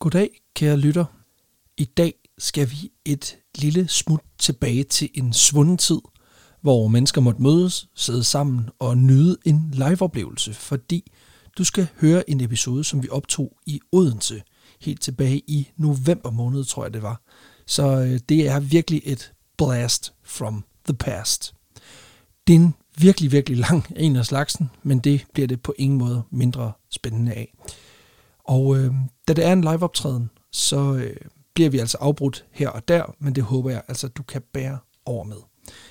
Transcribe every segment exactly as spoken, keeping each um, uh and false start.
Goddag, kære lytter. I dag skal vi et lille smut tilbage til en svunden tid, hvor mennesker måtte mødes, sidde sammen og nyde en live-oplevelse, fordi du skal høre en episode, som vi optog i Odense, helt tilbage i november måned, tror jeg det var. Så øh, det er virkelig et blast from the past. Det er en virkelig, virkelig lang en af slagsen, men det bliver det på ingen måde mindre spændende af. Og øh, da det er en live-optræden, så øh, bliver vi altså afbrudt her og der, men det håber jeg altså, du kan bære over med.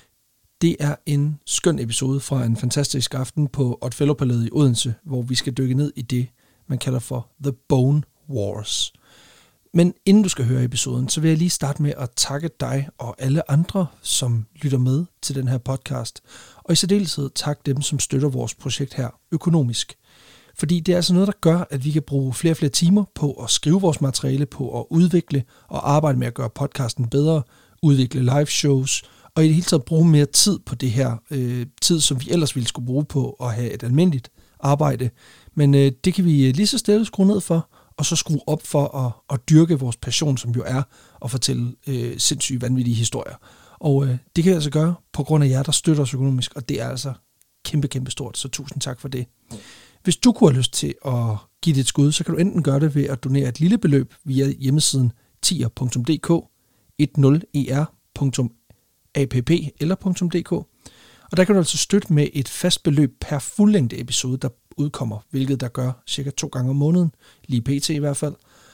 Det er en skøn episode fra en fantastisk aften på Odd Fellow Palæet i Odense, hvor vi skal dykke ned i det, man kalder for The Bone Wars. Men inden du skal høre episoden, så vil jeg lige starte med at takke dig og alle andre, som lytter med til den her podcast. Og i særdeleshed tak dem, som støtter vores projekt her økonomisk. Fordi det er altså noget, der gør, at vi kan bruge flere og flere timer på at skrive vores materiale, på at udvikle og arbejde med at gøre podcasten bedre, udvikle live shows, og i det hele taget bruge mere tid på det her. Øh, tid, som vi ellers ville skulle bruge på at have et almindeligt arbejde. Men øh, det kan vi lige så stille skrue ned for, og så skrue op for at, at dyrke vores passion, som jo er at fortælle øh, sindssygt vanvittige historier. Og øh, det kan vi altså gøre på grund af jer, der støtter os økonomisk, og det er altså kæmpe, kæmpe stort, så tusind tak for det. Hvis du kunne have lyst til at give det et skud, så kan du enten gøre det ved at donere et lille beløb via hjemmesiden tier punktum d k, ti er punktum app eller .dk. Og der kan du altså støtte med et fast beløb per fuldlængde episode, der udkommer, hvilket der gør cirka to gange om måneden, lige pt i hvert fald.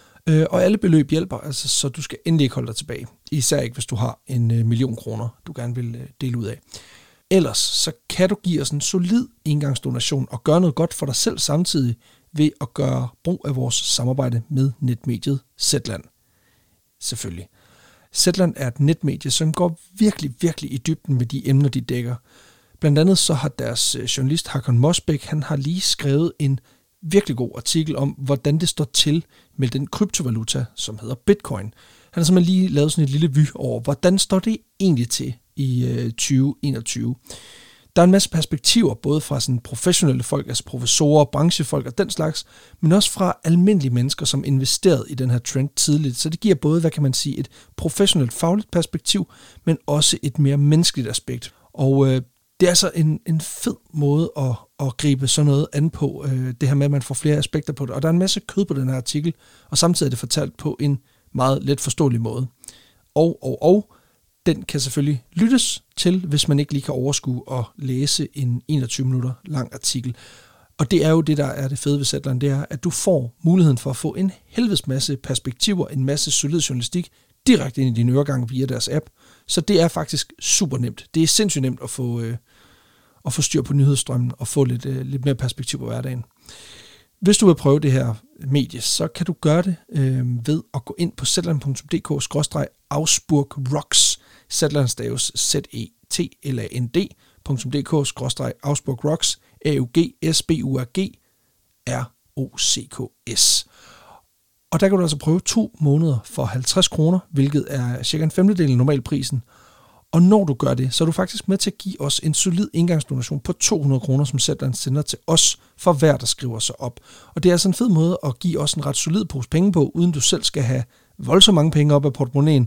Og alle beløb hjælper, altså, så du skal endelig ikke holde dig tilbage. Især ikke, hvis du har en million kroner, du gerne vil dele ud af. Ellers så kan du give os en solid engangsdonation og gøre noget godt for dig selv samtidig ved at gøre brug af vores samarbejde med netmediet Zetland. Selvfølgelig. Zetland er et netmedie, som går virkelig, virkelig i dybden med de emner, de dækker. Blandt andet så har deres journalist Håkon Mosbæk, han har lige skrevet en virkelig god artikel om, hvordan det står til med den kryptovaluta, som hedder Bitcoin. Han har simpelthen lige lavet sådan et lille vy over, hvordan står det egentlig til i øh, tyve enogtyve. Der er en masse perspektiver, både fra sådan professionelle folk, altså professorer, branchefolk og den slags, men også fra almindelige mennesker, som investerede i den her trend tidligt. Så det giver både, hvad kan man sige, et professionelt fagligt perspektiv, men også et mere menneskeligt aspekt. Og øh, det er altså en, en fed måde at, at gribe sådan noget an på, øh, det her med, at man får flere aspekter på det. Og der er en masse kød på den her artikel, og samtidig er det fortalt på en meget let forståelig måde. Og, og, og, den kan selvfølgelig lyttes til, hvis man ikke lige kan overskue at læse en enogtyve minutter lang artikel. Og det er jo det, der er det fede ved Zetland, det er, at du får muligheden for at få en helvedes masse perspektiver, en masse solid journalistik, direkte ind i din øregang via deres app. Så det er faktisk super nemt. Det er sindssygt nemt at få, øh, at få styr på nyhedsstrømmen og få lidt, øh, lidt mere perspektiv på hverdagen. Hvis du vil prøve det her medie, så kan du gøre det øh, ved at gå ind på zetland punktum d k skråstreg Augsburg Rocks. Zetland staves z e t l a n d punktum d k skråstreg Augsburg Rocks, A U G S B U R G R O C K S. Og der kan du altså prøve to måneder for halvtreds kroner, hvilket er cirka en femtedel af normalprisen. Og når du gør det, så er du faktisk med til at give os en solid engangsdonation på to hundrede kroner, som Zetland sender til os for hver, der skriver sig op. Og det er altså en fed måde at give os en ret solid pose penge på, uden du selv skal have voldsomt mange penge op af portemonnaien.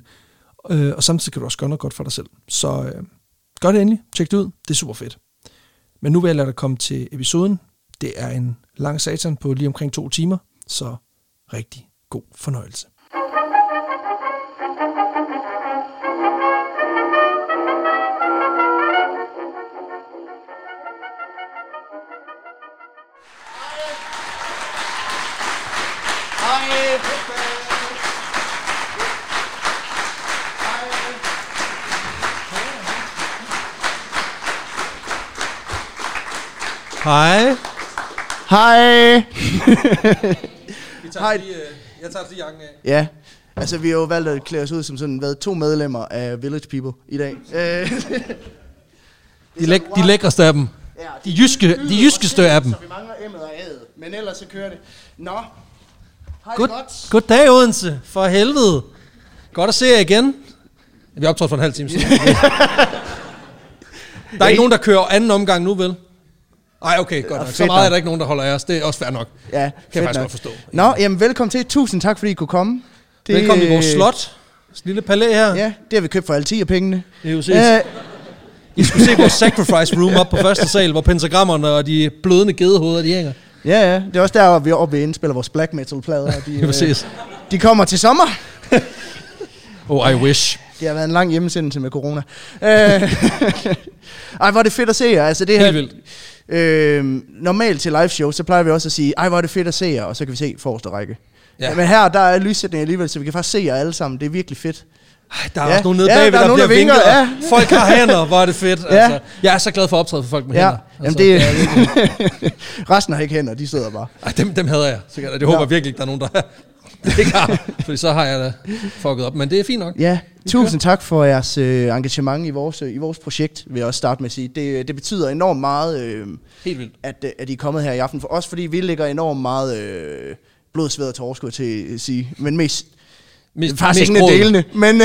Og samtidig kan du også gøre noget godt for dig selv. Så øh, gør det endelig. Tjek det ud. Det er super fedt. Men nu vil jeg lade dig komme til episoden. Det er en lang satan på lige omkring to timer. Så rigtig god fornøjelse. Hej. Hej. Vi tager lige, jeg tager lige jakken af. Ja, altså vi har jo valgt at klæde os ud som sådan hvad, to medlemmer af Village People i dag. de, læk, de lækreste af dem. Ja, de, de jyske, de jyskeste af dem. Så vi mangler emmet og ædet, men ellers så kører det. Nå, hej God, godt. Goddag Odense, for helvede. Godt at se jer igen. Vi er optrådt for en halv time siden. Der er ikke nogen, der kører anden omgang nu, vel? Ej, okay, godt nok. Så meget er der ikke nogen, der holder af os. Det er også fair nok. Ja, kan jeg faktisk nok. godt forstå. Nå, jamen velkommen til. Tusind tak, fordi I kunne komme. Det, velkommen i vores slot. Lille palæ her. Ja, det har vi købt for altid af pengene. Det er jo set. Æh, I skulle se vores sacrifice room op på første sal, hvor pentagrammerne og de blødende gedehoveder, de hænger. Ja, ja. Det er også der, vi er oppe ved indspiller vores black metal-plader. De, ja, præcis. De kommer til sommer. Oh, I wish. Det har været en lang hjemmesendelse med corona. Ej, hvor er det fedt at se jer. Altså, det her, helt vildt. Øh, normalt til live show, så plejer vi også at sige, ej, hvor er det fedt at se jer, og så kan vi se forreste række. Ja. Men her, der er lyssætning alligevel, så vi kan faktisk se jer alle sammen. Det er virkelig fedt. Ej, der er ja. også nogen nede bagved, ja, der, der bliver vinket. Ja. Folk har hænder, hvor er det fedt. Ja. Altså, jeg er så glad for at optræde for folk med ja. hænder. Altså, Jamen, det er resten har ikke hænder, de sidder bare. Ej, dem, dem hader jeg. Så det håber jeg virkelig ikke, der er nogen, der det ikke har. Fordi så har jeg da fucket op. Men det er fint nok. Ja, tusind tak for jeres øh, engagement i vores, øh, i vores projekt, vil jeg også starte med at sige. Det, det betyder enormt meget, øh, Helt vildt. At, at I er kommet her i aften. For os, fordi vi lægger enormt meget øh, blod, sved og tårer, skulle jeg til at sige. Men mest... Mest, faktisk ingen af delene, men,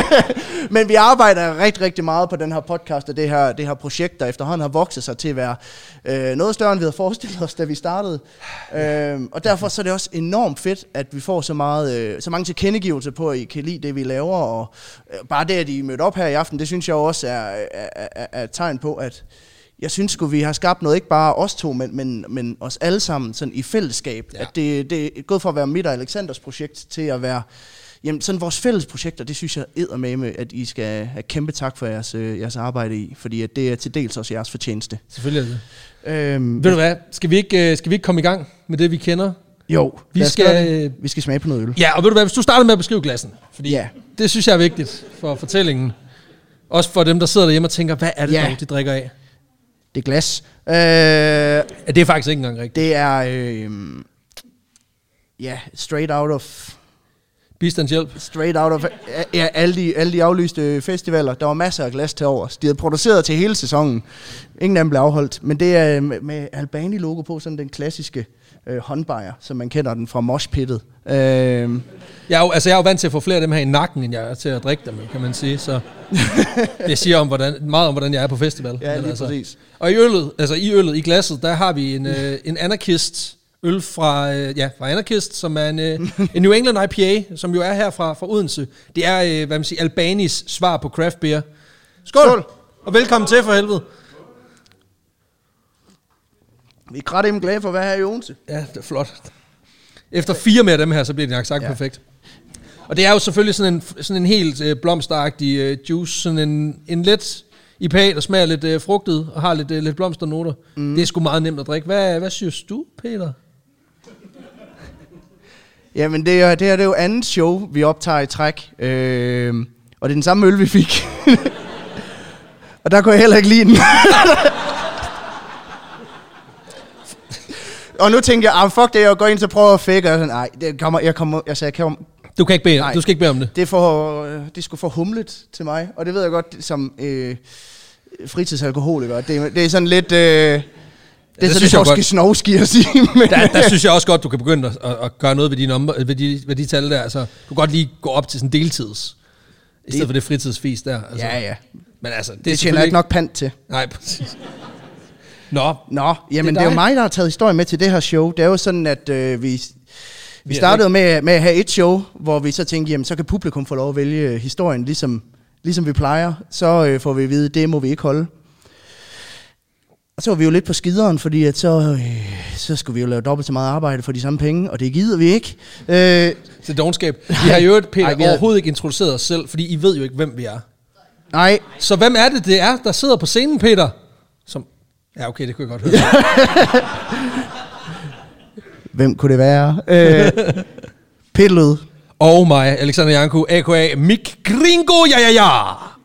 men vi arbejder rigtig, rigtig meget på den her podcast og det her, det her projekt, der efterhånden har vokset sig til at være øh, noget større, end vi havde forestillet os, da vi startede. Øh, og derfor så er det også enormt fedt, at vi får så, meget, øh, så mange tilkendegivelser på, at I kan lide det, vi laver. Og øh, bare det, at I mødte op her i aften, det synes jeg også er, er, er, er et tegn på, at jeg synes sgu, vi har skabt noget, ikke bare os to, men, men, men os alle sammen sådan i fællesskab. Ja. At det, det er gået fra at være mit og Alexanders projekt til at være... Jamen, sådan vores fælles projekter, det synes jeg eddermame, at I skal have kæmpe tak for jeres, øh, jeres arbejde i, fordi at det er til dels også jeres fortjeneste. Selvfølgelig er det. Øhm, Ved du hvad, skal vi, ikke, skal vi ikke komme i gang med det, vi kender? Jo, vi skal, vi skal smage på noget øl. Ja, og ved du hvad, hvis du starter med at beskrive glassen, fordi ja. det synes jeg er vigtigt for fortællingen. Også for dem, der sidder derhjemme og tænker, hvad er det, ja. dog, de drikker af? Det er glas. Øh, ja, det er faktisk ikke engang rigtigt. Det er, øh, ja, straight out of... Bistandshjælp. Straight out of ja, alle, de, alle de aflyste festivaler. Der var masser af glas til overs. De havde produceret til hele sæsonen. Ingen af dem blev afholdt. Men det er med, med Albani-logo på, sådan den klassiske øh, håndbajer, som man kender den fra moshpittet. Øh. Jeg er, jo, altså, jeg er jo vant til at få flere af dem her i nakken, end jeg er til at drikke dem, kan man sige. Så det siger om, hvordan, meget om, hvordan jeg er på festival. Ja, lige altså. præcis. Og i øllet, altså i øllet, i glasset, der har vi en, øh, en Anarchist øl fra, øh, ja, fra Anarchist, som er en, øh, en New England I P A, som jo er her fra, fra Odense. Det er, øh, hvad man siger, Albanis svar på craft beer. Skål! Skål! Og velkommen til, for helvede. Vi er grædt glade for at være her i Odense. Ja, det er flot. Efter fire med dem her, så bliver det nok sagt ja. perfekt. Og det er jo selvfølgelig sådan en, sådan en helt øh, blomsteragtig øh, juice, sådan en, en let I P A, der smager lidt øh, frugtet og har lidt, øh, lidt blomsternoter. Mm. Det er sgu meget nemt at drikke. Hvad, hvad synes du, Peter? Jamen, det er, det, er, det er jo andet show, vi optager i træk. Øh, og det er den samme øl, vi fik. Og der kunne jeg heller ikke lide den. Og nu tænker jeg, ah, fuck det, jeg går ind til at prøve at fake. Og sådan, nej, det kommer, jeg kommer, jeg sagde, jeg kommer. Du kan ikke bede, du skal ikke bede om det. Det er for, det er sgu for humlet til mig. Og det ved jeg godt, som øh, fritidsalkoholiker. Det, det er sådan lidt... Øh, Det er ja, så det Torske Snovski at sige. der, der synes jeg også godt, du kan begynde at, at, at gøre noget ved de, nummer, ved de, ved de tal der. Altså, du kan godt lige gå op til sådan deltids, i stedet for det fritidsfis der. Altså. Ja, ja. Men altså, det, det tjener ikke nok pant til. Nej, præcis. Nå. Nå, jamen det er, det er jo mig, der har taget historien med til det her show. Det er jo sådan, at øh, vi, vi startede med, med at have et show, hvor vi så tænkte, jamen så kan publikum få lov at vælge historien, ligesom, ligesom vi plejer. Så øh, får vi at vide, det må vi ikke holde. Og så var vi jo lidt på skideren, fordi at så, øh, så skulle vi jo lave dobbelt så meget arbejde for de samme penge, og det gider vi ikke. Øh, det er dogenskab. Vi har jo Peter Ej, overhovedet ikke introduceret os selv, fordi I ved jo ikke, hvem vi er. Nej. Så hvem er det, det er, der sidder på scenen, Peter? Som, ja, okay, det kunne jeg godt høre. Hvem kunne det være? Øh, Peter og mig, Alexander Janko, a k a. Mick Gringo, ja, ja, ja.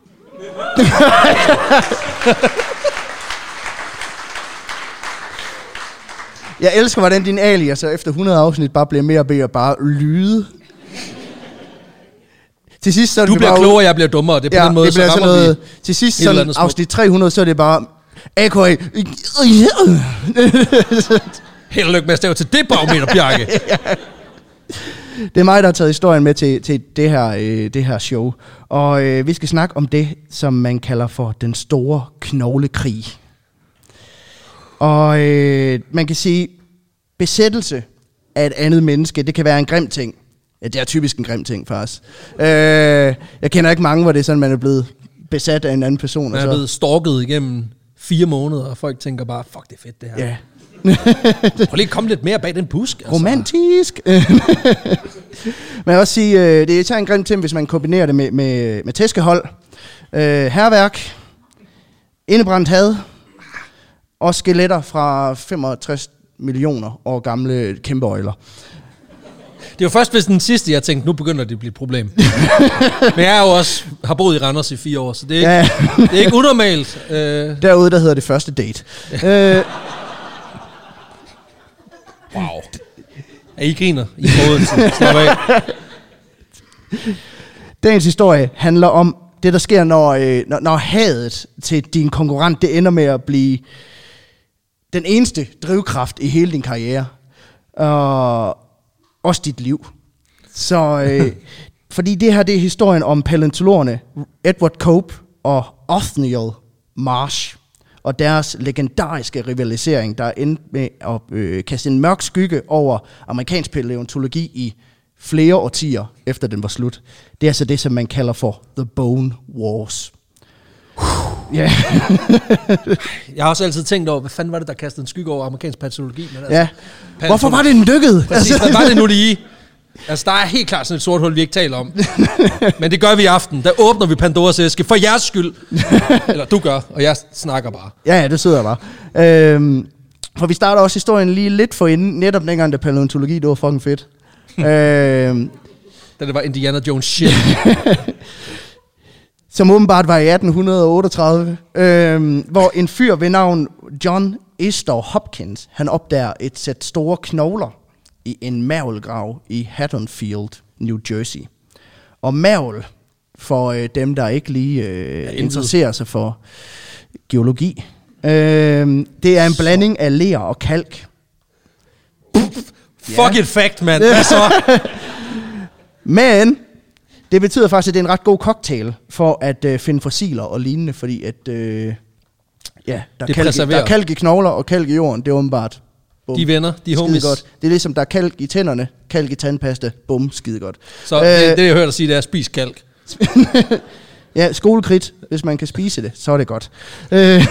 Jeg elsker, hvordan din alias efter hundrede afsnit bare bliver mere og mere bare lyde. Til sidst så du det bliver bare klogere, jeg bliver dummere. Det er på ja, den måde, det bliver så sådan noget, til sidst sådan afsnit tre hundrede, så er det bare A K A. Held og lykke med at stave til det, barometer, Bjarke. Det er mig, der har taget historien med til, til det, her, øh, det her show. Og øh, vi skal snakke om det, som man kalder for den store knoglekrig. Og øh, man kan sige, besættelse af et andet menneske, det kan være en grim ting. Ja, det er typisk en grim ting, faktisk. Øh, jeg kender ikke mange, hvor det er sådan, man er blevet besat af en anden person. Man er blevet stalket igennem fire måneder, og folk tænker bare, fuck, det er fedt det her. Ja. Prøv lige at komme lidt mere bag den busk. Altså. Romantisk. Man kan også sige, øh, det er en grim ting, hvis man kombinerer det med, med, med tæskehold, øh, hærværk, indebrændt had, og skeletter fra femogtres millioner år gamle kæmpeøjler. Det er jo først, hvis den sidste, jeg tænkte, nu begynder det at blive et problem. Men jeg er jo også, har boet i Randers i fire år, så det er ikke, ja. det er ikke unormalt. Øh. Derude, der hedder det første date. øh. Wow. Ja, I griner. I Odense. Slap af. Dagens historie handler om det, der sker, når, øh, når, når hadet til din konkurrent, det ender med at blive den eneste drivkraft i hele din karriere. Og også dit liv. Så, øh, fordi det her, det er historien om palæontologerne Edward Cope og Othniel Marsh, og deres legendariske rivalisering, der endte med at øh, kaste en mørk skygge over amerikansk palæontologi i flere årtier, efter den var slut. Det er altså det, som man kalder for The Bone Wars. Ja. Jeg har også altid tænkt over, hvad fanden var det, der kastede en skygge over amerikansk palæontologi? Men altså, ja. Palæontologi. Hvorfor var det den dykkede? Præcis, hvad var det nu lige? Altså, der er helt klart sådan et sort hul, vi ikke taler om. Men det gør vi i aften. Der åbner vi Pandoras æske for jeres skyld. Eller du gør, og jeg snakker bare. Ja, ja, det sidder jeg bare. Øhm, for vi starter også historien lige lidt for inden. Netop dengang, da palæontologi, det var fucking fedt. øhm, da det var Indiana Jones shit. Som åbenbart var i atten otteogtredive. Øhm, hvor en fyr ved navn John Easter Hopkins, han opdager et sæt store knogler i en mergelgrav i Haddonfield, New Jersey. Og mergel, for øh, dem, der ikke lige øh, ja, interesserer sig for geologi, øh, det er en blanding af ler og kalk. Fuck ja. It fact, mand. Hvad så? Men det betyder faktisk, at det er en ret god cocktail for at øh, finde fossiler og lignende, fordi at øh, ja, der, kalk, der er kalk i knogler og kalk i jorden, det er åbenbart. Bum. De venner, de homies. Godt. Det er ligesom, der er kalk i tænderne, kalk i tandpasta, bum, skide godt. Så øh, det, det, jeg hørte dig sige, det er spis kalk. Ja, skolekridt, hvis man kan spise det, så er det godt. Øh,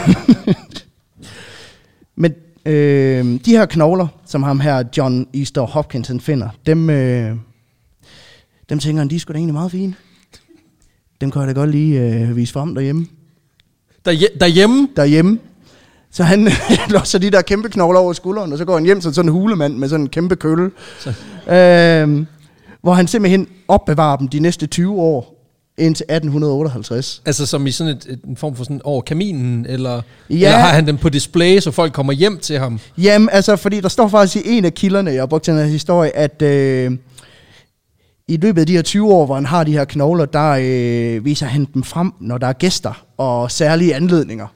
Men øh, de her knogler, som ham her John Easter Hopkins finder, dem, øh, dem tænker han, de er sgu da egentlig meget fine. Dem kan jeg da godt lige øh, vise frem derhjemme. Derhje- derhjemme? Derhjemme. Så han låser de der kæmpe knogler over skulderen, og så går han hjem som sådan en hulemand med sådan en kæmpe kølle. Øh, hvor han simpelthen opbevarer dem de næste tyve år, indtil atten otteoghalvtreds. Altså som i sådan et, et, en form for sådan over kaminen, eller, ja. Eller har han dem på display, så folk kommer hjem til ham? Jamen, altså, fordi der står faktisk i en af kilderne, jeg har brugt til den her historie, at øh, i løbet af de her tyve år, hvor han har de her knogler, der øh, viser han dem frem, når der er gæster og særlige anledninger.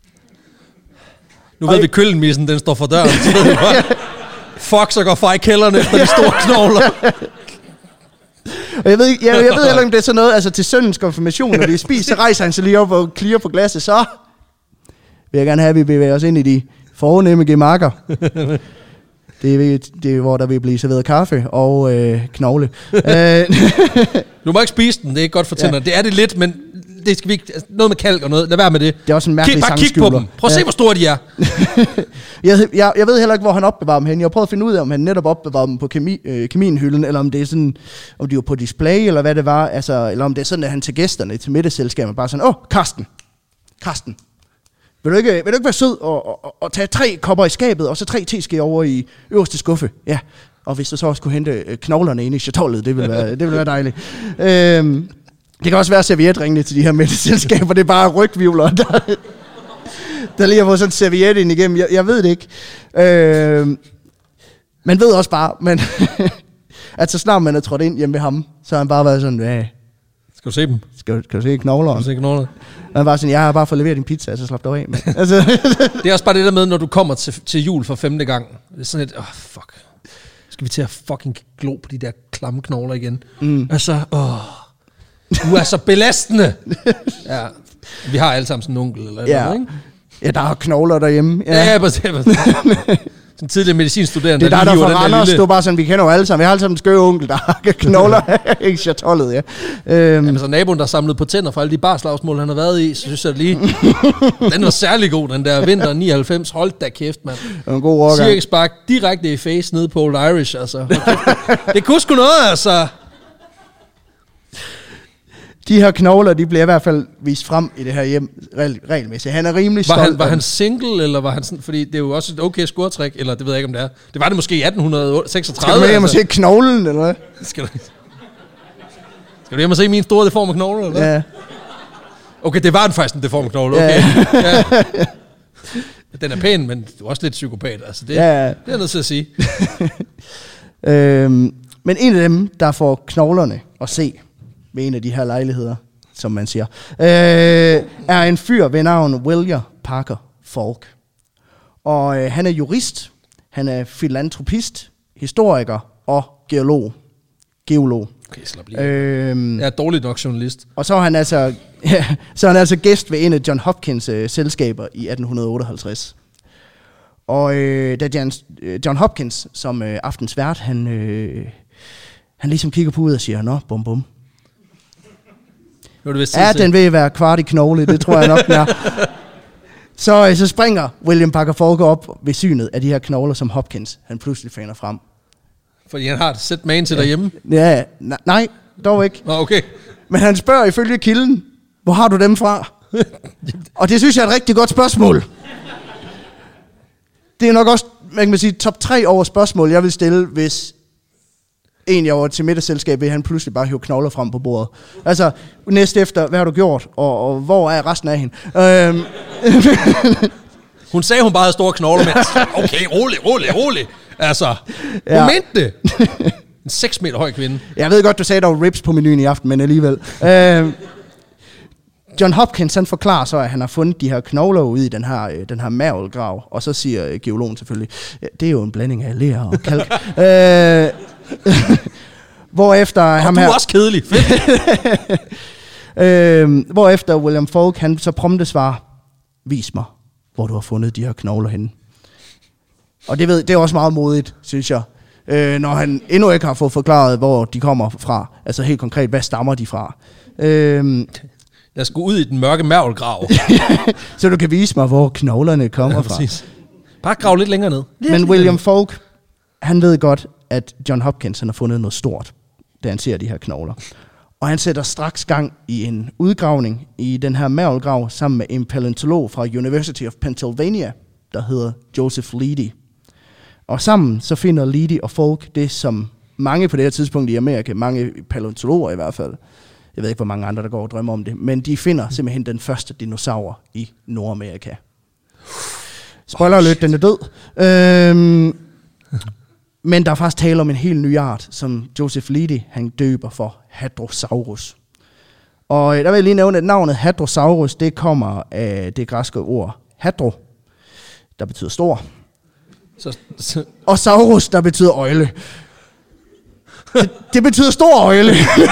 Nu ved og vi, køllenmissen, den står for døren. Så ved vi bare, fuck, så går far i kælderen efter de store knogler. Og jeg ved, jeg, jeg ved heller ikke, om det er sådan noget, altså til søndens konfirmation, når de spiser, så rejser han sig lige op og klirer på glasset, så vil jeg gerne have, at vi bevæger os ind i de fornemme gemakker. Det er, det er, hvor der vil blive serveret kaffe og øh, knogle. Du må ikke spise den, det er ikke godt for tænderne. Ja. Det er det lidt, men det skal vi ikke, altså noget med kalk og noget, lad være med det. Det er også en mærkelig Kig, bare kig på dem. Prøv at se, ja. Hvor store de er. jeg, jeg, jeg ved heller ikke, hvor han opbevarer dem hen. Jeg har prøvet at finde ud af, om han netop opbevarer dem på kemi, øh, keminhylden, eller om det er sådan, om de var på display, eller hvad det var, altså, eller om det er sådan, at han til gæsterne, til middagsselskabet, bare sådan, åh, oh, Karsten, Karsten, vil du ikke, vil du ikke være sød og, og, og tage tre kopper i skabet, og så tre teskeer over i øverste skuffe? Ja, og hvis du så også kunne hente knoglerne inde i chatollet, det ville være, det ville være dejligt. Øhm, det kan også være servietringene til de her middagsselskaber, det er bare rygvivler, der, der lige har fået sådan en serviet ind igennem. Jeg, jeg ved det ikke. Øhm, man ved også bare, men at så snart man er trådt ind hjemme ved ham, så har han bare været sådan, ja, skal du se dem? Skal, skal du se knoglerne? Skal du se knoglerne? Han var sådan, jeg har bare fået leveret din pizza, så slap dig af. Altså. Det er også bare det der med, når du kommer til, til jul for femte gang. Det er sådan et, åh, oh, fuck. Skal vi til at fucking glo på de der klamme knogler igen? Mm. Altså, åh. Oh, du er så belastende. Ja. Vi har alle sammen sådan en onkel eller ja. noget, ikke? Ja, der er knogler derhjemme. Ja, ja, ja præcis. Sådan tidligere medicinstuderende. Det er der, der fra Randers, det var bare sådan, vi kender jo alle sammen. Vi har alle sammen en skøve onkel, der har knogler. Ikke chatollet, ja. Øhm. Jamen, så naboen, der samlede på tænder for alle de barslagsmål, han har været i, så synes jeg lige, den var særlig god, den der vinter nioghalvfems. Hold da kæft, mand. Det var en god overgang. Cirkespark direkte i face nede på Old Irish, altså. Det kunne sgu noget, altså. De her knogler, de bliver i hvert fald vist frem i det her hjem regelmæssigt. Han er rimelig stolt. Var han, var han single, eller var han sådan, fordi det er jo også et okay scoretræk, eller det ved jeg ikke, om det er. Det var det måske i atten seksogtredive. Skal du med hjem og se knoglen, eller hvad? Skal du, skal du hjem og se min store deforme knogle, eller hvad? Ja. Okay, det var en faktisk en deforme knogle, okay. Ja. Ja. Den er pæn, men du er også lidt psykopat, altså det, ja. Det er jeg nødt til at sige. øhm, men en af dem, der får knoglerne at se ved en af de her lejligheder, som man siger, øh, er en fyr ved navn William Parker Falk. Og øh, han er jurist, han er filantropist, historiker og geolog. Geolog. Okay, slap lige. Øhm, jeg er dårlig nok journalist. Og så er han altså, ja, så er han altså gæst ved en af John Hopkins øh, selskaber i atten otteoghalvtreds. Og øh, da John, øh, John Hopkins som øh, aftens vært, han, øh, han ligesom kigger på ud og siger, nå, bum bum. Ja, den vil være kvart i knogle, det tror jeg nok, den er. Så, så springer William Parker Falk op ved synet af de her knogler, som Hopkins han pludselig finder frem. Fordi han har et sæt man til ja. derhjemme? Ja, n- nej, dog ikke. Nå, okay. Men han spørger ifølge kilden, hvor har du dem fra? Og det synes jeg er et rigtig godt spørgsmål. Det er nok også, man kan sige, top tre over spørgsmål, jeg vil stille, hvis en, jeg var til middagsselskab, vil han pludselig bare hive knogler frem på bordet. Altså, næste efter, hvad har du gjort, og, og hvor er resten af hende? Øhm. Hun sagde, hun bare havde store knogler, men okay, rolig, rolig, rolig. Altså, hun ja. mente det. En seks meter høj kvinde. Jeg ved godt, du sagde, der var ribs på menuen i aften, men alligevel. øhm. John Hopkins, han forklarer så, at han har fundet de her knogler ude i den her, den her mavelgrav, og så siger geologen selvfølgelig, ja, det er jo en blanding af ler og kalk. øh, hvorefter og ham du er her, også kedelig. øh, hvorefter William Falk, han så prompte svarer, vis mig, hvor du har fundet de her knogler henne. Og det, ved, det er også meget modigt, synes jeg, øh, når han endnu ikke har fået forklaret, hvor de kommer fra. Altså helt konkret, hvad stammer de fra. Øh, Jeg skal ud i den mørke mærvelgrav. Så du kan vise mig, hvor knoglerne kommer ja, fra. Bare grav lidt længere ned. Lidt Men William Falk, han ved godt, at John Hopkins han har fundet noget stort, da han ser de her knogler. Og han sætter straks gang i en udgravning i den her mærvelgrav, sammen med en palæontolog fra University of Pennsylvania, der hedder Joseph Leidy. Og sammen så finder Leidy og Falk det, som mange på det her tidspunkt i Amerika, mange palæontologer i hvert fald, jeg ved ikke, hvor mange andre, der går og drømmer om det, men de finder simpelthen den første dinosaur i Nordamerika. Spoiler alert, den er død. Øhm, men der er faktisk tale om en helt ny art, som Joseph Leidy, han døber for Hadrosaurus. Og der vil jeg lige nævne, at navnet Hadrosaurus, det kommer af det græske ord hadro, der betyder stor. Så, så. Og saurus, der betyder øjle. Det, det betyder stor øjle.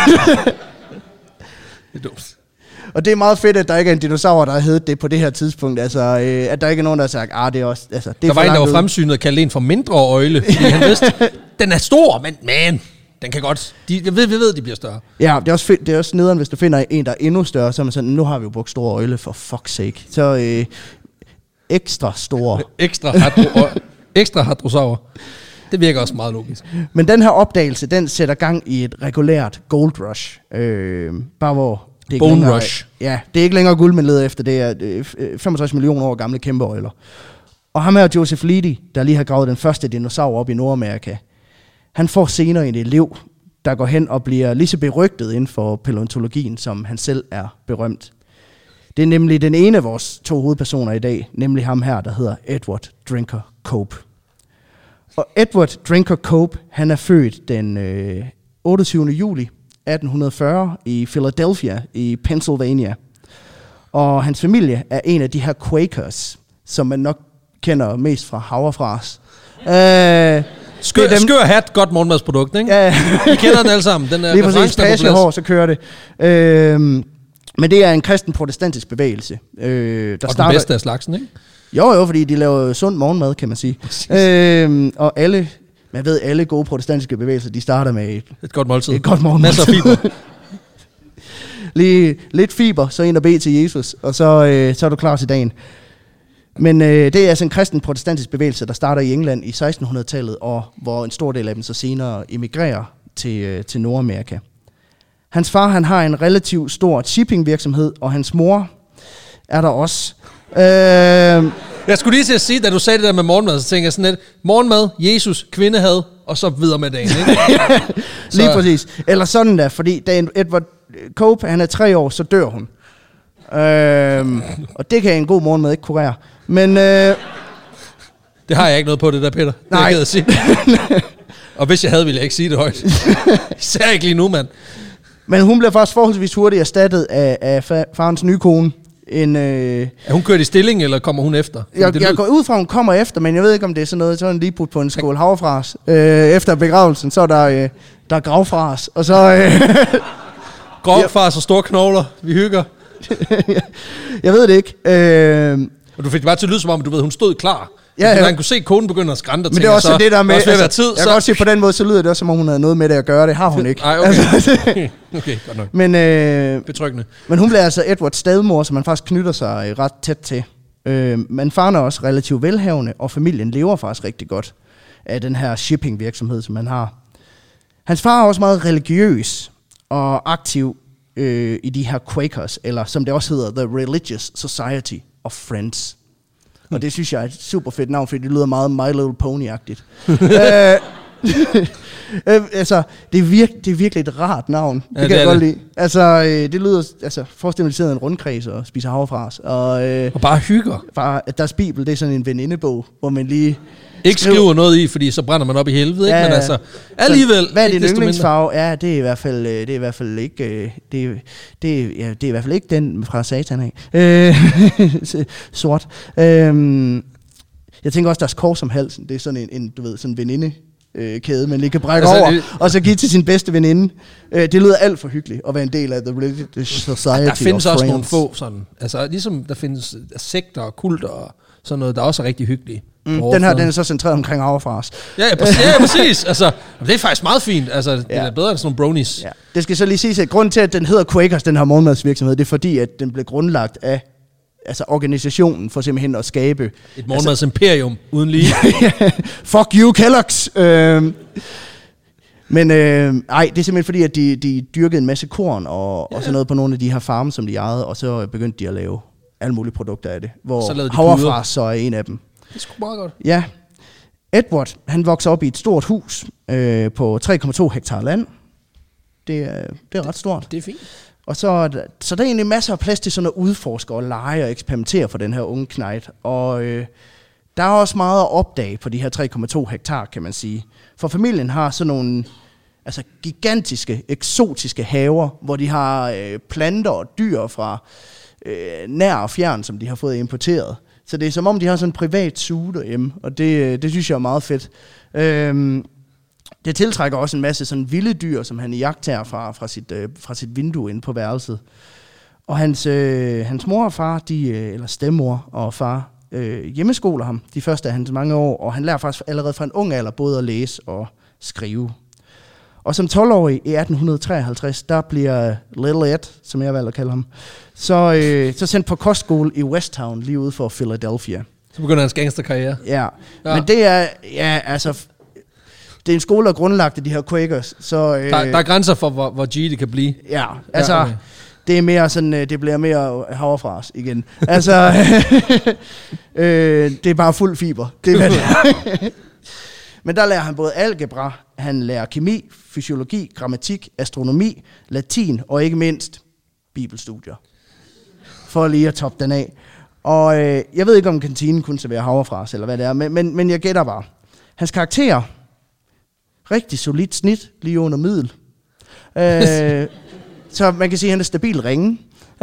Det er dumt. Og det er meget fedt, at der ikke er en dinosaur, der har heddet det på det her tidspunkt. Altså, øh, at der ikke er nogen, der har sagt, ah, det er også... Altså, det er der var en, der var fremsynet og kaldte en for mindre øjle, fordi han vidste, den er stor, men man, den kan godt... De, jeg ved, vi ved, de bliver større. Ja, det er også, fedt, det er også nederen, hvis du finder en, der er endnu større, så er man sådan, nu har vi jo brugt store øjle, for fuck's sake. Så øh, ekstra store. ekstra hadro, ekstra hadrosaur. Det virker også meget logisk. Men den her opdagelse, den sætter gang i et regulært gold rush. Øh, bare hvor... Det er Bone længere, rush. Ja, det er ikke længere guld, man leder efter. Det er øh, femogtres millioner år gamle kæmpeøjler. Og ham her, Joseph Leidy, der lige har gravet den første dinosaur op i Nordamerika, han får senere en elev, der går hen og bliver lige så berygtet inden for palæontologien, som han selv er berømt. Det er nemlig den ene af vores to hovedpersoner i dag, nemlig ham her, der hedder Edward Drinker Cope. Og Edward Drinker Cope, han er født den øh, otteogtyvende juli atten fyrre i Philadelphia i Pennsylvania. Og hans familie er en af de her Quakers, som man nok kender mest fra havrefras. Øh, skør, dem, skør hat, godt morgenmadsprodukt, ikke? Ja. I kender den alle sammen. Den er lige præcis, pagehår, så kører det. Øh, Men det er en kristen protestantisk bevægelse. Øh, der og starter, den bedste af slagsen, ikke? Jo, jo, fordi de laver sund morgenmad, kan man sige. Øh, og alle, man ved, alle gode protestantiske bevægelser, de starter med et, et godt måltid. Et godt morgenmad. Masser af fiber. Lige lidt fiber, så ind og bede til Jesus, og så, øh, så er du klar til dagen. Men øh, det er altså en kristen protestantisk bevægelse, der starter i England i sekstenhundredetallet, og hvor en stor del af dem så senere emigrerer til, øh, til Nordamerika. Hans far, han har en relativt stor shippingvirksomhed, og hans mor er der også. Øh, jeg skulle lige til at sige, da du sagde det der med morgenmad, så tænkte jeg sådan lidt, morgenmad, Jesus, kvindehad, og så videre med dagen, ikke? Lige præcis. Eller sådan der, fordi da Edward Cope, han er tre år, så dør hun. Øh, og det kan en god morgenmad ikke kurere. Men... Øh, det har jeg ikke noget på, det der, Peter. Det nej. Er jeg at sige. Og hvis jeg havde, ville jeg ikke sige det højt. Især ikke lige nu, mand. Men hun blev faktisk forholdsvis hurtigt erstattet af, af farens nye kone. En, øh, er hun kørt i stilling, eller kommer hun efter? Jeg, jeg går ud fra, at hun kommer efter, men jeg ved ikke, om det er sådan noget, så er hun lige putt på en skål havrefras. Øh, efter begravelsen, så er der, øh, der er gravfras, og så... Øh, gravfras og store knogler, vi hygger. Jeg ved det ikke. Øh, og du fik det bare til at lyde som om, du ved, hun stod klar. Ja, ja. Man kunne se, at konen begynder at skrænte. Men det er også så, det der med, altså, tid, jeg så... kan også sige, på den måde, så lyder det også, som om hun havde noget med det at gøre. Det har hun ikke. Nej, okay. Okay, godt nok. Men, øh, betryggende. Men hun bliver altså Edwards stedmor, som man faktisk knytter sig ret tæt til. Øh, men faren er også relativt velhavende, og familien lever faktisk rigtig godt af den her shipping-virksomhed, som man har. Hans far er også meget religiøs og aktiv øh, i de her Quakers, eller som det også hedder, The Religious Society of Friends. Og det synes jeg er et super fedt navn, fordi det lyder meget My Little Pony-agtigt. øh, øh, altså, det er, virke, det er virkelig et rart navn. Det ja, kan det jeg godt lide. Altså, øh, det lyder... Altså, forestil mig, at de sidder i en rundkreds og spiser havrefras. Og, øh, og bare hygger. Bare, deres bibel, det er sådan en venindebog, hvor man lige... Ikke skriver, skriver noget i, fordi så brænder man op i helvede, ja, ikke? Men altså, alligevel... Hvad er din yndlingsfarve? Ja, det er i hvert fald, det er i hvert fald ikke... Det, det, ja, det er i hvert fald ikke den fra Satan af. Øh, sort. Øh, jeg tænker også, deres kors om halsen, det er sådan en, en du ved, sådan en veninde. Øh, kæde, man lige kan brække altså, over, det, og så give til sin bedste veninde. Øh, det lyder alt for hyggeligt at være en del af The Religious Society. Der findes of også friends. nogle få sådan, altså ligesom der findes sekter og kulter og sådan noget, der også er rigtig hyggelige. Mm, den her, den er så centreret omkring havrefras. Ja, ja, præcis. Ja, præcis. Altså, det er faktisk meget fint. Altså, det ja. er bedre end sådan nogle bronies. Ja. Det skal så lige siges, at grunden til, at den hedder Quakers, den her morgenmadsvirksomhed, det er fordi, at den blev grundlagt af altså organisationen for simpelthen at skabe... Et morgenmadsimperium altså, uden lige. Fuck you, Kellogg's! Øh, men øh, ej, det er simpelthen fordi, at de, de dyrkede en masse korn og, ja. og sådan noget på nogle af de her farme, som de ejede, og så begyndte de at lave alle mulige produkter af det, hvor havrefras så er en af dem. Det er sgu meget godt. Ja. Edward, han vokser op i et stort hus øh, på tre komma to hektar land. Det er, det er ret stort. Det er fint. Og så, så der er egentlig masser af plads til sådan at udforske og lege og eksperimentere for den her unge knejt. Og øh, der er også meget at opdage på de her tre komma to hektar, kan man sige. For familien har sådan nogle altså, gigantiske, eksotiske haver, hvor de har øh, planter og dyr fra øh, nær og fjern, som de har fået importeret. Så det er som om, de har sådan en privat suge derhjemme, og det, det synes jeg er meget fedt. Øhm, det tiltrækker også en masse sådan vilde dyr, som han jagter fra, fra, sit, øh, fra sit vindue inde på værelset. Og hans, øh, hans mor og far, de, øh, eller stemmor og far, øh, hjemmeskoler ham de første af hans mange år, og han lærer faktisk allerede fra en ung alder både at læse og skrive. Og som tolv-årig i atten treoghalvtreds, der bliver Little Ed, som jeg valgte at kalde ham, så, øh, så sendt på kostskole i Westtown, lige ude for Philadelphia. Så begynder hans gangsterkarriere. Ja, ja. Men det er, ja, altså, det er en skole, der er grundlagt af de her Quakers. Så, øh, der, der er grænser for, hvor, hvor G det kan blive. Ja, altså, ja, okay. Det er mere sådan, det bliver mere havrefras igen. Altså, øh, det er bare fuld fiber. Det er, hvad det er. Men der lærer han både algebra, han lærer kemi, fysiologi, grammatik, astronomi, latin og ikke mindst bibelstudier. For lige at toppe den af. Og øh, jeg ved ikke, om kantinen kunne servere havrefras eller hvad det er, men, men, men jeg gætter bare. Hans karakter, rigtig solidt snit, lige under middel. øh, så man kan sige, at han er stabil ringe.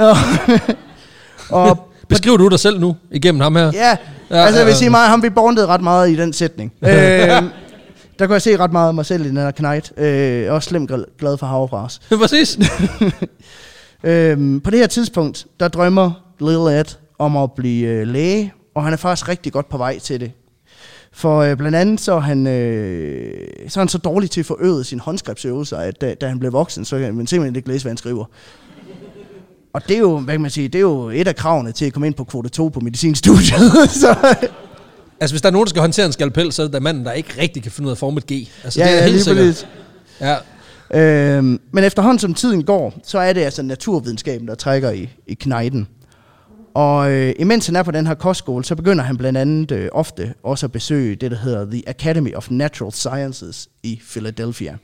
og Beskriver du dig selv nu, igennem ham her? Ja, ja altså jeg vil sige mig, ham vi bondede ret meget i den sætning. øh, der kan jeg se ret meget af mig selv i den her knejt. Øh, jeg er også slemt glad for havrefras. Præcis. Øhm, på det her tidspunkt, der drømmer Lil Ed om at blive øh, læge, og han er faktisk rigtig godt på vej til det. For øh, blandt andet så er, han, øh, så er han så dårlig til at få øvet sine håndskriftsøvelser, at da, da han blev voksen, så kan man simpelthen ikke læse, hvad han skriver. Og det er jo, hvad kan man sige, det er jo et af kravene til at komme ind på kvote to på medicinstudiet. så. Altså hvis der er nogen, der skal håndtere en skalpel, så er det der manden, der ikke rigtig kan finde ud af at forme et G. Altså, ja, det er ja, helt sikkert. Ja. Øhm, men efterhånden som tiden går, så er det altså naturvidenskaben, der trækker i, i knejden. Og øh, imens han er på den her kostskole, så begynder han blandt andet øh, ofte også at besøge det, der hedder The Academy of Natural Sciences i Philadelphia.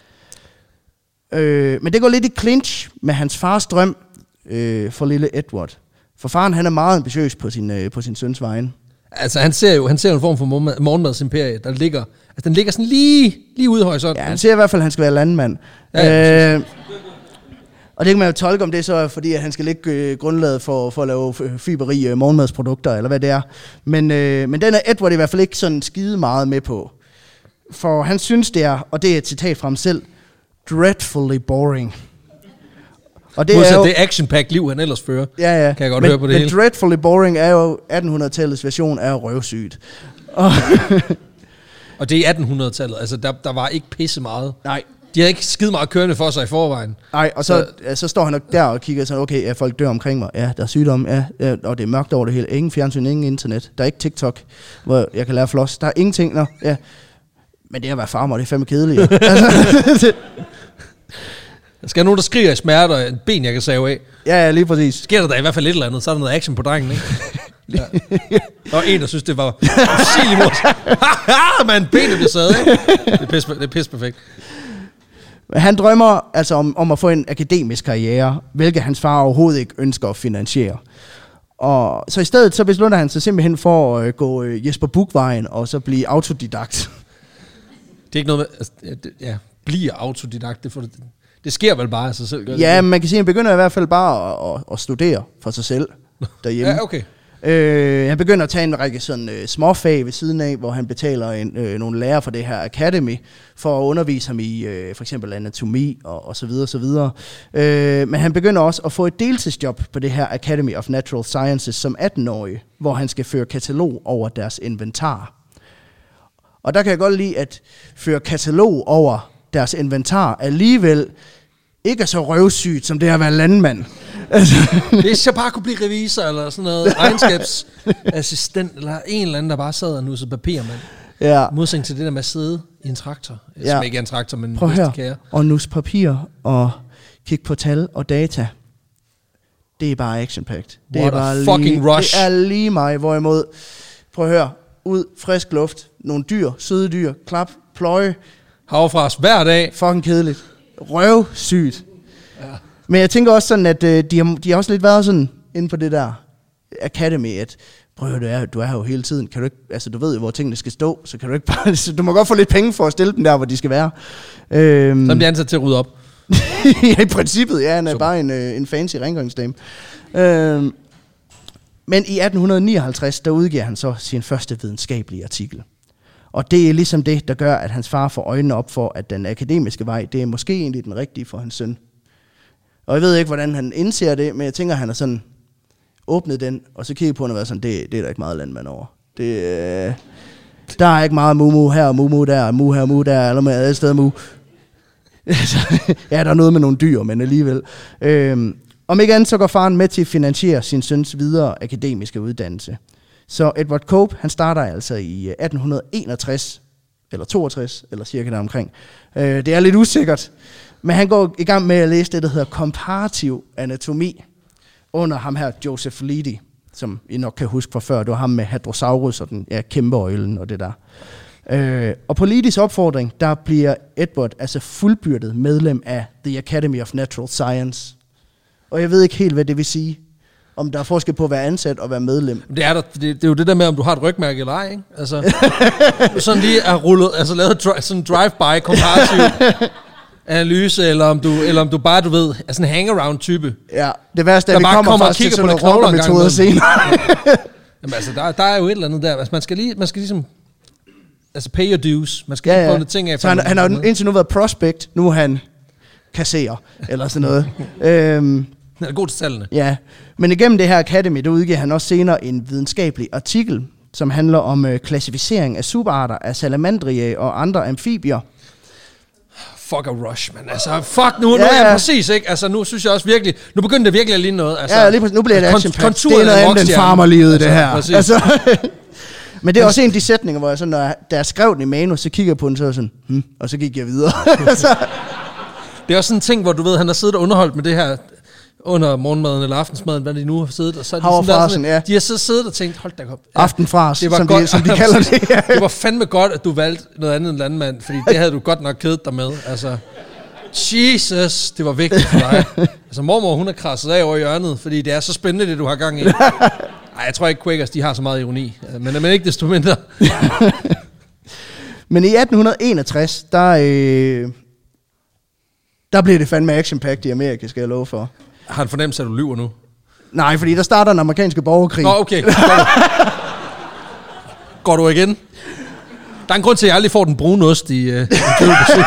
Øh, men det går lidt i clinch med hans fars drøm øh, for lille Edward. For faren, han er meget ambitiøs på sin, øh, på sin søns vejen. Altså han ser jo han ser jo en form for morgenmadsimperie, der ligger, altså den ligger sådan lige, lige ude i horisonten. Ja, han ser i hvert fald, at han skal være landmand. Ja, ja, øh, Og det kan man jo tolke om det så, fordi at han skal lægge øh, grundlaget for, for at lave fiberrige øh, morgenmadsprodukter, eller hvad det er. Men, øh, men den er Edward i hvert fald ikke sådan skide meget med på. For han synes det er, og det er et citat fra ham selv, dreadfully boring. Og det Modsat er jo, det action-packed liv, han ellers fører. Ja, ja. Kan jeg godt men, høre på det men hele. dreadfully boring er jo attenhundrede-tallets version af røvsygt. Og, og det er i attenhundrede-tallet, altså der, der var ikke pisse meget. Nej. De havde ikke skide meget kørende for sig i forvejen. Nej, og så, så, ja, så står han der og kigger sådan, okay, ja, folk dør omkring mig. Ja, der er sygdom, ja, ja, og det er mørkt over det hele. Ingen fjernsyn, ingen internet. Der er ikke TikTok, hvor jeg kan lære floss. Der er ingenting, nå, ja. Men det at være farmer, det er fandme kedeligt. altså, der skal nogen, der skriger i smerte og en ben, jeg kan save af. Ja, ja, lige præcis. Sker der da i hvert fald et eller andet, så er der noget action på drengen, ikke? Ja. Der var en, der synes, det var usigeligt morsomt. Haha, man, benet bliver savet, ikke? Det er pis, det er pis perfekt. Han drømmer altså om, om at få en akademisk karriere, hvilket hans far overhovedet ikke ønsker at finansiere. Og så i stedet så beslutter han sig simpelthen for at gå Jesper Buch-vejen og så blive autodidakt. Det er ikke noget med, altså, ja, bliver autodidakt, det, det, det sker vel bare af sig selv? Ja, det? men man kan sige, at han begynder i hvert fald bare at, at, at studere for sig selv derhjemme. Ja, okay. Øh, han begynder at tage en række sådan, øh, småfag ved siden af, hvor han betaler en, øh, nogle lærere for det her academy, for at undervise ham i øh, for eksempel anatomi og, og så videre, så videre. Øh, men han begynder også at få et deltidsjob på det her Academy of Natural Sciences som atten-årig, hvor han skal føre katalog over deres inventar. Og der kan jeg godt lide at føre katalog over deres inventar alligevel ikke er så røvsygt, som det er at være landmand. Hvis jeg bare kunne blive revisor, eller sådan noget, regnskabsassistent, eller en eller anden, der bare sad og nussede papir, mand. Ja. Modsætning til det der med at sidde i en traktor. Ja. Som ikke er en traktor, men prøv en her, og nusse papir, og kigge på tal og data. Det er bare action-packed. Det What er bare a fucking lige, rush. Det er lige mig, hvorimod, prøv at høre, ud, frisk luft, nogle dyr, søde dyr, klap, pløje. Havrefras hver dag. Fucking kedeligt. Røvsygt. Ja. Men jeg tænker også sådan, at øh, de, har, de har også lidt været sådan inde på det der academy, at prøv at høre, du er her jo hele tiden. Kan du ikke, altså du ved jo, hvor tingene skal stå, så kan du ikke bare, så du må godt få lidt penge for at stille dem der, hvor de skal være. Øhm, så bliver ansat til at rydde op. ja, i princippet, ja, han er Super. bare en, øh, en fancy rengøringsdame. Øhm, men i atten nioghalvtreds, der udgiver han så sin første videnskabelige artikel. Og det er ligesom det, der gør, at hans far får øjnene op for, at den akademiske vej, det er måske egentlig den rigtige for hans søn. Og jeg ved ikke, hvordan han indser det, men jeg tænker, at han har sådan åbnet den, og så kigger på den og været sådan, det, det er der ikke meget landmand over. Det, øh, der er ikke meget mumu her og mumu der, mu her og mu der, eller med alle steder mu. Ja, der er noget med nogle dyr, men alligevel. Øhm, om ikke andet, så går faren med til at finansiere sin søns videre akademiske uddannelse. Så Edward Cope, han starter altså i atten enogtres, eller toogtres, eller cirka der omkring. Øh, det er lidt usikkert, men han går i gang med at læse det, der hedder komparativ anatomi, under ham her, Joseph Leidy, som I nok kan huske fra før. Det var ham med Hadrosaurus og den ja, kæmpeøjlen og det der. Øh, og på Leidys opfordring, der bliver Edward altså fuldbyrdet medlem af The Academy of Natural Science. Og jeg ved ikke helt, hvad det vil sige. Om der er forskel på at være ansat og være medlem. Det er, der, det, det er jo det der med, om du har et rygmærke eller ej, ikke? Altså, du sådan lige er rullet, altså lavet dri- sådan en drive-by komparativ analyse, eller om du, eller om du bare, du ved, er sådan en hang-around-type. Ja, det værste er, at vi kommer, kommer faktisk til sådan nogle rockermetoder senere. Jamen altså, der, der er jo et eller andet der. Altså, man skal lige, man skal ligesom, altså pay your dues. Man skal ja, lige ja. prøve lidt ting af. Så han, han har indtil nu været prospect, nu er han kasserer, eller sådan noget. øhm, Han er god til tallene. Ja, men igennem det her Academy, der udgiver han også senere en videnskabelig artikel, som handler om øh, klassificering af subarter af salamandriae og andre amfibier. Fuck a rush, man. Altså, fuck, nu, ja, nu er jeg ja. præcis, ikke? Altså, nu synes jeg også virkelig, nu begynder det virkelig at ligne noget. Altså, ja, lige præcis, nu bliver det action packed. Det er noget andet end farmerlivet, altså, det her. Præcis. Altså, men det er også en af de sætninger, hvor jeg sådan, når jeg, da jeg skrev den i manus, så kigger jeg på den, så var sådan, hm, og så gik jeg videre. altså. Det er også sådan en ting, hvor du ved, han har siddet og underholdt med det her under morgenmaden eller aftensmaden, hvad de nu har siddet. Og så er de, sådan der, sådan, ja. de har så siddet og tænkt, hold da op. Ja, aftenfras, det var som, godt, de, som de kalder det. Det var fandme godt, at du valgte noget andet end landmand, fordi det havde du godt nok kedet dig med. Altså, Jesus, det var vigtigt for dig. Altså, mormor, hun er krasset af over hjørnet, fordi det er så spændende, det du har gang i. Ej, jeg tror ikke, Quakers, de har så meget ironi. Men, men ikke desto mindre. Men i atten enogtres, der... Øh, Der bliver det fandme action-packed i Amerika, skal jeg love for. Har en fornemmelse, at du lyver nu? Nej, fordi der starter den amerikanske borgerkrig. Nå, okay. Går du, Går du igen? Der er en grund til, at jeg aldrig får den brune ost i, uh, i købet.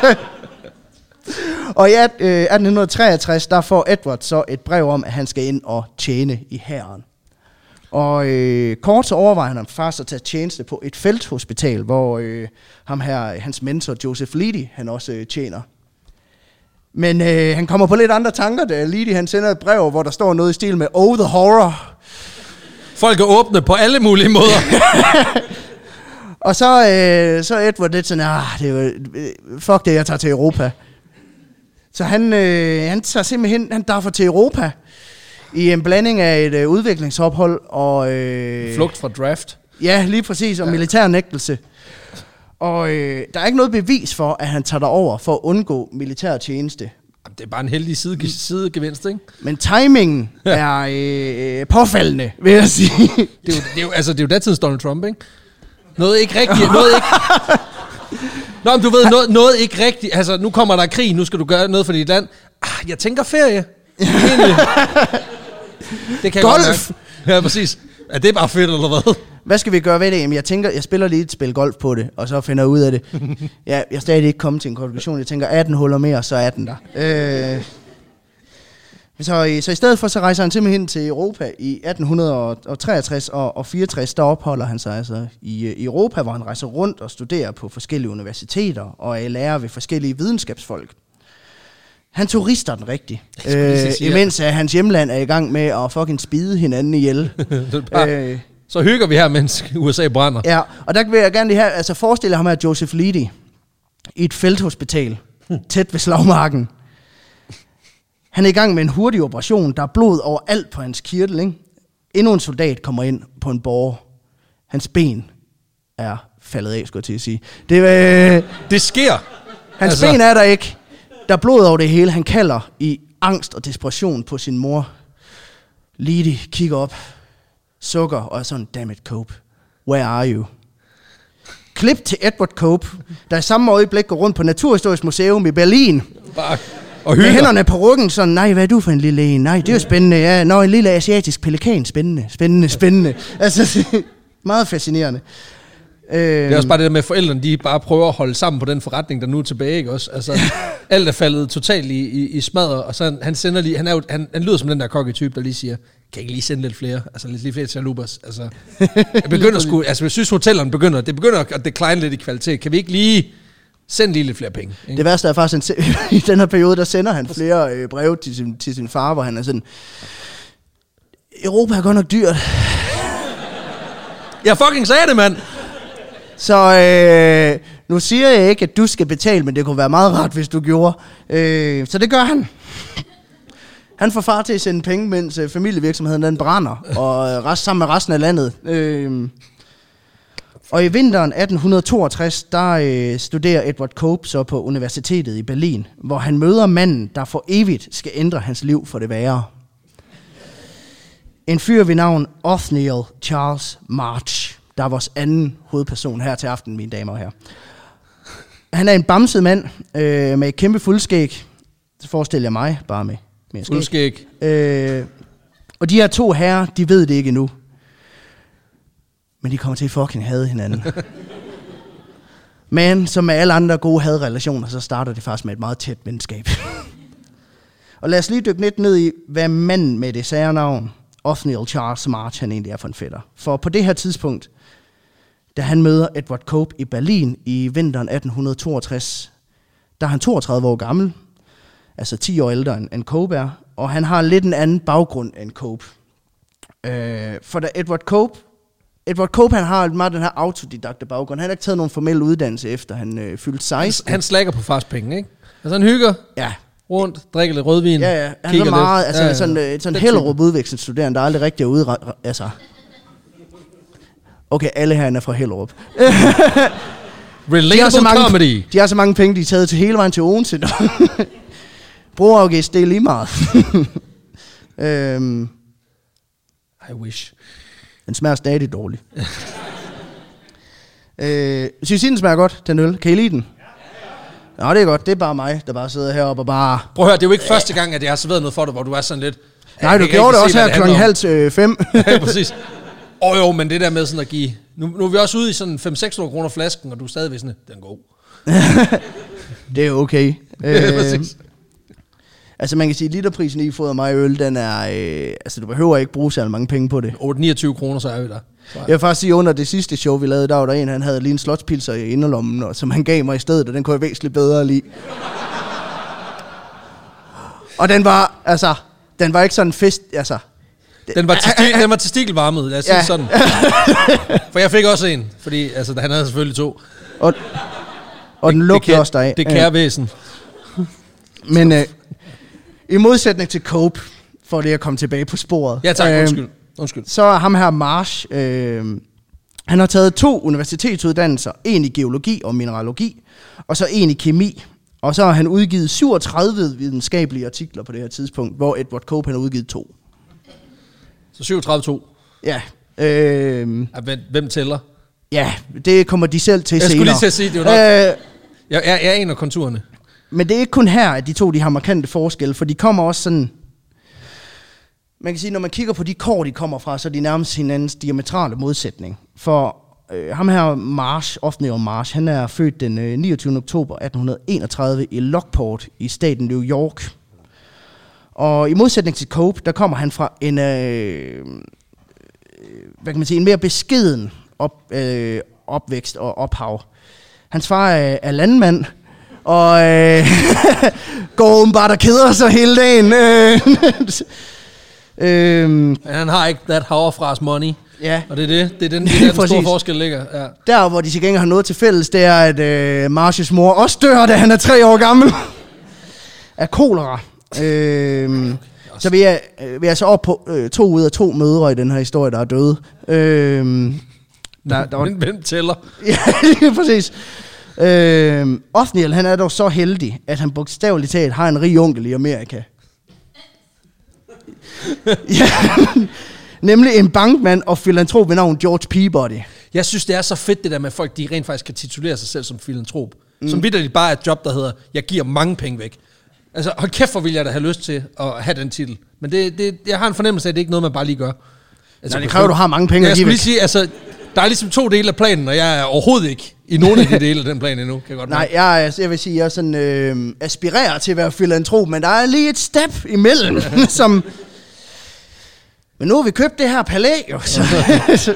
Og i atten treogtres, der får Edward så et brev om, at han skal ind og tjene i hæren. Og øh, kort så overvejer han faktisk at tage tjeneste på et felthospital, hvor øh, ham her, hans mentor Joseph Leedy, han også øh, tjener. Men øh, han kommer på lidt andre tanker, da Leedy han sender et brev, hvor der står noget i stil med "Oh, the horror". Folk er åbne på alle mulige måder. Og så, øh, så Edward lidt sådan, ah, det er, fuck det, jeg tager til Europa. Så han, øh, han tager simpelthen, han derfor til Europa i en blanding af et øh, udviklingsophold og... Øh, Flugt fra draft. Ja, lige præcis, og ja. militærnægtelse. Og øh, der er ikke noget bevis for, at han tager derover for at undgå militær tjeneste. Det er bare en heldig side, sidegevinst, ikke? Men timingen ja. er øh, påfaldende, vil jeg sige. Det er jo, det er jo, altså, det er jo datidens Donald Trump, ikke? Noget ikke rigtigt, noget ikke... Nå, men du ved, noget, noget ikke rigtigt. Altså, nu kommer der krig, nu skal du gøre noget for dit land. Ah, jeg tænker ferie. Det kan golf! Ja, præcis. Er det bare fedt, eller hvad? Hvad skal vi gøre ved det? Jamen, jeg tænker, jeg spiller lige et spil golf på det, og så finder jeg ud af det. Ja, jeg er stadig ikke kommet til en konklusion. Jeg tænker, atten huller mere, så er den der. Øh, så, så i stedet for, så rejser han simpelthen til Europa i atten treogtres og, og fireogtres. Der opholder han sig altså i, i Europa, hvor han rejser rundt og studerer på forskellige universiteter og er lærer ved forskellige videnskabsfolk. Han turister den rigtig, øh, imens at hans hjemland er i gang med at fucking spide hinanden ihjel. øh, så hygger vi her, mens U S A brænder. Ja, og der vil jeg gerne lige have, altså forestille ham her Joseph Leedy i et felthospital, tæt ved slagmarken. Han er i gang med en hurtig operation, der er blod overalt på hans kirtel, ikke? Endnu en soldat kommer ind på en borger. Hans ben er faldet af, skulle jeg til at sige. Det, øh, det sker! Hans altså. ben er der ikke. Der er blod over det hele. Han kalder i angst og desperation på sin mor. Leedy kigger op, sukker og er sådan, damn it, Cope, where are you? Klip til Edward Cope, der i samme øjeblik går rundt på Naturhistorisk Museum i Berlin. Bare og hygger. Med hænderne på ryggen, sådan, nej, hvad er du for en lille en? Nej, det er jo spændende. Ja, nå, en lille asiatisk pelikan. Spændende, spændende, spændende. Altså, meget fascinerende. Det er også bare det der med, at forældrene, de bare prøver at holde sammen på den forretning, der nu er tilbage, ikke også? Altså, alt er faldet totalt i, i, i smadret, og så han, han sender lige, han, er jo, han, han lyder som den der kokketype, der lige siger, kan ikke lige sende lidt flere? Altså, lidt, lidt flere chalubers. Altså, jeg begynder sgu, altså, jeg synes, hotellerne begynder, det begynder at decline lidt i kvalitet. Kan vi ikke lige sende lige lidt flere penge? Ikke? Det værste er faktisk, at i den her periode, der sender han flere øh, breve til sin, til sin far, hvor han er sådan, Europa er godt nok dyrt. Jeg fucking sagde det, mand! Så øh, nu siger jeg ikke, at du skal betale, men det kunne være meget rart, hvis du gjorde. Øh, så det gør han. Han får far til at sende penge, mens øh, familievirksomheden den brænder, og øh, rest, sammen med resten af landet. Øh, og i vinteren atten toogtres, der øh, studerer Edward Cope så på universitetet i Berlin, hvor han møder manden, der for evigt skal ændre hans liv for det værre. En fyr ved navn Othniel Charles March, der er vores anden hovedperson her til aften, mine damer og herrer. Han er en bamset mand øh, med et kæmpe fuldskæg. Så forestiller jeg mig bare med, med skæg. Fuldskæg. Øh, og de her to herrer, de ved det ikke endnu. Men de kommer til at fucking hade hinanden. Men som med alle andre gode hadrelationer, så starter det faktisk med et meget tæt venskab. Og lad os lige dykke lidt ned i, hvad manden med det sære navn, Othniel Charles March, han egentlig er for en fætter. For på det her tidspunkt, da han møder Edward Cope i Berlin i vinteren atten toogtres, der er han toogtredive år gammel, altså ti år ældre end Cope er, og han har lidt en anden baggrund end Cope. Øh, for da Edward Cope, Edward Cope, han har meget den her autodidakte baggrund. Han har ikke taget nogen formel uddannelse efter han øh, fyldte seksten. Han, han slækker på fast penge, ikke? Altså han hygger ja. rundt, drikker lidt rødvin, ja, ja. Han er meget, altså ja, ja. sådan, øh, sådan Hellerup udvekslingsstuderende, der er aldrig rigtig ude, altså. Okay, alle herinde er fra Hellerup. Relatable de mange, comedy. De har så mange penge, de er taget til hele vejen til Odense. Broafgæst, det er lige meget. øhm, I wish. Den smager stadig dårligt. øh, synes I, den smager godt, den øl? Kan I lide den? Ja, det er godt. Det er bare mig, der bare sidder heroppe og bare... Prøv at høre, det er jo ikke første gang, at jeg har serveret noget for dig, hvor du er sådan lidt... Nej, du gjorde det også her klokken halv øh, fem. Ja, præcis. Åh oh, jo, men det der med sådan at give... Nu, nu er vi også ude i sådan fem til seks hundrede kroner flasken, og du er stadigvæk sådan, den er god. Det er okay. øh, præcis. Altså man kan sige, at literprisen i fået mig øl, den er... Øh, altså du behøver ikke bruge så mange penge på det. otte niogtyve kroner, så er vi der. Så. Jeg vil faktisk sige, under det sidste show, vi lavede, der var der en, han havde lige en slotspilser i inderlommen, og, som han gav mig i stedet, og den kunne jeg væsentligt bedre lide. Og den var, altså... Den var ikke sådan fest, altså... Den var, testik- den var testikelvarmet, lad os sige ja. sådan. For jeg fik også en, fordi altså, han havde selvfølgelig to. Og, og den lugtede også deraf. Det kære væsen. Men øh, i modsætning til Cope, for det at komme tilbage på sporet. Ja tak, øh, undskyld. undskyld. Så er ham her Marsh, øh, han har taget to universitetsuddannelser. En i geologi og mineralogi, og så en i kemi. Og så har han udgivet syvogtredive videnskabelige artikler på det her tidspunkt, hvor Edward Cope han har udgivet to. Så syvogtredive to. Ja. Øh, ja. Hvem tæller? Ja, det kommer de selv til jeg senere. Jeg skulle lige til at sige, det er nok... Øh, jeg, jeg, jeg er en af konturerne. Men det er ikke kun her, at de to de har markante forskelle, for de kommer også sådan... Man kan sige, når man kigger på de kår, de kommer fra, så er de nærmest hinandens diametrale modsætning. For øh, ham her, Marsh, Othniel Marsh, han er født den øh, niogtyvende oktober atten enogtredive i Lockport i staten New York. Og i modsætning til Cope, der kommer han fra en, øh, hvad kan man sige, en mere beskeden op, øh, opvækst og ophav. Hans far er, er landmand, og øh, går åbenbart og keder sig hele dagen. øh, han har ikke that havrefras money. Ja. Og det er det. Det er den, det er den store forskel ligger. Ja. Der, hvor de til gengæld har noget til fælles, det er, at øh, Marshes mor også dør, da han er tre år gammel. Af kolera. Øh, så vi er, vi er altså oppe på øh, to ud af to mødre i den her historie, der er døde. Øh, der, der var... Hvem tæller? Ja, præcis. Øh, Othniel, han er dog så heldig, at han bogstaveligt talt har en rig onkel i Amerika. Ja, nemlig en bankmand og filantrop ved navn George Peabody. Jeg synes, det er så fedt det der med, at folk de rent faktisk kan titulere sig selv som filantrop. Mm. Som vitterligt bare er et job, der hedder, jeg giver mange penge væk. Altså, hold kæft, hvor vil jeg da have lyst til at have den titel. Men det, det, jeg har en fornemmelse af, at det er ikke noget, man bare lige gør. Altså, nej, det kræver, at du har mange penge ja, at give væk. Jeg skulle lige sige, altså, der er ligesom to dele af planen, og jeg er overhovedet ikke i nogen af de dele af den plan endnu. Kan jeg godt nej, jeg, jeg vil sige, jeg sådan, øh, aspirerer til at være filantrop, men der er lige et step imellem, som... Men nu har vi købt det her palæ, jo. Så, så,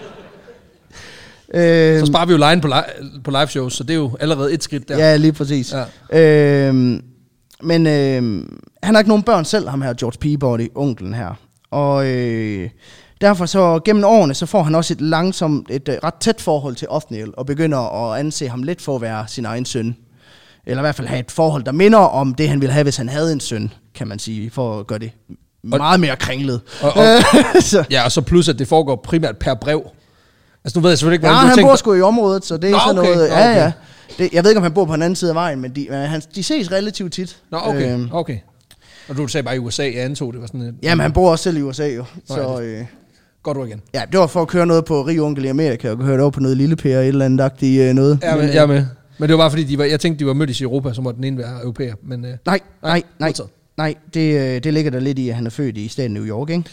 øh, så sparer vi jo line på, li- på live shows, så det er jo allerede et skridt der. Ja, lige præcis. Ja. Øh, men øh, han har ikke nogen børn selv, ham her, George Peabody, onklen her. Og øh, derfor så gennem årene, så får han også et langsomt, et uh, ret tæt forhold til Othniel, og begynder at anse ham lidt for at være sin egen søn. Eller i hvert fald have et forhold, der minder om det, han ville have, hvis han havde en søn, kan man sige, for at gøre det meget mere kringlet. Og, og, ja, og så plus, at det foregår primært per brev. Altså, nu ved jeg selvfølgelig ikke, hvordan ja, du han tænker... bor sgu i området, så det er Nå, sådan okay. noget... Nå, okay. Ja, ja. Det, jeg ved ikke, om han bor på den anden side af vejen, men de, han, de ses relativt tit. Nå, okay. Øhm. okay. Og du sagde bare i U S A, jeg antog, det var sådan et... Jamen, han bor også selv i U S A, jo. Nå, så, øh... Godt du igen. Ja, det var for at køre noget på Rig Onkel i Amerika, og køre det over på noget lille pære, et eller andet agtigt øh, noget. Ja, men, jeg er med. Men det var bare fordi, de var, jeg tænkte, de var mødtes i Europa, så måtte den ene være europæer. Men, øh, nej, nej, nej. Nej, det, det ligger der lidt i, at han er født i staten New York, ikke?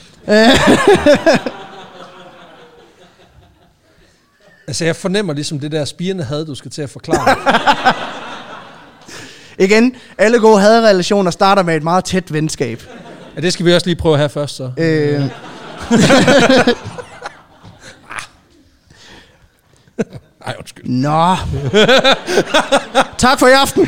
Altså, jeg fornemmer ligesom det der spirende had, du skal til at forklare. Igen, alle gode hadrelationer starter med et meget tæt venskab. Ja, det skal vi også lige prøve her først, så. Øh. Ej, undskyld. Nå. Tak for i aften.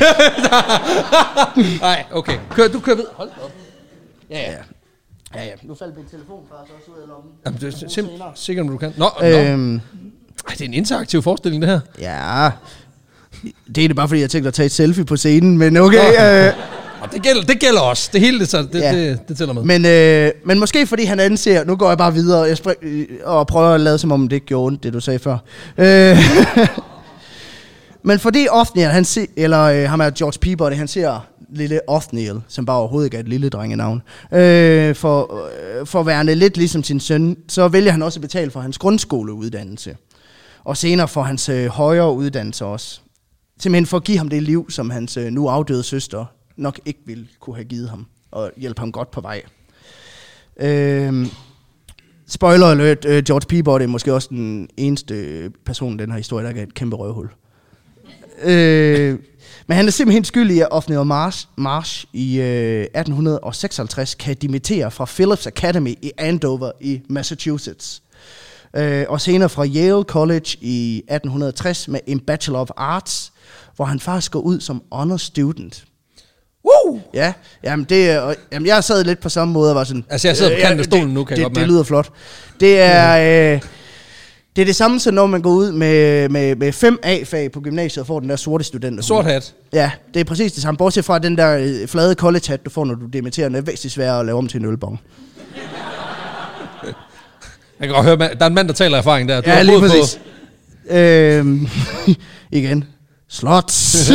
Nej, okay. Kør, du kører ved. Hold da op. Ja, ja. Ja, ja. Nu faldt min telefon faktisk også ud af lommen. Jamen, det er simpelthen sikkert, du kan. Nå, øhm. nå. Ej, det er en interaktiv forestilling, det her. Ja. Det er det bare, fordi jeg tænkte at tage et selfie på scenen, men okay. Øh. Det gælder, det gælder også. Det hele, det, det, ja. det, det tæller med. Men, øh, men måske fordi han anser, nu går jeg bare videre jeg spring, og prøver at lade som om det ikke gjorde ondt, det du sagde før. Øh. Men fordi Othniel, han ser, eller øh, ham er George Peabody, han ser lille Othniel, som bare overhovedet ikke er et lille drengenavn, øh, for, øh, for værende lidt ligesom sin søn, så vælger han også at betale for hans grundskoleuddannelse. Og senere for hans øh, højere uddannelse også. Simpelthen for at give ham det liv, som hans øh, nu afdøde søster nok ikke ville kunne have givet ham, og hjælpe ham godt på vej. Øh, spoiler alert, øh, George Peabody er måske også den eneste person i den her historie, der gav et kæmpe røvhul. øh, men han er simpelthen skyldig i, at Othniel Marsh, Marsh i øh, atten seksoghalvtreds kan dimittere fra Phillips Academy i Andover i Massachusetts. Øh, og senere fra Yale College i atten tres med en Bachelor of Arts, hvor han faktisk går ud som honor student. Woo! Ja, jamen det, og, jamen jeg sad lidt på samme måde og var sådan. Altså jeg sidder på kanten af stolen nu, kan det, jeg godt det, det lyder flot. Det er øh, det er det samme som når man går ud med med med fem A-fag på gymnasiet og får den der sorte studenter. Sort hat. Ja, det er præcis det samme. Bortset fra den der øh, flade college hat du får når du dimitterer, den er væsentligt sværere at lave om til en ølbong. Jeg kan godt høre, der er en mand, der taler erfaring der. Du ja, lige præcis. På... Øhm, igen. Slots.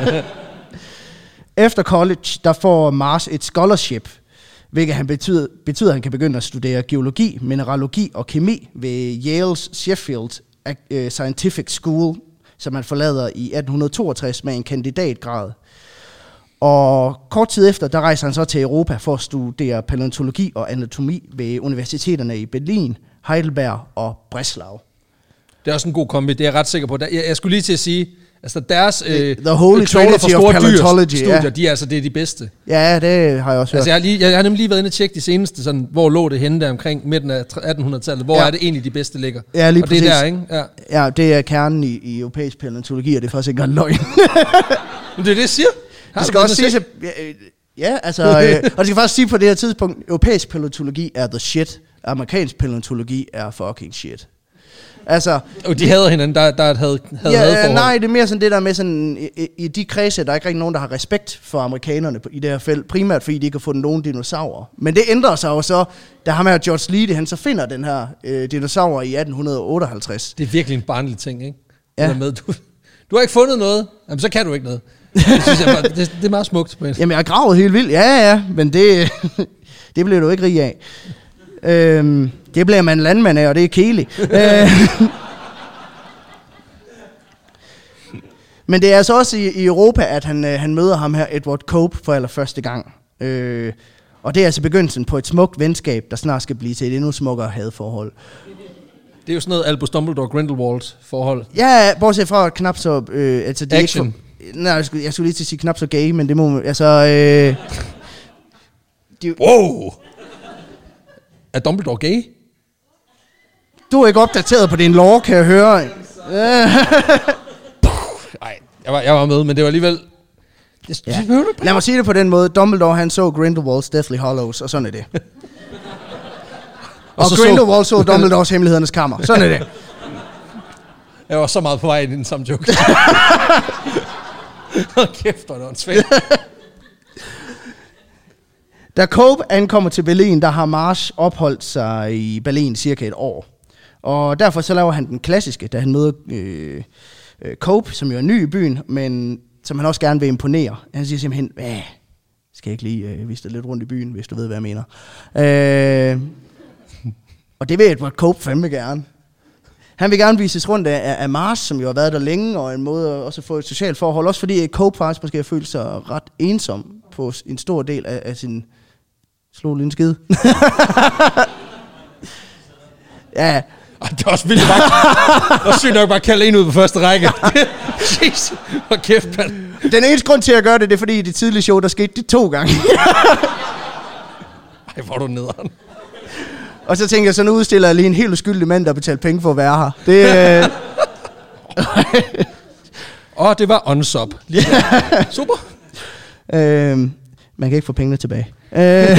Efter college, der får Mars et scholarship, hvilket han betyder, betyder, at han kan begynde at studere geologi, mineralogi og kemi ved Yales Sheffield Scientific School, som han forlader i atten toogtres med en kandidatgrad. Og kort tid efter, der rejser han så til Europa for at studere palæontologi og anatomi ved universiteterne i Berlin, Heidelberg og Breslau. Det er også en god kombi, det er jeg ret sikker på. Jeg, jeg skulle lige til at sige, altså deres øh, The Holy Trinity of Paleontology, studier, ja. De er altså det er de bedste. Ja, det har jeg også hørt. Altså jeg har, lige, jeg har nemlig lige været inde og tjekke de seneste, sådan, hvor lå det henne der omkring midten af attenhundredetallet, hvor ja. Er det egentlig de bedste ligger. Ja, lige og præcis. det er der, ikke? Ja. Ja, det er kernen i, i europæisk paleontologi, og det er faktisk ikke engang løgn. Men det er det, jeg siger. Det skal også sige, ja, ja, altså, øh, og det skal faktisk sige på det her tidspunkt, europæisk paleontologi er the shit, amerikansk paleontologi er fucking shit. Altså, og de hader hinanden, der, der havde, havde ja, hadeforhold. Nej, det er mere sådan det der med sådan, i, i de kredse, der er ikke rigtig nogen, der har respekt for amerikanerne i det her felt, primært fordi de ikke har fundet nogen dinosaurer. Men det ændrer sig jo så, da ham her George Leedy, han så finder den her øh, dinosaur i atten otteoghalvtreds. Det er virkelig en barnlig ting, ikke? Ja. Med, du, du har ikke fundet noget, jamen så kan du ikke noget. Det, synes jeg bare, det, det er meget smukt. Men. Jamen jeg har gravet helt vildt, ja ja, ja, men det, det bliver du ikke rig af. Øhm, det bliver man landmand af, og det er Keli. Men det er altså også i, i Europa, at han, øh, han møder ham her, Edward Cope, for allerførste gang. Øh, og det er altså begyndelsen på et smukt venskab, der snart skal blive til et endnu smukkere hadforhold. Det er jo sådan noget Albus Dumbledore-Grindelwald forhold. Ja, bortset fra knap så... Øh, altså, det Action. Ikke for, nej, jeg skulle, jeg skulle lige til at sige knap så gay, men det må... Altså... Øh, de, wow! Er Dumbledore gay? Du er ikke opdateret på din lore, kan jeg høre. Nej, jeg var, jeg var med, men det var alligevel... Jeg, ja. Lad mig sige det på den måde. Dumbledore, han så Grindelwald's Deathly Hallows, og sådan er det. og og så Grindelwald så, så Dumbledores Hemmelighedernes Kammer. Sådan er det. Jeg var så meget på vej i den samme joke. Hold kæft, hvor er det svært. Da Cope ankommer til Berlin, der har Marsh opholdt sig i Berlin cirka et år. Og derfor så laver han den klassiske, da han møder øh, øh, Cope, som jo er ny i byen, men som han også gerne vil imponere. Han siger simpelthen, æh, skal jeg ikke lige øh, vise dig lidt rundt i byen, hvis du ved, hvad jeg mener. Øh, og det vil Edward Cope fandme gerne. Han vil gerne vises rundt af, af Marsh, som jo har været der længe, og en måde også at få et socialt forhold. Også fordi Cope faktisk måske har følt sig ret ensom på en stor del af, af sin... Slå lige en skid. ja. Ej, det er også vildt bare. Og sygt nok bare kalde en ud på første række. Jeez, hvor kæft, mand. Den eneste grund til at gøre det, det er fordi i det tidlige show, der skete det to gange. Ej, hvor er du nederen. Og så tænker jeg, så nu udstiller jeg lige en helt uskyldig mand, der betaler penge for at være her. Det... Øh... Åh, oh, det var unsub. Super. Øh, man kan ikke få pengene tilbage. Øh...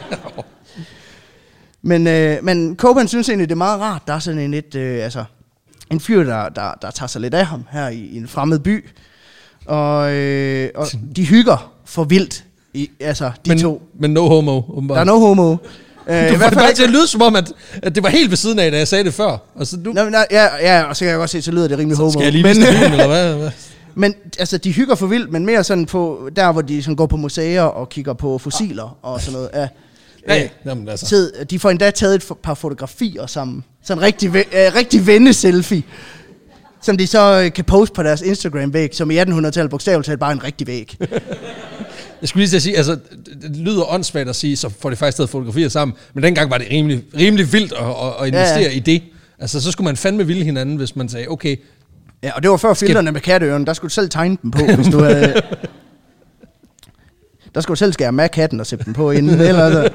men, øh, men Cope, synes egentlig, det er meget rart. Der er sådan en lidt, øh, altså, en fyr, der, der, der tager sig lidt af ham her i, i en fremmed by. Og, øh, og de hygger for vildt, i, altså de men, to. Men no homo, åbenbart. Der er no homo. Øh, du får det bare til at lyde som om, at, at det var helt ved siden af, da jeg sagde det før. Altså, du... Nå, nej, ja, ja, og så kan jeg godt se, så lyder det rimelig homo. Skal jeg lige vise det film, eller hvad? hvad? Men altså, de hygger for vildt, men mere sådan på, der hvor de sådan går på museer og kigger på fossiler og sådan noget. Ja, ja, øh, jamen, altså. tid, de får endda taget et par fotografier sammen. Sådan en rigtig, øh, rigtig venneselfie, som de så øh, kan poste på deres Instagram-væg, som i attenhundredetallet bogstaveligt talt bare en rigtig væg. Jeg skulle lige til at sige, altså, det lyder åndssvagt at sige, så får de faktisk taget fotografier sammen, men dengang var det rimelig, rimelig vildt at, at, at investere ja, ja. i det. Altså, så skulle man fandme ville hinanden, hvis man sagde, okay. Ja, og det var før filterne med katteøren, der skulle du selv tegne dem på, hvis du havde... Der skulle du selv skære med katten og sætte den på inden, eller altså.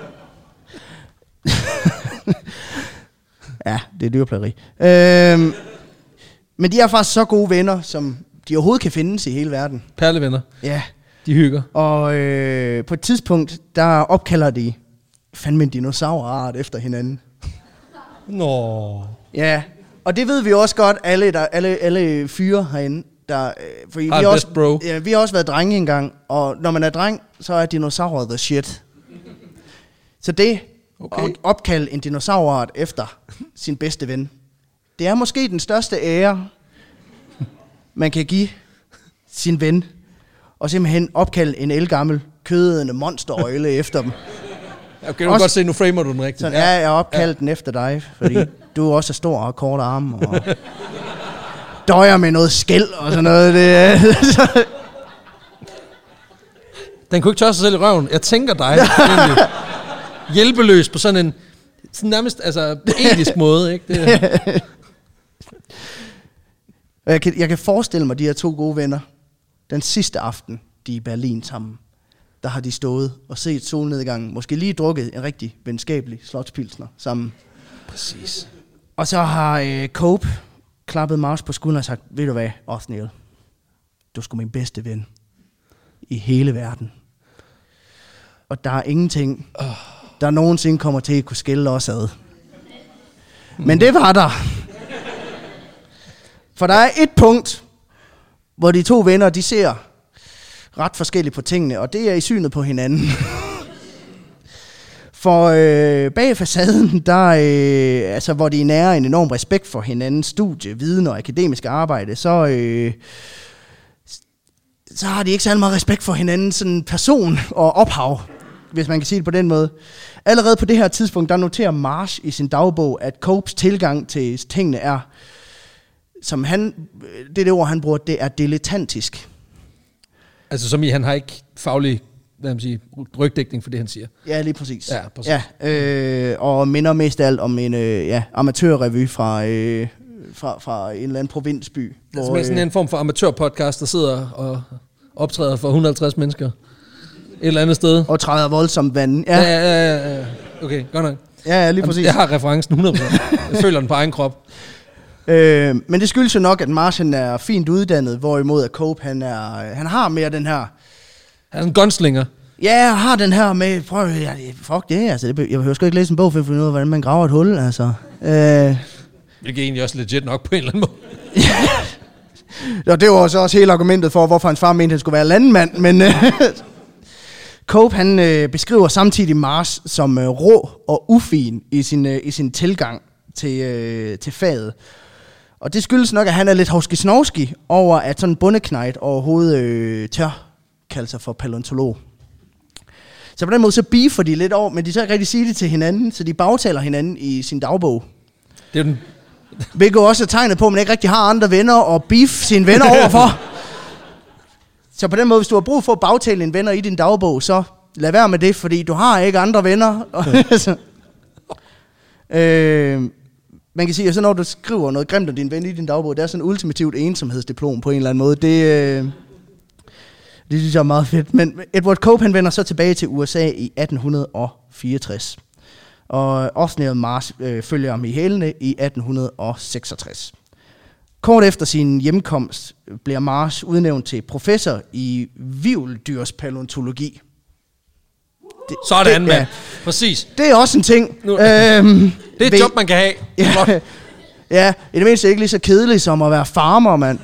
Ja, det er dyrplageri. Øhm, men de er faktisk så gode venner, som de overhovedet kan findes i hele verden. Perlevenner. Ja. De hygger. Og øh, på et tidspunkt, der opkalder de fandme en dinosaurart efter hinanden. Nå. Ja, og det ved vi også godt, alle, der, alle, alle fyre herinde. Der, øh, fordi vi, har også, bro. Ja, vi har også været drenge engang, og når man er dreng, så er dinosaurer the shit. Så det okay. at opkalde en dinosaurart efter sin bedste ven, det er måske den største ære, man kan give sin ven. Og simpelthen opkalde en elgammel, kødende monsterøgle efter dem. Okay, du kan godt se, nu framer du den rigtigt. Sådan, ja, jeg har opkaldt ja. den efter dig, fordi du også er stor og har korte arme, og døjer med noget skæld og sådan noget. Det, den kunne ikke tørre sig selv i røven. Jeg tænker dig, egentlig, hjælpeløs på sådan en, sådan nærmest, altså, etisk måde, ikke? Det. Jeg, kan, jeg kan forestille mig de her to gode venner, den sidste aften, de er i Berlin sammen, der har de stået og set solnedgangen, måske lige drukket en rigtig venskabelig slotspilsner sammen. Præcis. Og så har øh, Cope klappet Mars på skulderen og sagt, ved du hvad, Othniel, du er sgu min bedste ven i hele verden. Og der er ingenting, oh. der nogensinde kommer til at kunne skille os ad. Men det var der. For der er et punkt, hvor de to venner, de ser ret forskelligt på tingene, og det er i synet på hinanden. For øh, bag facaden, der, øh, altså, hvor de nærer en enorm respekt for hinandens studie, viden og akademiske arbejde, så, øh, så har de ikke særlig meget respekt for hinandens sådan, person og ophav, hvis man kan sige det på den måde. Allerede på det her tidspunkt, der noterer Marsh i sin dagbog, at Copes tilgang til tingene er, som han, det er det ord, han bruger, det er dilettantisk. Altså som i, han har ikke faglig, hvad man siger, rygdækning for det, han siger. Ja, lige præcis. Ja, præcis. Ja, øh, og minder mest af alt om en øh, ja, amatørrevy fra, øh, fra, fra en eller anden provinsby. Altså hvor, med sådan en form for amatørpodcast, der sidder og optræder for et hundrede og halvtreds mennesker. Et eller andet sted. Og træder voldsomt vand. Ja, ja, ja, ja, ja. Okay, godt nok. Ja, lige præcis. Jeg har referencen hundrede procent. Jeg føler den på egen krop. Øh, men det skyldes jo nok, at Martian er fint uddannet, hvorimod at Cope, han, er, han har mere den her... Han er en gunslinger. Ja, jeg har den her med... Prøv, ja, fuck det, altså. Det, jeg behøver sgu ikke læse en bog for at finde ud af, hvordan man graver et hul, altså. Øh, Hvilket er egentlig også legit nok på en eller anden måde. Og det var så også hele argumentet for, hvorfor hans far mente, at han skulle være landmand, men... Cope, han øh, beskriver samtidig Mars som øh, rå og ufin i sin, øh, i sin tilgang til, øh, til faget. Og det skyldes nok, at han er lidt hovski-snovski over, at sådan en bondeknejt overhovedet øh, tør kalde sig for paleontolog. Så på den måde så beefer de lidt over, men de tør ikke rigtig sige det til hinanden, så de bagtaler hinanden i sin dagbog. Det er den. Hvilket også er tegnet på, at man ikke rigtig har andre venner og beef sine venner overfor. Så på den måde, hvis du har brug for at bagtale en venner i din dagbog, så lad være med det, fordi du har ikke andre venner. øh, man kan sige, at så når du skriver noget grimt om din ven i din dagbog, det er sådan et ultimativt ensomhedsdiplom på en eller anden måde. Det, øh, det synes jeg er meget fedt. Men Edward Cope, han vender så tilbage til U S A i atten fireogtres. Og Othniel Marsh øh, følger ham i hælene i atten seksogtres. Kort efter sin hjemkomst bliver Marsh udnævnt til professor i hvirveldyrspaleontologi. Det, Sådan, mand. Ja. Præcis. Det er også en ting. Nu, øhm, det er et job, man kan have. Ja, ja, i det mindste ikke lige så kedeligt som at være farmer, mand.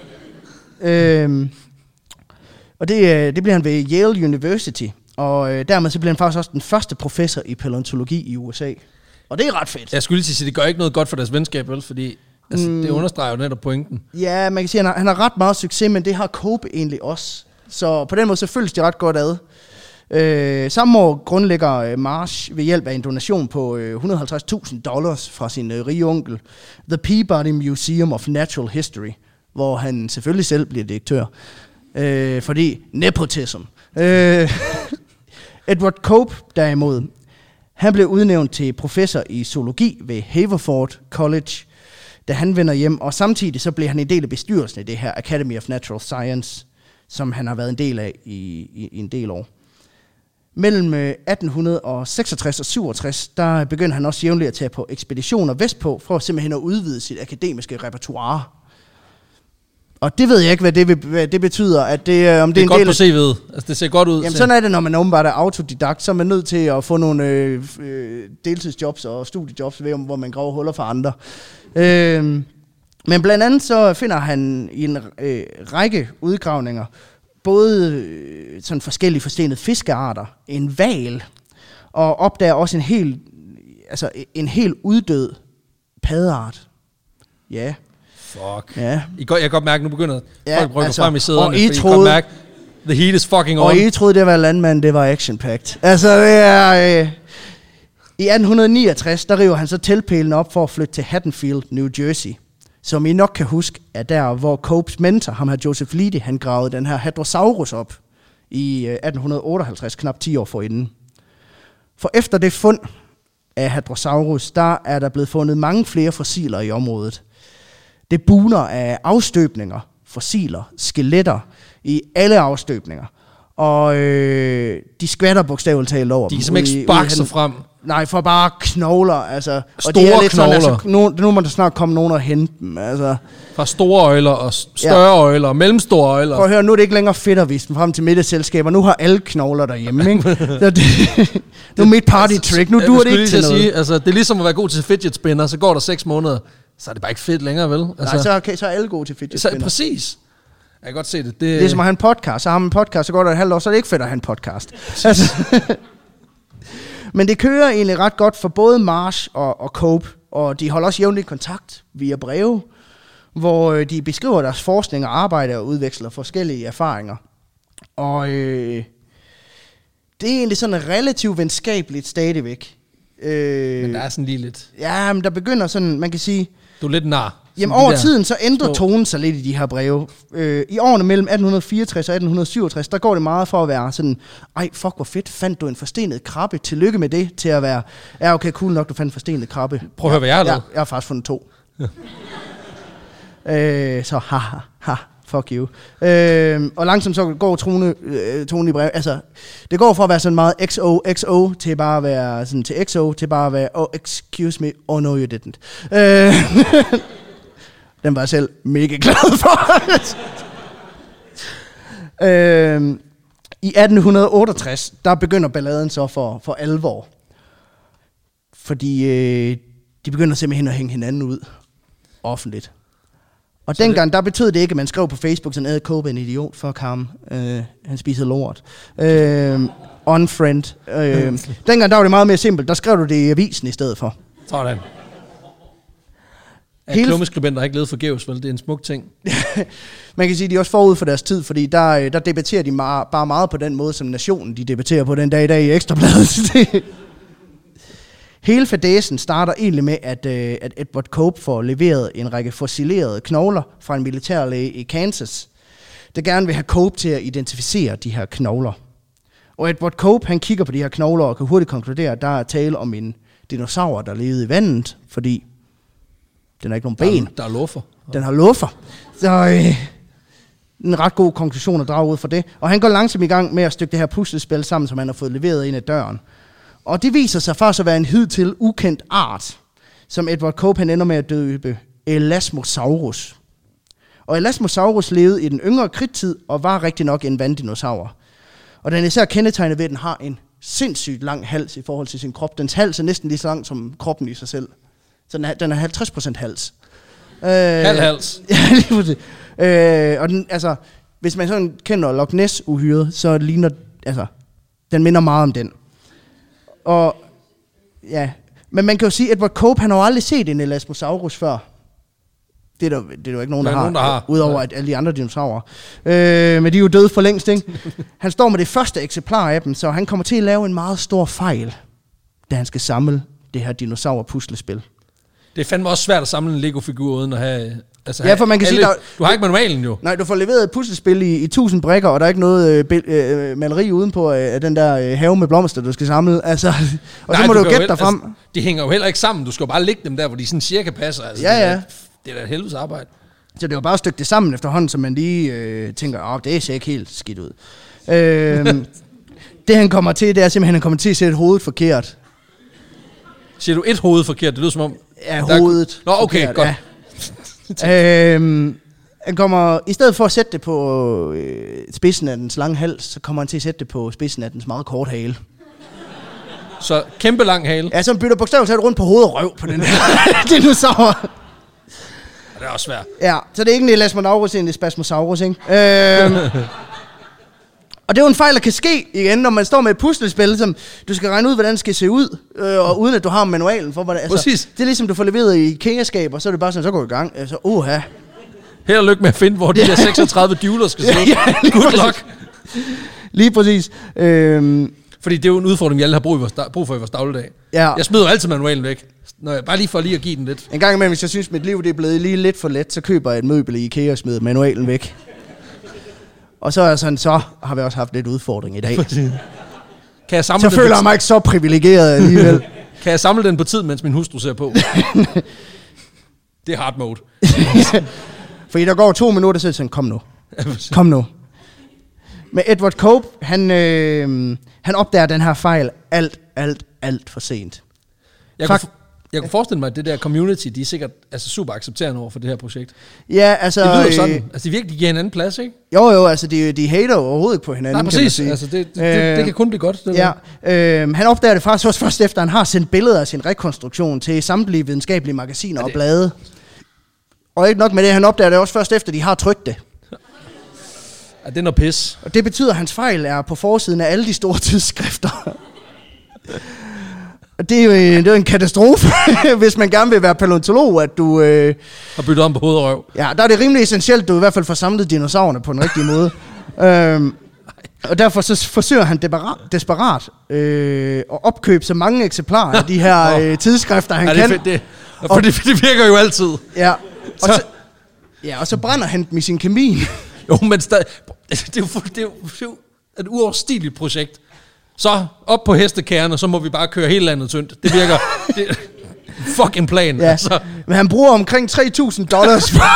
Øhm, og det, det bliver han ved Yale University. Og øh, dermed så bliver han faktisk også den første professor i paleontologi i U S A. Og det er ret fedt. Jeg skulle lige sige, det gør ikke noget godt for deres venskab, vel? Fordi altså, mm. det understreger jo netop pointen. Ja, man kan sige, at han har, han har ret meget succes, men det har Cope egentlig også. Så på den måde så føles de ret godt ad. Øh, samme år grundlægger øh, Marsh ved hjælp af en donation på øh, et hundrede og halvtreds tusind dollars fra sin øh, rige onkel, The Peabody Museum of Natural History, hvor han selvfølgelig selv bliver direktør. Øh, fordi nepotism. Øh, Edward Cope derimod, han blev udnævnt til professor i zoologi ved Haverford College, da han vender hjem, og samtidig så blev han en del af bestyrelsen i det her Academy of Natural Science, som han har været en del af i, i, i en del år. Mellem atten seksogtres og syvogtres, der begyndte han også jævnligt at tage på ekspeditioner vestpå, for simpelthen at udvide sit akademiske repertoire. Og det ved jeg ikke, hvad det, hvad det betyder. At det, om det er det er godt en del på C V'et. Altså, det ser godt ud. Jamen, sådan er det, når man åbenbart er autodidakt, så er man nødt til at få nogle øh, deltidsjobs og studiejobs, ved, hvor man graver huller for andre. Øh, men blandt andet så finder han i en øh, række udgravninger både øh, sådan forskellige forstenede fiskearter, en hval, og opdager også en helt, altså en helt uddød paddeart. Ja. Fuck. Ja. I går, jeg kan godt mærke, nu begynder ja, folk rykker altså, frem i sæderne, og I fordi troede, I kan godt mærke, the heat is fucking on. Og I troede, det var landmand, det var action-packed. Altså, det er... Øh, I atten niogtres, der river han så teltpælen op for at flytte til Haddonfield, New Jersey, som I nok kan huske, er der, hvor Copes mentor, ham her Joseph Leedy, han gravede den her Hadrosaurus op i øh, atten otteoghalvtreds, knap ti år forinden. For efter det fund af Hadrosaurus, der er der blevet fundet mange flere fossiler i området. Det buner af afstøbninger, fossiler, skeletter i alle afstøbninger. Og øh, de skvatter bogstaveligt talt over de dem. De er simpelthen ikke sparket sig frem. Nej, for bare knogler. Altså. Store og det er lidt knogler. Sådan, altså, nu, nu må der snart komme nogen og hente dem. Altså. Fra store øjler og større ja. øjler og mellemstore øjler. Prøv at høre, nu er det ikke længere fedt at vise dem frem til middagsselskaber. Nu har alle knogler derhjemme, ikke? det, det, nu er mit party trick. Nu duer det ikke til noget. Sige, altså, det er ligesom at være god til fidget spinner. Så går der seks måneder. Så er det bare ikke fedt længere, vel? Altså, Nej, så, okay, så er alle gode til fidget spinner. Så, præcis. Jeg kan godt se det. Det, det er som at have en podcast. Så har man en podcast, så går der et halvt år, så er det ikke fedt at have en podcast. Altså. Men det kører egentlig ret godt for både Marsh og, og Cope, og de holder også jævnligt kontakt via breve, hvor de beskriver deres forskning og arbejde og udveksler forskellige erfaringer. Og øh, det er egentlig sådan relativt venskabeligt stadigvæk. Øh, men der er sådan lige lidt... Ja, men der begynder sådan, man kan sige... Du er lidt nar. Jamen over tiden, så ændrer små. tonen sig lidt i de her breve. Øh, I årene mellem atten fireogtres og atten syvogtres, der går det meget for at være sådan, ej, fuck, hvor fedt, fandt du en forstenet krabbe, tillykke med det, til at være, ja, okay, cool nok, du fandt en forstenet krabbe. Prøv at høre, hvad jeg har lavet. Jeg, jeg har faktisk fundet to. Ja. øh, så haha, ha, fuck you. Øh, og langsomt så går tone, øh, tonen i brev, altså, det går fra at være sådan meget X O X O, til bare at være sådan til X O, til bare at være, oh, excuse me, oh no you didn't. Øh, Den var jeg selv mega glad for. øhm, I atten otteogtres, der begynder balladen så for, for alvor. Fordi øh, de begynder simpelthen at hænge hinanden ud offentligt. Og så dengang, det... der betød det ikke, at man skrev på Facebook, sådan, at Cope en idiot, fuck ham, øh, han spiser lort. Øh, unfriend. Øh, dengang, der var det meget mere simpelt, der skrev du det i avisen i stedet for. Sådan. Ja, klummeskribenter har ikke levet forgæves, vel? Det er en smuk ting. Man kan sige, at de er også forud for deres tid, fordi der, der debatterer de meget, bare meget på den måde, som nationen de debatterer på den dag i dag i Ekstrabladet. Hele fadæsen starter egentlig med, at, at Edward Cope får leveret en række fossilerede knogler fra en militærlæge i Kansas, der gerne vil have Cope til at identificere de her knogler. Og Edward Cope, han kigger på de her knogler og kan hurtigt konkludere, at der er tale om en dinosaur, der levede i vandet, fordi Den har ikke nogen ben. Der er, der er luffer. Den har luffer. Så øh, en ret god konklusion at drage ud fra det. Og han går langsomt i gang med at stykke det her puslespil sammen, som han har fået leveret ind ad døren. Og det viser sig faktisk at være en hidtil ukendt art, som Edward Cope han ender med at døbe Elasmosaurus. Og Elasmosaurus levede i den yngre kridttid og var rigtig nok en vanddinosaur. Og den er især kendetegnet ved, at den har en sindssygt lang hals i forhold til sin krop. Dens hals er næsten lige så lang som kroppen i sig selv. Så den er, den er halvtreds procent hals. Øh, Halv hals. Ja, lige præcis. Øh, og den, altså, hvis man sådan kender Loch Ness-uhyret, så ligner, altså, den minder meget om den. Og, ja, men man kan jo sige, at Edward Cope, han har jo aldrig set en Elasmosaurus før. Det er der, det er der ikke nogen, der, der, nogen, der har, har. Udover ja. At alle de andre dinosaurer. Øh, men de er jo døde for længst, ikke? Han står med det første eksemplar af dem, så han kommer til at lave en meget stor fejl, da han skal samle det her dinosaur-puslespil. Det er fandme også svært at samle en Lego-figur uden at have... Altså, ja, for man kan alle, sige... Der, du har ikke manualen jo. Nej, du får leveret et puslespil i, i tusind brikker, og der er ikke noget øh, øh, maleri udenpå af øh, den der øh, have med blomster, du skal samle. Altså, og nej, så må du jo gætte dig frem. Altså, de hænger jo heller ikke sammen. Du skal jo bare lægge dem der, hvor de sådan cirka passer. Altså, ja, det ja. Er, det er da et helvedes arbejde. Så det var bare at stykke det sammen efterhånden, så man lige øh, tænker, åh, det ser ikke helt skidt ud. øh, det han kommer til, det er simpelthen, han kommer til at sætte hovedet forkert. Siger du et hoved forkert? Det lyder som om... Ja, hovedet. Nå, okay, forkert, godt. Ja. øhm, han kommer, i stedet for at sætte det på øh, spidsen af dens lange hals, så kommer han til at sætte det på spidsen af dens meget kort hale. Så kæmpe lang hale? Ja, så han bytter bogstaveligt talt rundt på hoved og røv på den her dinosaur. Det er også svært. Ja, så det er ikke en Elasmosaurus, det er en Spasmosaurus, ikke? Øhm, og det er jo en fejl, der kan ske igen, når man står med et puslespil, som du skal regne ud, hvordan det skal se ud, øh, og uden at du har manualen for, hvordan... Altså, præcis. Det er ligesom, du får leveret i IKEA-skab, og så er det bare sådan, så går du i gang. Altså, uha. Held og lykke med at finde, hvor de der seksogtredive dueler skal sidde. Ja, good luck. Lige præcis. Øhm, Fordi det er jo en udfordring, vi alle har brug, i vores, brug for i vores dagligdag. Ja. Jeg smider jo altid manualen væk. Når jeg, bare lige for lige at give den lidt. En gang imellem, hvis jeg synes, mit liv det er blevet lige lidt for let, så køber jeg et møbel i IKEA og smider manualen væk. Og så er sådan, så har vi også haft lidt udfordring i dag. Kan jeg samle så den føler jeg mig ikke så privilegeret alligevel. Kan jeg samle den på tid, mens min hustru ser på? Det er hard mode. Fordi der går to minutter, så er det sådan, kom nu. Kom nu. Men Edward Cope, han, øh, han opdager den her fejl alt, alt, alt for sent. Jeg, Fakt, kunne, jeg kunne forestille mig, at det der community, de er sikkert altså, super accepterende over for det her projekt. Ja, altså... Det lyder jo sådan. Altså, de virkelig giver hinanden plads, ikke? Jo, jo, altså, de, de hater jo overhovedet ikke på hinanden, nej, præcis. Altså, det, det, øh, det, det kan kun blive godt. Det ja, øh, han opdager det faktisk også først efter, han har sendt billeder af sin rekonstruktion til samtlige videnskabelige magasiner ja, og blade. Og ikke nok med det, han opdager det også først efter, de har trykt det. Ja, det er noget pis. Og det betyder, at hans fejl er på forsiden af alle de store tidsskrifter. Og det er jo en, det er en katastrofe, hvis man gerne vil være paleontolog, at du... Øh, har byttet om på hoved og røv. Ja, der er det rimelig essentielt, at du i hvert fald får samlet dinosaurerne på den rigtige måde. øhm, og derfor så forsøger han desperat, desperat øh, at opkøbe så mange eksemplarer af de her øh, tidsskrifter, han ja, det kan. Fedt, det, for og, det, det virker jo altid. Ja, og så, ja, og så brænder han dem i sin kamin. Jo, men stadig, det, er jo, det, er jo, det er jo et uoverstigeligt projekt. Så op på hestekærne, så må vi bare køre hele landet tyndt. Det virker... det, fucking plan. Ja. Altså. Men han bruger omkring tre tusind dollars på,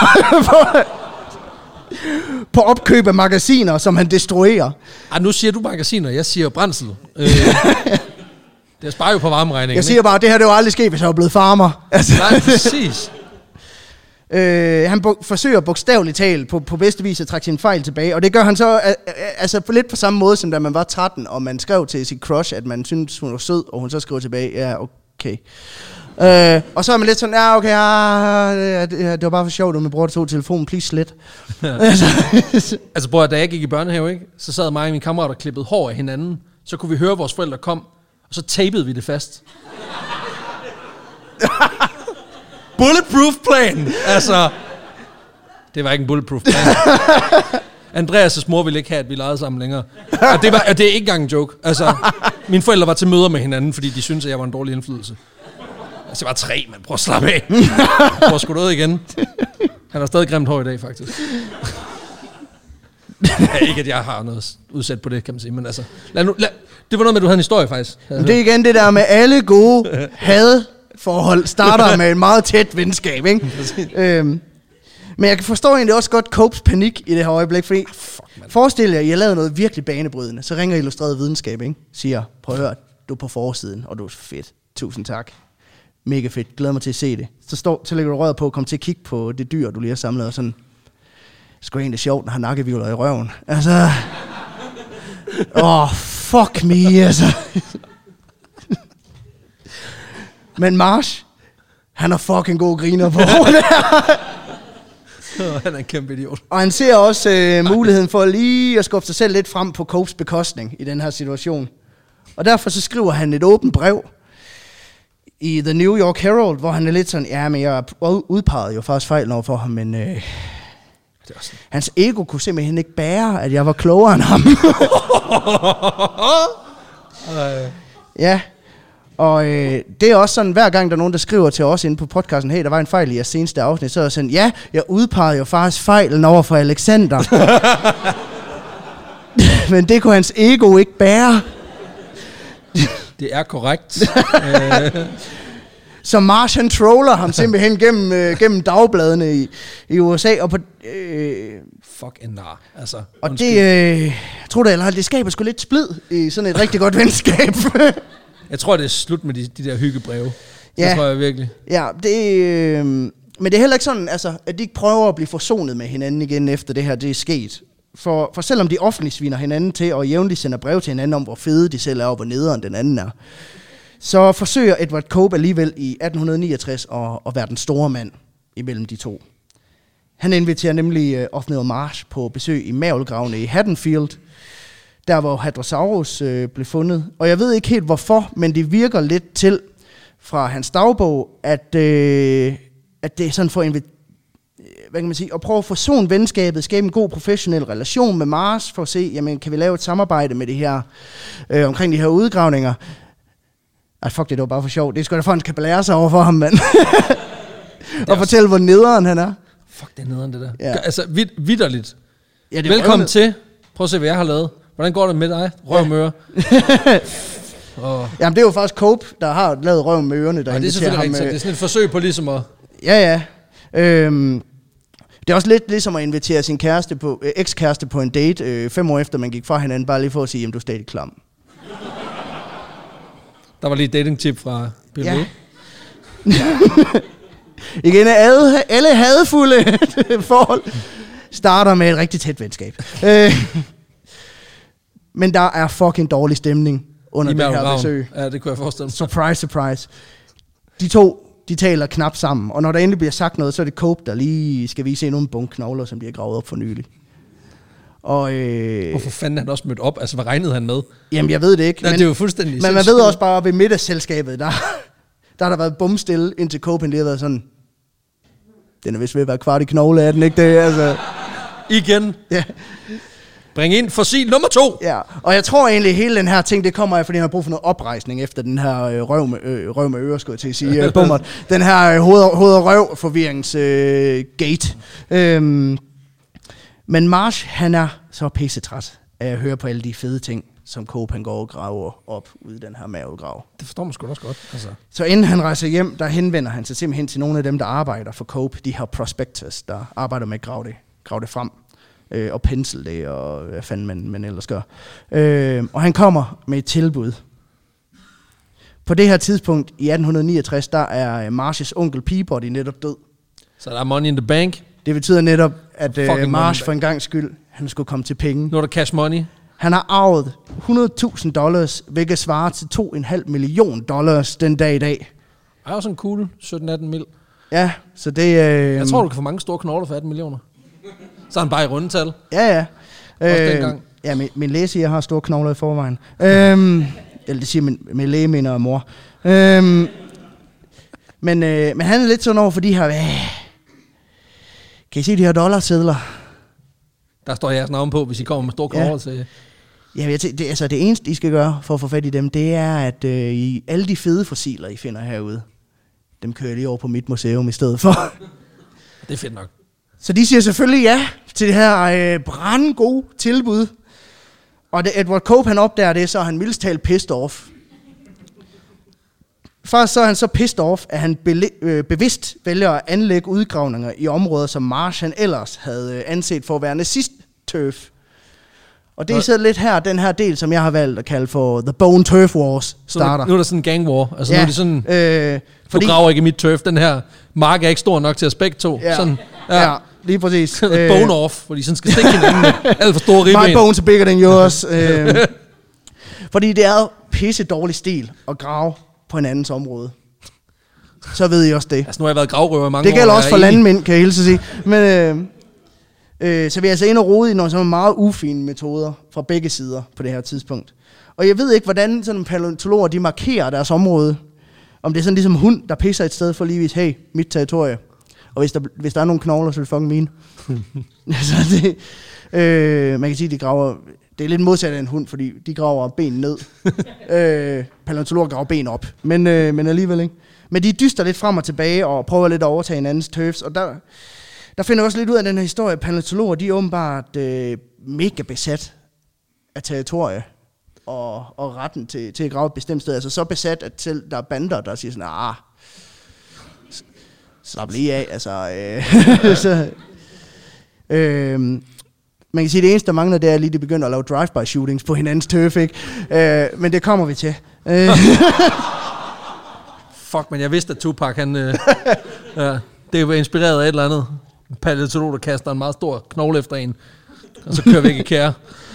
på opkøb af magasiner, som han destruerer. Ah, nu siger du magasiner, jeg siger brændsel. Øh, det sparer jo på varmeregningen. Jeg siger bare, at det her det var aldrig sket, hvis jeg var blevet farmer. Altså. Nej, præcis. Øh, han bu- forsøger bogstaveligt talt på, på bedste vis at trække sin fejl tilbage, og det gør han så øh, øh, altså på lidt på samme måde, som da man var tretten, og man skrev til sin crush, at man syntes, hun var sød, og hun så skrev tilbage, ja, okay. Øh, og så er man lidt sådan, ja, okay, ja, det, det var bare for sjovt, at man bruger to telefonen, please slet. Ja. Altså, bror, da jeg gik i børnehave, ikke, så sad mig og min kammerat og klippede hår af hinanden, så kunne vi høre, at vores forældre kom, og så tapede vi det fast. Bulletproof plan. Altså, det var ikke en bulletproof plan. Andreas' mor ville ikke have, at vi legede sammen længere. Og det, var, og det er ikke engang en joke. Altså, mine forældre var til møder med hinanden, fordi de syntes, at jeg var en dårlig indflydelse. Altså, jeg var tre, men prøv at slappe af. Prøv at sgu ud igen. Han har stadig grimt hår i dag, faktisk. Ja, ikke, at jeg har noget udsat på det, kan man sige. Men altså, lad nu, lad, det var noget med, at du havde en historie, faktisk. Altså. Det er igen det der med alle gode had forhold starter med et meget tæt venskab, ikke? øhm, men jeg kan forstå egentlig også godt Copes panik i det her øjeblik, fordi ah, fuck, forestil jer, at I har lavet noget virkelig banebrydende, så ringer Illustreret Videnskab, ikke? Siger, prøv at høre, du er på forsiden, og du er fedt. Tusind tak. Mega fedt. Glæder mig til at se det. Så, står, så lægger du røret på at komme til at kigge på det dyr, du lige har samlet, og sådan, sgu egentlig sjovt, når han nakkevivler i røven. Altså, åh, oh, fuck me, altså. Men Marsh, han er fucking god griner på det her. Han er en kæmpe idiot. Og han ser også øh, muligheden for lige at skubbe sig selv lidt frem på Copes bekostning i den her situation. Og derfor så skriver han et åbent brev i The New York Herald, hvor han er lidt sådan, ja, men jeg udpegede jo faktisk fejl over for ham, men øh, hans ego kunne simpelthen ikke bære, at jeg var klogere end ham. Ja, og øh, det er også sådan, hver gang der er nogen, der skriver til os inde på podcasten, hey, der var en fejl i jeres seneste afsnit, så er jeg sådan, ja, jeg udpegede jo faktisk fejlen over for Alexander. Men det kunne hans ego ikke bære. Det er korrekt. Så Marsh han troller ham simpelthen gennem, øh, gennem dagbladene i, i U S A. Og på, øh, Fuck en nar. Altså, og det, øh, jeg tror det, eller det skaber sgu lidt splid i sådan et rigtig godt venskab. Jeg tror, det er slut med de, de der hyggebreve. Ja. Det tror jeg virkelig. Ja, det, øh, men det er heller ikke sådan, altså, at de ikke prøver at blive forsonet med hinanden igen, efter det her det er sket. For, for selvom de offentligt sviner hinanden til, og jævnligt sender brev til hinanden om, hvor fede de selv er, og hvor nederen den anden er, så forsøger Edward Cope alligevel i atten niogtres at, at være den store mand imellem de to. Han inviterer nemlig uh, Othniel Marsh på besøg i mavelgravene i Haddonfield, der hvor Hadrosaurus uh, blev fundet. Og jeg ved ikke helt hvorfor, men det virker lidt til fra hans dagbog, at, uh, at det er sådan for at invitere, hvad kan man sige, at prøve at forsone venskabet, skabe en god professionel relation med Mars, for at se, jamen, kan vi lave et samarbejde med det her, øh, omkring de her udgravninger. Ej, fuck det, det var bare for sjovt. Det er sgu da for, han kan blære sig over for ham, mand. Og fortælle, hvor nederen han er. Fuck, det er nederen, det der. Ja. Altså, vid- vidderligt. Ja, det Velkommen røvnet. Til. Prøv at se, hvad jeg har lavet. Hvordan går det med dig? Røv med øre. oh. Jamen, det er jo faktisk Cope, der har lavet røv med ørerne. Der ja, det er selvfølgelig ham, rigtigt. Det er sådan et forsøg på ligesom at... Ja, ja. Øhm, det er også lidt ligesom at invitere sin kæreste på, øh, ekskæreste på en date, øh, fem år efter man gik fra hinanden, bare lige for at sige, jamen du er stadig klam. Der var lige et dating-tip fra Bill ja. Igen, alle, alle hadfulde forhold starter med et rigtig tæt venskab. øh, men der er fucking dårlig stemning under det her besøg. Ja, det kunne jeg forestille mig. Surprise, surprise. De to, de taler knap sammen, og når der endelig bliver sagt noget, så er det Cope, der lige skal vise endnu en bunke knogler, som de har gravet op for nylig. Og, øh, hvorfor fanden er han også mødt op? Altså, hvad regnede han med? Jamen, jeg ved det ikke. Nej, men, det er jo fuldstændig men man ved også bare, ved middagsselskabet, der, der har der været bumstille, indtil Cope lige har været sådan, den er vist ved at være kvart i knogle, er den ikke det? Altså. Igen? Ja. Bring ind fossil nummer to! Ja, og jeg tror egentlig, at hele den her ting, det kommer af, fordi han har brug for noget oprejsning efter den her øh, røv, med, øh, røv med øre, skulle jeg til at sige, øh, bummert. Den her øh, hoved, hoved- og røv-forvirrings-gate. Øh, øhm, men Marsh, han er så pissetræt af at høre på alle de fede ting, som Cope han går og graver op ude i den her mavegrav. Det forstår man sgu også godt. Altså. Så inden han rejser hjem, der henvender han sig simpelthen til nogle af dem, der arbejder for Cope, de her prospectors, der arbejder med at grave det, grave det frem. Øh, og pensel det, og hvad fanden man, man ellers gør. Øh, og han kommer med et tilbud. På det her tidspunkt, i atten niogtres, der er Marshes onkel Peabody netop død. Så der er money in the bank? Det betyder netop, at øh, Marsh for en gang skyld, han skulle komme til penge. Nu er der cash money. Han har arvet hundrede tusind dollars, hvilket svarer til to komma fem million dollars den dag i dag. Det er jo sådan en cool sytten atten mil. Ja, så det... Øh, jeg tror, du kan få mange store knogler for atten millioner. Så er han bare i rundetal. Ja, ja. Øh, ja, min, min læge siger, jeg har store knogler i forvejen. øhm, eller det siger min, min læge, mener og mor. Øhm, men, øh, men han er lidt sådan over for de her... Øh, kan I se de her dollarsedler? Der står jeres navn på, hvis I kommer med store knogler ja. til... Ja, jeg tænker, det, altså det eneste, I skal gøre for at få fat i dem, det er, at øh, I, alle de fede fossiler, I finder herude, dem kører jeg lige over på mit museum i stedet for. Det er fedt nok. Så de siger selvfølgelig ja til det her øh, brandgode tilbud. Og da Edward Cope han opdager det, så er han mildest talt pissed off. Først så er han så pissed off, at han be- øh, bevidst vælger at anlægge udgravninger i områder, som Marsh han ellers havde anset for at være nazist-turf. Og det er så lidt her, den her del, som jeg har valgt at kalde for The Bone Turf Wars starter. Nu er der sådan en gang war. Altså ja, nu er det sådan, øh, fordi, du graver ikke mit turf, den her mark er ikke stor nok til at spække to. Ja, sådan, ja. ja lige præcis. Bone off, fordi sådan skal stikke hinanden med alt for store ribben. My bones are bigger than yours. øh, fordi det er pisse dårlig stil at grave på en andens område. Så ved I også det. Altså nu har jeg været gravrøver mange år. Det gælder år, også for landmænd, kan jeg hilse at sige. Men... Øh, Øh, så vi er altså inde og rode i nogle sådan meget ufine metoder fra begge sider på det her tidspunkt. Og jeg ved ikke, hvordan sådan palæontologer de markerer deres område. Om det er sådan ligesom hund, der pisser et sted for lige at vise, hey, mit territorie. Og hvis der, hvis der er nogle knogler, så er det fucking mine. så det, øh, man kan sige, de graver... Det er lidt modsat af en hund, fordi de graver ben ned. øh, palæontologer graver ben op. Men, øh, men alligevel ikke. Men de dyster lidt frem og tilbage og prøver lidt at overtage en andens turfs. Og der... Der finder jeg også lidt ud af den her historie. Palæontologer, de er åbenbart øh, mega besat af territorie og, og retten til, til at grave et bestemt sted. Altså så besat, at selv der er bander, der siger sådan, ah, slap lige af. Altså, øh, så, øh, man kan sige, at det eneste, der mangler, det er lige, de begynder at lave drive-by shootings på hinandens turf, ikke? Øh, men det kommer vi til. Øh. Fuck, men jeg vidste, at Tupac, han... Øh, ja, det var inspireret af et eller andet. En palæontolog, der kaster en meget stor knogle efter en, og så kører væk i kære.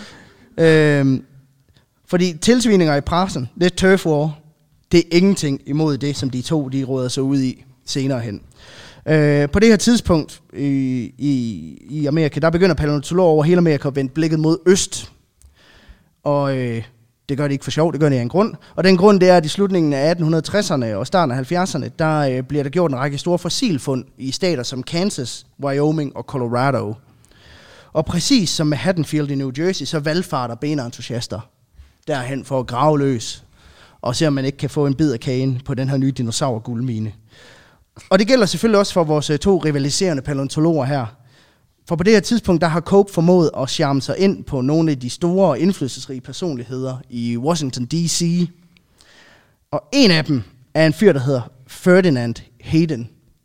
øhm, fordi tilsvininger i pressen, det er turf war, det er ingenting imod det, som de to, de råder sig ud i senere hen. Øh, på det her tidspunkt i, i, i Amerika, der begynder palæontologer over hele Amerika at vende blikket mod øst. Og øh, det gør det ikke for sjov, det gør det af en grund. Og den grund, det er, at i slutningen af atten tresserne og starten af halvfjerdserne, der øh, bliver der gjort en række store fossilfund i stater som Kansas, Wyoming og Colorado. Og præcis som med Haddonfield i New Jersey, så valgfarter benentusiaster derhen for at grave løs, og se om man ikke kan få en bid af kagen på den her nye dinosaur-guldmine. Og det gælder selvfølgelig også for vores to rivaliserende palæontologer her. For på det her tidspunkt, der har Cope formået at charme sig ind på nogle af de store og indflydelsesrige personligheder i Washington D C. Og en af dem er en fyr, der hedder Ferdinand Hayden.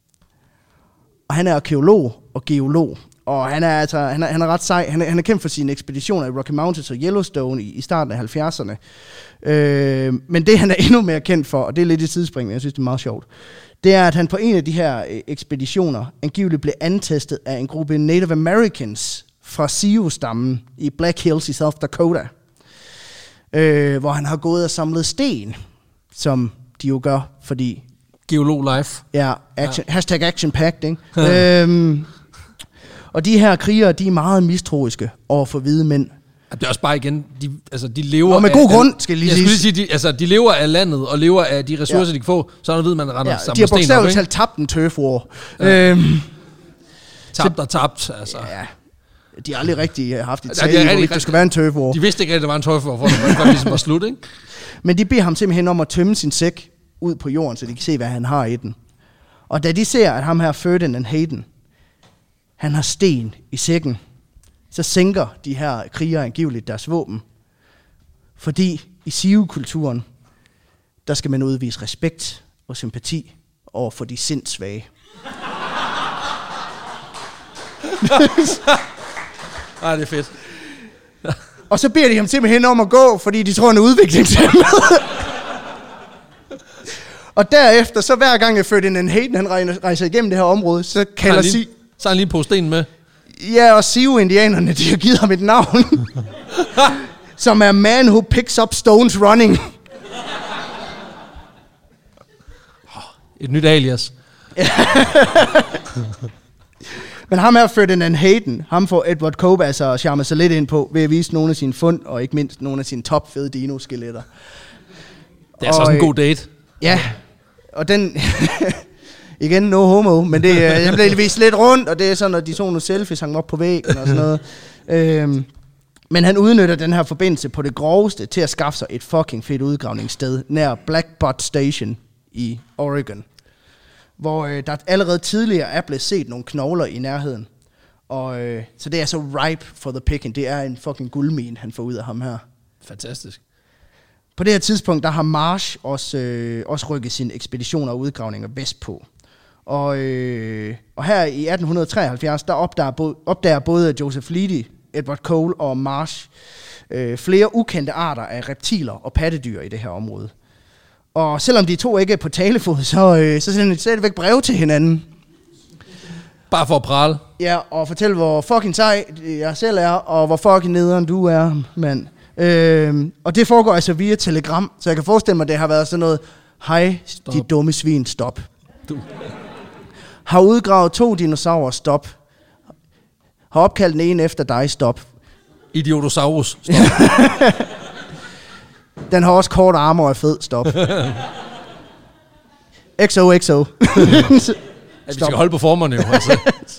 Og han er arkeolog og geolog. Og han er, altså, han er, han er ret sej. Han er, han er kendt for sine ekspeditioner i Rocky Mountains og Yellowstone i, i starten af halvfjerdserne. Øh, men det, han er endnu mere kendt for, og det er lidt i tidsspring, men jeg synes, det er meget sjovt, det er, at han på en af de her ekspeditioner angiveligt blev antestet af en gruppe Native Americans fra Sioux-stammen i Black Hills i South Dakota, øh, hvor han har gået og samlet sten, som de jo gør, fordi... Geolog life. Ja, action, ja. Hashtag action packed, ikke? øhm, og de her krigere, de er meget mistroiske over for hvide mænd. Det er også bare igen, de, altså, de lever Nå, med af, god grund, skal jeg lige jeg sige. skulle sige, de, altså, de lever af landet, og lever af de ressourcer, ja. de kan få, så ved man, at render ja, sammen de har sten op, bogstaveligt talt tabt en turf war. Ja. Øhm, tabt og tabt, altså. Ja, de har aldrig rigtig haft et ja, tag, hvorvidt der skulle være en turf war. De vidste ikke, at det var en turf war, for det var ligesom var slut, ikke? Men de beder ham simpelthen om at tømme sin sæk ud på jorden, så de kan se, hvad han har i den. Og da de ser, at ham her Ferdinand Hayden, han har sten i sækken, så sænker de her krigere angiveligt deres våben. Fordi i Sioux-kulturen, der skal man udvise respekt og sympati over for de sindssvage. Ej, det er fedt. Og så beder de ham simpelthen om at gå, fordi de tror, han er udviklingshæmmet. Og derefter, så hver gang Ferdinand Hayden han rejser igennem det her område, så kalder så sig... Så har han lige på stenen med. Ja, og Sioux-indianerne, de har givet ham et navn, som er Man Who Picks Up Stones Running. Et nyt alias. Men ham her, Ferdinand Hayden, ham får Edward Cope altså charmet sig lidt ind på, ved at vise nogle af sine fund, og ikke mindst nogle af sine topfede dino-skeletter. Det er så også en god date. Ja, og den... Igen, no homo, men det, jeg blev vist lidt rundt, og det er sådan, at de tog nogle selfies, hang op på væggen og sådan noget. øhm, men han udnytter den her forbindelse på det groveste til at skaffe sig et fucking fedt udgravningssted nær Black Butte Station i Oregon, hvor øh, der allerede tidligere er blevet set nogle knogler i nærheden. Og øh, så det er så ripe for the picking. Det er en fucking guldmine, han får ud af ham her. Fantastisk. på det her tidspunkt, der har Marsh også, øh, også rykket sine ekspeditioner og udgravninger vestpå. Og, øh, og her i atten treoghalvfjerds, der opdager, bo, opdager både Joseph Leedy, Edward Cole og Marsh øh, flere ukendte arter af reptiler og pattedyr i det her område. Og selvom de to ikke er på talefod, så, øh, så sender de stadigvæk breve til hinanden. Bare for at prale. Ja, og fortælle, hvor fucking sej jeg selv er, og hvor fucking nederen du er, mand. Øh, og det foregår altså via telegram, så jeg kan forestille mig, at det har været sådan noget, hej, de dumme svin, stop. Du. Har udgravet to dinosaurer, stop. Har opkaldt den ene efter dig, stop. Idiotosaurus, stop. Den har også kort arme og er fed, stop. X O X O. Ja, vi skal holde på formerne jo, altså.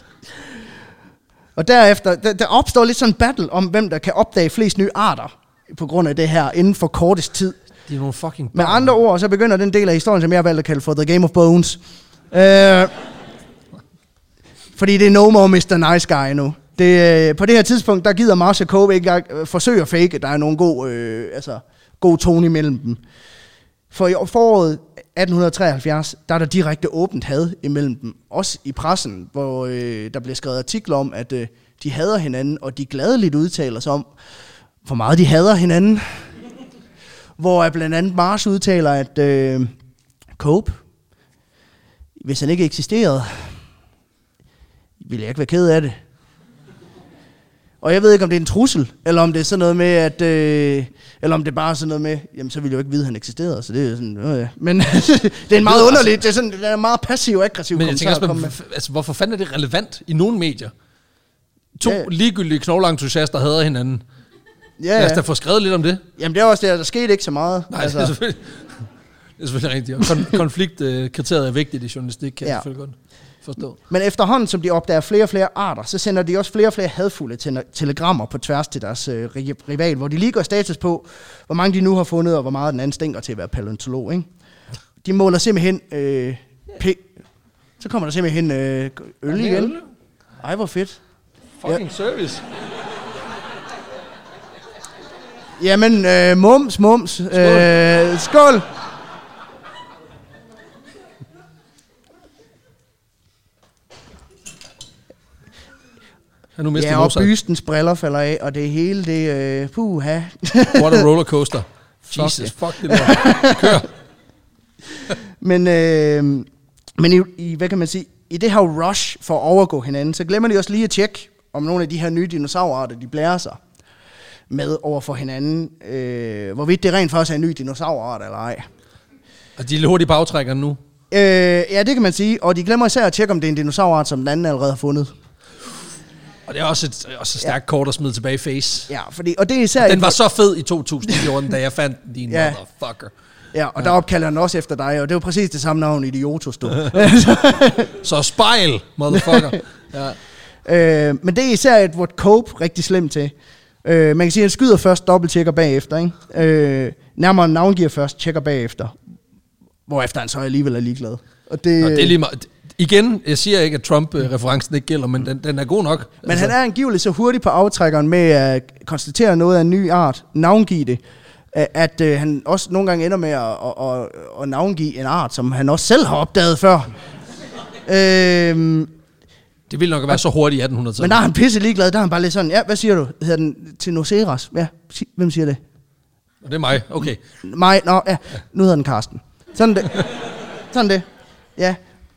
Og derefter, der, der opstår lidt sådan en battle om, hvem der kan opdage flest nye arter, på grund af det her, inden for kortest tid. De er nogle fucking... Med andre ord, så begynder den del af historien, som jeg har valgt at kalde for The Game of Bones. Øh, fordi det er no more mister Nice Guy nu. Det, på det her tidspunkt, der gider Marsh og Cope ikke engang forsøge at fake, der er nogen god, øh, altså, god tone imellem dem. For i foråret atten treoghalvfjerds, der er der direkte åbent had imellem dem. Også i pressen, hvor øh, der bliver skrevet artikler om, at øh, de hader hinanden, og de gladeligt udtaler sig om, hvor meget de hader hinanden. Hvor blandt andet Marsh udtaler, at øh, Cope, hvis han ikke eksisterede, ville jeg ikke være ked af det. Og jeg ved ikke, om det er en trussel, eller om det er sådan noget med, at... Øh, eller om det er bare sådan noget med, jamen så ville jeg jo ikke vide, at han eksisterede, så det er sådan, øh, ja. Men det er en meget underligt, det er sådan, det er en meget passiv og aggressiv kommentar. Men jeg tænker også, med. Altså, hvorfor fanden er det relevant i nogle medier? To ja. ligegyldige knoglentusiaster hader hinanden. Ja, ja. Lad os da få skrevet lidt om det. Jamen det er også det, der skete ikke så meget. Nej, altså. det, er selvfølgelig, det er selvfølgelig rigtigt. Kon- konfliktkriteriet er vigtigt i journalistik, kan ja. jeg selvfølgelig godt forstå. Men efterhånden, som de opdager flere og flere arter, så sender de også flere og flere hadfulde te- telegrammer på tværs til deres øh, rival, hvor de lige går status på, hvor mange de nu har fundet, og hvor meget den anden stinker til at være palæontolog. Ikke? De måler simpelthen... Øh, p- så kommer der simpelthen øh, øl igen. Ej, hvor fedt. Fucking ja. Service. Jamen, øh, mums, mums. Skål. Øh, skål. Ja, og bystens briller falder af, og det hele, det er øh, puha. What a rollercoaster. Jesus, fuck det der. Kør. Men, øh, men i, i, hvad kan man sige, i det her rush for at overgå hinanden, så glemmer de også lige at tjekke, om nogle af de her nye dinosaurarter, de blærer sig med over for hinanden. Øh, hvorvidt det rent faktisk er en ny dinosaurart eller ej. Og de er hurtigt bagtrækkerne nu? Øh, ja, det kan man sige. Og de glemmer især at tjekke, om det er en dinosaurart, som den anden allerede har fundet. Og det er også et, også et stærkt ja. kort at smide tilbage i face. Ja, fordi, og det er især... Og den var så fed i to tusind og fjorten, da jeg fandt den, din ja. motherfucker. Ja, og ja. der opkalder den også efter dig, og det var præcis det samme navn, Idiotos, du. Så spejl, motherfucker. Ja. Øh, men det er især Edward Cope rigtig slemt til. Øh, man kan sige, at han skyder først, dobbelt-tjekker bagefter. Ikke? Øh, nærmere navngiver først, tjekker bagefter. Hvorefter han så alligevel er ligeglad. Og det, Nå, det er lige meget. Igen, jeg siger ikke, at Trump-referencen ikke gælder, men den, den er god nok. Men altså. Han er angiveligt så hurtig på aftrækkeren med at konstatere noget af en ny art, navngive det, at øh, han også nogle gange ender med at, at, at, at navngive en art, som han også selv har opdaget før. øh, det ville nok være så hurtigt i attenhundredetallet. Men der er han pisse ligeglad, der er han bare lidt sådan, ja, hvad siger du? Hedder den Tinoceras? Ja, hvem siger det? Det er mig, okay. Mig, nå, ja, nu hedder den Karsten. Sådan det. Sådan det, ja.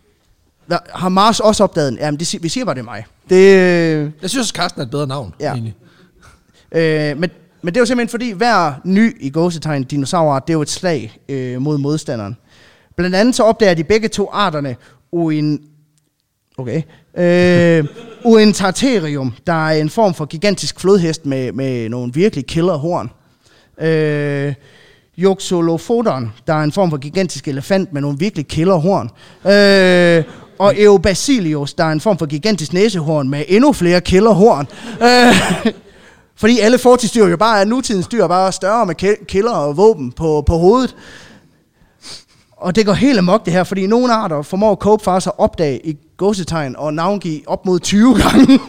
Har Mars også opdaget den? Jamen, det, vi siger bare, det er mig. Det, jeg synes, Karsten er et bedre navn, ja. egentlig. Øh, men, men det er jo simpelthen fordi, hver ny i gåsetegn dinosaurart, det er jo et slag øh, mod modstanderen. Blandt andet så opdager de begge to arterne uin... Okay. Øh, Uintarterium, der er en form for gigantisk flodhest med, med nogle virkelig killerhorn. Øh, Yoxolophodon, der er en form for gigantisk elefant med nogle virkelig killerhorn. Øh, og Eubasilius, der er en form for gigantisk næsehorn med endnu flere killerhorn. Øh, fordi alle fortidsdyr jo bare er nutidens dyr, bare større med killer og våben på, på hovedet. Og det går helt amok det her, fordi nogle arter formår Cope faktisk at opdage i gåsetegn og navngive op mod tyve gange.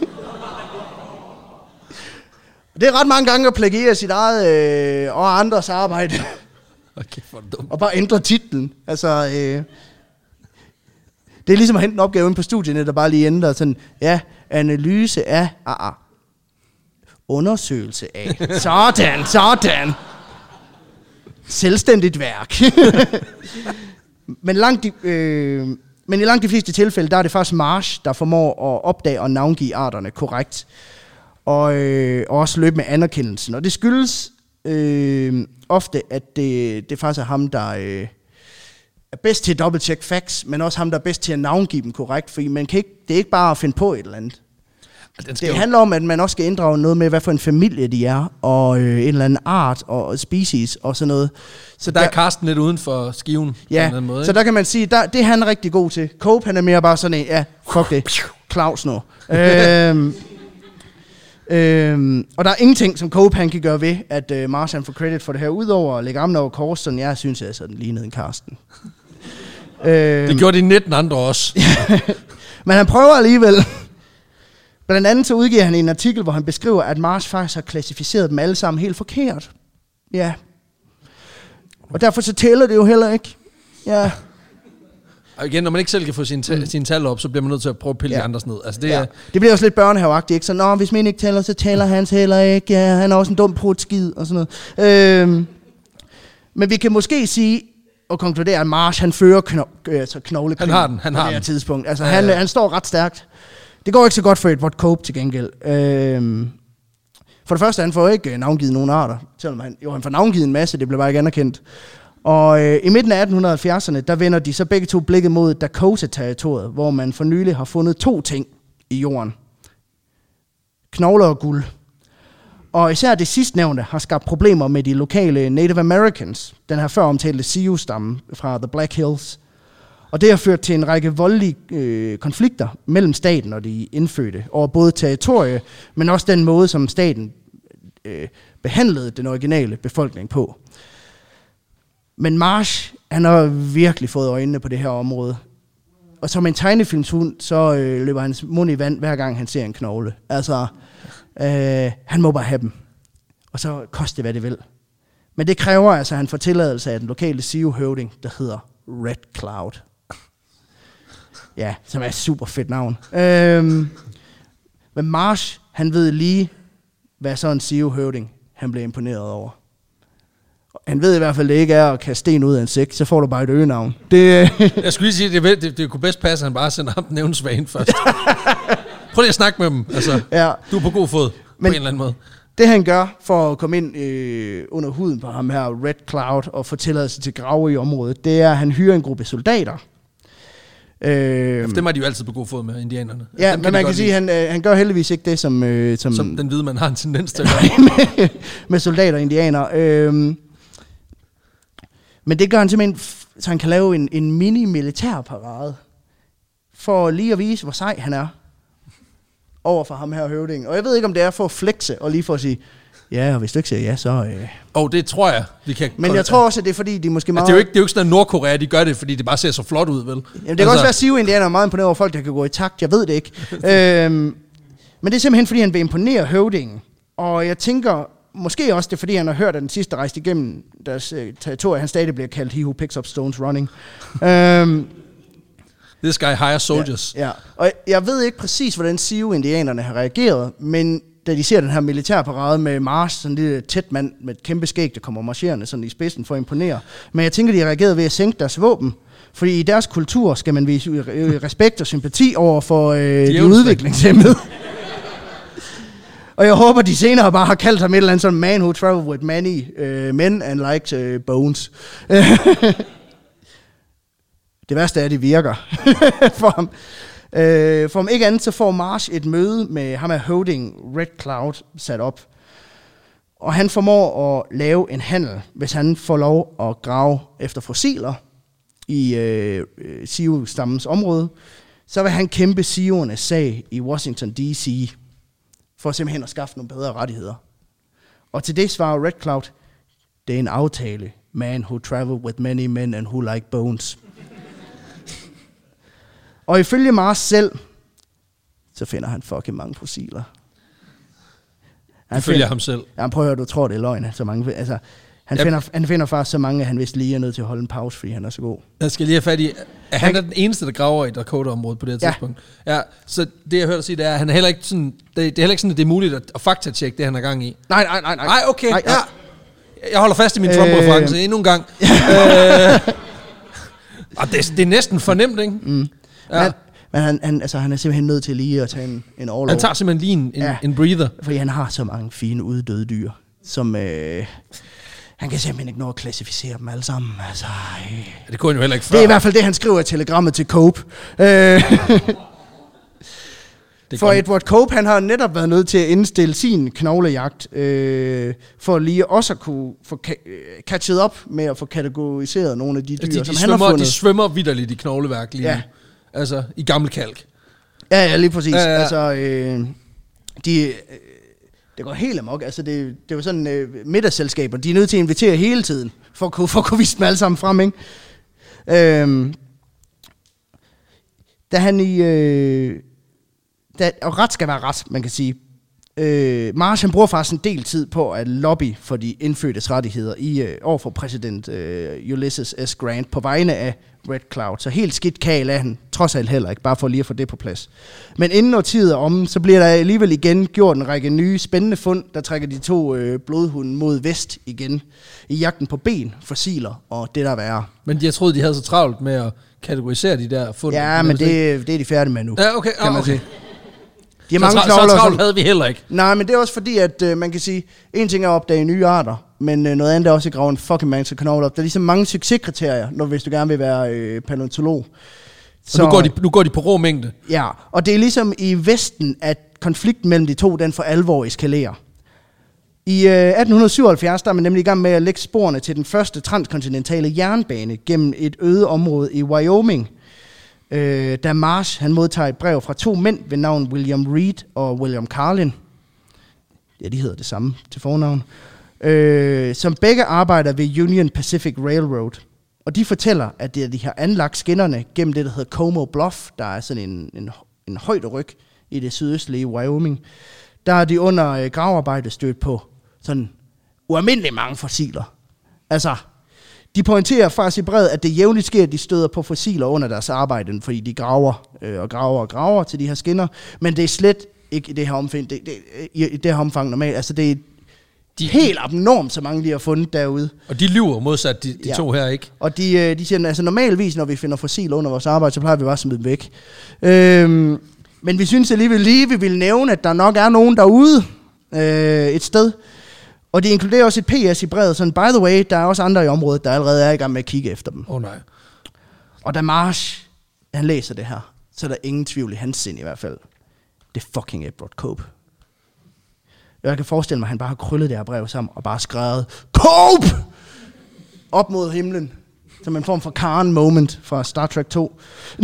Det er ret mange gange at plagiere sit eget øh, og andres arbejde. Okay, for dumt. Og bare ændre titlen. Altså, øh, det er ligesom at hente en opgave ind på studierne, der bare lige ændrer sådan, ja, analyse af, ah, ah, undersøgelse af, sådan, sådan. Selvstændigt værk. men, langt de, øh, men i langt de fleste tilfælde, der er det faktisk Marsh, der formår at opdage og navngive arterne korrekt. Og, øh, og også løbe med anerkendelsen. Og det skyldes øh, ofte, at det, det faktisk er ham, der øh, er bedst til at double-check facts, men også ham, der er bedst til at navngive dem korrekt. Fordi man kan ikke, det er ikke bare at finde på et eller andet. Det jo handler om, at man også skal inddrage noget med, hvad for en familie de er, og øh, en eller anden art og species og sådan noget. Så der, der er Carsten lidt uden for skiven. Ja, på en måde, så der kan man sige, der, det er han rigtig god til. Cope, han er mere bare sådan en, ja, fuck det, Claus nu. øhm, øhm, og der er ingenting, som Cope han kan gøre ved, at øh, Marsh han får credit for det her, udover at lægge armen over kors, sådan jeg synes, jeg sådan lignede en Carsten. øhm, det gjorde de nitten andre også. Men han prøver alligevel. Blandt andet så udgiver han en artikel, hvor han beskriver, at Marsh faktisk har klassificeret dem alle sammen helt forkert. Ja. Og derfor så tæller det jo heller ikke. Ja. Og igen, når man ikke selv kan få sine, ta- mm. sine tal op, så bliver man nødt til at prøve at pille ja. de andres ned. Altså, det, ja. er det bliver også lidt børnehaveagtigt, ikke? Så nå, hvis min ikke tæller, så tæller hans heller ikke. Ja, han er også en dum prutskid og sådan noget. Øhm. Men vi kan måske sige og konkludere, at Marsh han fører kno- altså knoglekrig. Han har den, han har på det her den. tidspunkt. Altså, ja, han, ja. han står ret stærkt. Det går ikke så godt for Edward Cope til gengæld. Øhm, for det første, han får ikke navngivet nogen arter, selvom han, jo, han får navngivet en masse, det blev bare ikke anerkendt. Og øh, i midten af atten halvfjerdserne, der vender de så begge to blikket mod Dakota-territoriet, hvor man for nylig har fundet to ting i jorden. Knogler og guld. Og især det sidstnævnte har skabt problemer med de lokale Native Americans, den her før omtalte Sioux-stamme fra The Black Hills. Og det har ført til en række voldelige øh, konflikter mellem staten og de indfødte, over både territorie, men også den måde, som staten øh, behandlede den originale befolkning på. Men Marsh, han har virkelig fået øjnene på det her område. Og som en tegnefilmshund, så øh, løber hans mund i vand, hver gang han ser en knogle. Altså, øh, han må bare have dem. Og så koster det, hvad det vil. Men det kræver altså, at han får tilladelse af den lokale Sioux-høvding, der hedder Red Cloud. Ja, som er et super fedt navn. Øhm, men Marsh, han ved lige, hvad sådan en Sioux-høvding, han blev imponeret over. Han ved i hvert fald, det ikke er at kaste sten ud af en sæk, så får du bare et øgenavn. Det, jeg skulle lige sige, det, det, det, det kunne bedst passe, at han bare sender ham nævnsvagen først. Prøv lige at snakke med dem. Altså, ja. Du er på god fod, men på en eller anden måde. Det han gør for at komme ind øh, under huden på ham her, Red Cloud, og få tilladelse til at grave i området, det er, at han hyrer en gruppe soldater. Øh, dem er de jo altid på god fod med, indianerne. Ja, dem men man kan sige, at han, øh, han gør heldigvis ikke det, som... Øh, som, som den hvide man har en tendens til at gøre. med, med soldater og indianere. Øh, men det gør han simpelthen, så han kan lave en, en mini-militærparade, for lige at vise, hvor sej han er, over for ham her høvdingen. Og jeg ved ikke, om det er for at flexe, og lige for at sige, ja, og hvis du ikke siger ja, så... Øh. Og oh, det tror jeg, vi kan... Men jeg tror også, at det er fordi, de måske meget... Altså, det, er jo ikke, det er jo ikke sådan, at Nordkorea, de gør det, fordi det bare ser så flot ud, vel? Jamen, det kan altså også være, at Sioux-indianer er meget imponeret over folk, der kan gå i takt. Jeg ved det ikke. øhm, men det er simpelthen, fordi han vil imponere høvdingen. Og jeg tænker, måske også det er, fordi han har hørt, at den sidste rejste igennem deres øh, territorie, han stadig bliver kaldt he who picks up stones running. øhm, This guy hire soldiers. Ja, ja. Og jeg, jeg ved ikke præcis, hvordan Sioux-indianerne har reageret, men da de ser den her militærparade med Marsh, sådan en lille tæt mand med et kæmpe skæg, der kommer marcherende sådan i spidsen for at imponere. Men jeg tænker, de har reageret ved at sænke deres våben. Fordi i deres kultur skal man vise respekt og sympati over for øh, de, de udviklingshæmmede. Og jeg håber, de senere bare har kaldt ham et eller andet sådan man who traveled with many uh, men and liked uh, bones. Det værste er, at det virker for ham. Uh, for om ikke andet, så får Marsh et møde med ham af høvding Red Cloud sat op. Og han formår at lave en handel, hvis han får lov at grave efter fossiler i uh, Sioux-stammens område. Så vil han kæmpe Sioux-ernes sag i Washington D C for simpelthen at skaffe nogle bedre rettigheder. Og til det svarer Red Cloud, det er en aftale. Man who travel with many men and who like bones. Og ifølge Marsh selv, så finder han fucking mange fossiler. Han ifølge finder, ham selv? Ja, prøv at høre, du tror, det er løgn. Så mange, altså, Han, jeg, finder, han finder faktisk så mange, at han vist lige er nødt til at holde en pause, fordi han er så god. Jeg skal lige have fat i, at han er den eneste, der graver i Dakota-området på det her ja. tidspunkt. Ja, så det jeg hørte dig sige, det er, at han er heller ikke sådan, det, det er heller ikke sådan, at det er muligt at, at faktatjekke det, han er gang i. Nej, nej, nej. Nej, nej okay, nej, nej. Ja. Jeg holder fast i min Trump-reference øh, endnu en gang. øh, og det, det er næsten fornemt, ikke? Mm. Ja. Men, men han, han, altså, han er simpelthen nødt til lige at tage en, en overlov. Han tager simpelthen lige en, ja. en breather. Fordi han har så mange fine uddøde dyr, som... Øh, han kan simpelthen ikke nå at klassificere dem alle sammen. Altså, øh. ja, det kunne han jo heller ikke før. Det er i hvert fald det, han skriver i telegrammet til Cope. Øh, for Edward Cope, han har netop været nødt til at indstille sin knoglejagt, øh, for lige også at kunne få ka- catchet op med at få kategoriseret nogle af de dyr, de, de som svømmer, han har fundet. De svømmer vitterligt i knogleværk lige ja. nu. Altså, i gammel kalk. Ja, ja, lige præcis. Ja, ja. Altså, øh, de... Øh, det går helt amok. Altså, det, det var sådan øh, middagsselskaber. De er nødt til at invitere hele tiden, for at kunne, for at kunne vise dem alle sammen frem, ikke? Øhm, da han i... Øh, da, og ret skal være ret, man kan sige. Øh, Marsh, han bruger faktisk en del tid på at lobby for de indfødtes rettigheder i, øh, overfor præsident øh, Ulysses S. Grant på vegne af Red Cloud. Så helt skidt kagel af han, trods alt heller ikke, bare for lige at få det på plads. Men inden noget tid er om, så bliver der alligevel igen gjort en række nye spændende fund, der trækker de to øh, blodhunde mod vest igen, i jagten på ben, fossiler og det der værre. Men jeg troede, de havde så travlt med at kategorisere de der fund. Ja, men det, det er de færdige med nu. Ja, okay. Kan man okay. sige. De har mange så, knogler, så travlt havde vi heller ikke. Nej, men det er også fordi, at øh, man kan sige, en ting er at opdage nye arter, men øh, noget andet er også at grave en fucking masse knogler op. Der er ligesom mange succeskriterier, når, hvis du gerne vil være øh, paleontolog. Så, nu, går de, nu går de på rå mængde. Ja, og det er ligesom i Vesten, at konflikten mellem de to, den for alvor eskalerer. I øh, atten syvoghalvfjerds, der er man nemlig i gang med at lægge sporene til den første transkontinentale jernbane gennem et øde område i Wyoming. Øh, da Marsh, han modtager et brev fra to mænd ved navn William Reed og William Carlin. Ja, de hedder det samme til fornavn. Øh, som begge arbejder ved Union Pacific Railroad. Og de fortæller, at de har anlagt skinnerne gennem det, der hedder Como Bluff, der er sådan en, en, en højderyg i det sydøstlige Wyoming. Der er de under øh, gravearbejde stødt på sådan ualmindeligt mange fossiler. Altså... De pointerer faktisk i brevet, at det jævnligt sker, at de støder på fossiler under deres arbejde, fordi de graver øh, og graver og graver til de her skinner. Men det er slet ikke i det her omfang, det, det, i det her omfang normalt. Altså det er de, helt abnormt, så mange de har fundet derude. Og de lyver modsat de, de ja. to her, ikke? Og de, de siger, altså normalvis, når vi finder fossiler under vores arbejde, så plejer vi bare at smide dem væk. Øhm, men vi synes alligevel lige, vi vil nævne, at der nok er nogen derude øh, et sted. Og de inkluderer også et P S i brevet, sådan, by the way, der er også andre i området, der allerede er i gang med at kigge efter dem. Åh oh, nej. Og da Marsh, han læser det her, så er der ingen tvivl i hans sind i hvert fald. Det er fucking Edward Cope. Jeg kan forestille mig, at han bare har krøllet det her brev sammen, og bare skrevet, Cope! Op mod himlen. Som en form for Karen moment fra Star Trek to.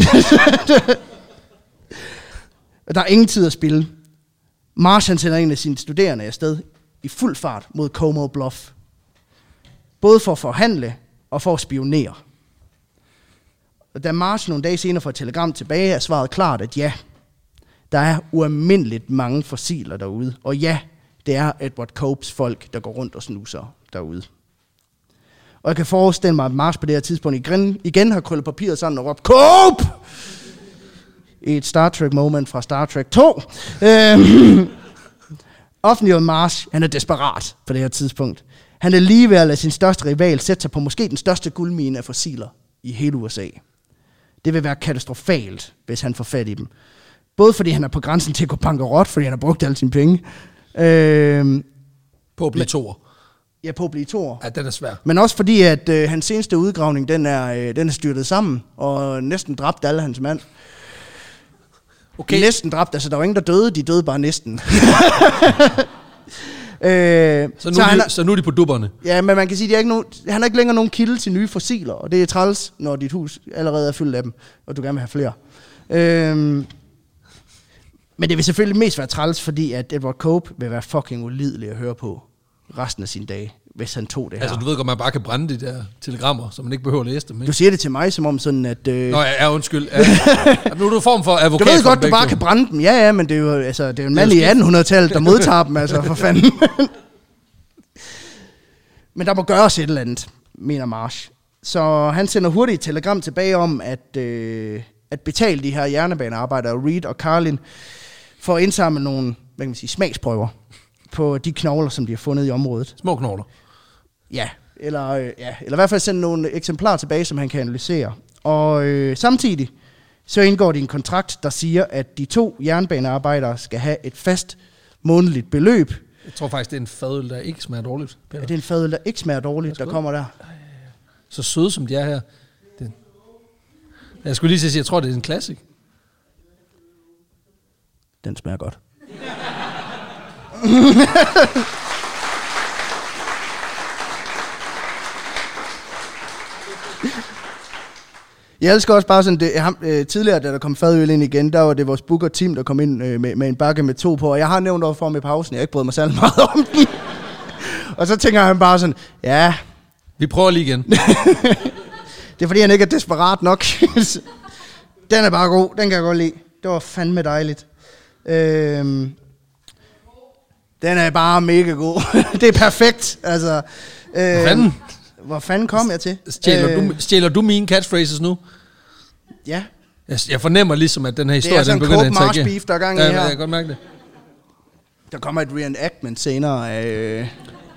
Der er ingen tid at spille. Marsh, han sender en af sine studerende afsted i fuld fart mod Como Bluff. Både for at forhandle og for at spionere. Og da Marsh nogle dage senere får et telegram tilbage, er svaret klart, at ja, der er ualmindeligt mange fossiler derude. Og ja, det er Edward Copes folk, der går rundt og snuser derude. Og jeg kan forestille mig, at Marsh på det her tidspunkt igen, igen har krøllet papiret sammen og råbt, Cope! I et Star Trek moment fra Star Trek to. Øhm, Offentligheden Marsh, han er desperat på det her tidspunkt. Han er lige ved at lade sin største rival sætte sig på måske den største guldmine af fossiler i hele U S A. Det vil være katastrofalt, hvis han får fat i dem. Både fordi han er på grænsen til at gå bankerot, fordi han har brugt alle sine penge. Øhm, på at blive toer. Ja, på at blive toer. Ja, den er svær. Men også fordi, at øh, hans seneste udgravning, den er, øh, den er styrtet sammen, og næsten dræbt alle hans mand. Okay. Næsten dræbt, altså der var ingen, der døde, de døde bare næsten. øh, så, nu så, de, er, så nu er de på dupperne? Ja, men man kan sige, at han har ikke længere nogen kilde til nye fossiler, og det er træls, når dit hus allerede er fyldt af dem, og du gerne vil have flere. Øh, men det vil selvfølgelig mest være træls, fordi at Edward Cope vil være fucking ulidelig at høre på resten af sine dage, hvis han tog det her. Altså du ved godt, man bare kan brænde de der telegrammer, så man ikke behøver at læse dem, ikke? Du siger det til mig, som om sådan at... Øh... Nå, ja, undskyld. Ja. Nu er du form for advokat. Du ved godt, du bare kan brænde dem. Ja, ja, men det er jo, altså, det er jo en mand i attenhundredetallet, der modtager dem, altså for fanden. Men der må gøres et eller andet, mener Marsh. Så han sender hurtigt et telegram tilbage om, at, øh, at betale de her jernbanearbejdere, Reed og Carlin, for at indsamle nogle, hvad kan man sige, smagsprøver på de knogler, som de har fundet i området. Små knogler? Ja, eller, øh, ja, eller i hvert fald sende nogle eksemplarer tilbage, som han kan analysere. Og øh, samtidig så indgår de en kontrakt, der siger, at de to jernbanearbejdere skal have et fast månedligt beløb. Jeg tror faktisk, det er en fadøl, der ikke smager dårligt, Peter. Ja, det er en fadøl, der ikke smager dårligt, der kommer der. Så søde som de er her. Det... Jeg skulle lige sige, at jeg tror, det er en klassik. Den smager godt. Jeg elsker også bare sådan, det, ham, øh, tidligere, da der kom fadøl ind igen, der var det vores booker Tim, der kom ind øh, med, med en bakke med to på, og jeg har nævnt over for ham i pausen, jeg har ikke brød mig særlig meget om den. Og så tænker han bare sådan, ja... Vi prøver lige igen. Det er fordi, han ikke er desperat nok. Den er bare god, den kan jeg godt lide. Det var fandme dejligt. Øhm, den er bare mega god. Det er perfekt, altså... Øhm, fanden? Hvor fanden kom jeg til? Stjæler, øh, du, stjæler du mine catchphrases nu? Ja. Jeg, jeg fornemmer ligesom, at den her historie, den begynder at interagere. Det er sådan en Cope Marsh beef, der er gang i ja, her. Jeg kan godt mærke det. Der kommer et reenactment senere af... Øh,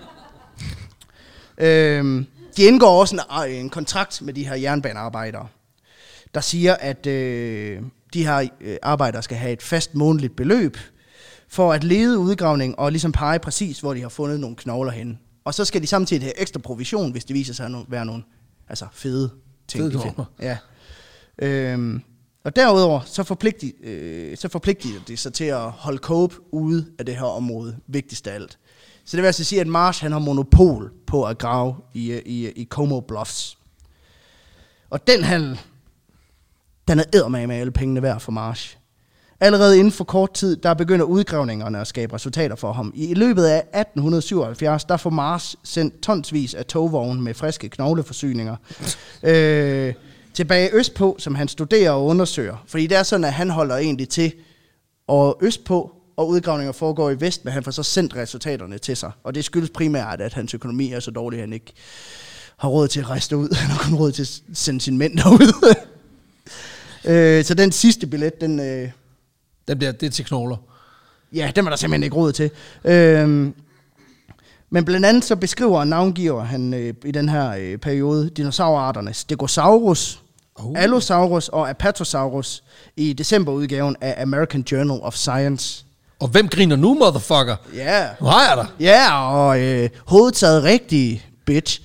øh, de indgår også en, en kontrakt med de her jernbanearbejdere, der siger, at øh, de her øh, arbejdere skal have et fast månedligt beløb, for at lede udgravning og ligesom pege præcis, hvor de har fundet nogle knogler henne. Og så skal de samtidig have ekstra provision, hvis det viser sig at være nogle altså fede ting. Fede knogler. Ja. Øhm, og derudover, så forpligter, øh, så forpligter de sig til at holde Cope ude af det her område, vigtigst af alt. Så det vil altså sige, at Marsh han har monopol på at grave i, i, i Como Bluffs. Og den handel, den er eddermame med alle pengene værd for Marsh. Allerede inden for kort tid, der begynder udgravningerne at skabe resultater for ham. I løbet af atten syvoghalvfjerds, der får Marsh sendt tonsvis af togvogne med friske knogleforsyninger øh, tilbage østpå, som han studerer og undersøger. Fordi det er sådan, at han holder egentlig til og østpå, og udgravninger foregår i vest, men han får så sendt resultaterne til sig. Og det skyldes primært, at hans økonomi er så dårlig, at han ikke har råd til at rejse derud. Han har kun råd til at sende sine mænd derud. øh, så den sidste billet, den... Øh, Den bliver, det er til knogler. Ja, den var der simpelthen ikke råd til. Øhm, men blandt andet så beskriver og navngiver han øh, i den her øh, periode dinosaurarterne Stegosaurus, oh. Allosaurus og Apatosaurus i decemberudgaven af American Journal of Science. Og hvem griner nu, motherfucker? Ja. Yeah. Nu har jeg dig. Ja, yeah, og øh, hovedet sad rigtigt, bitch.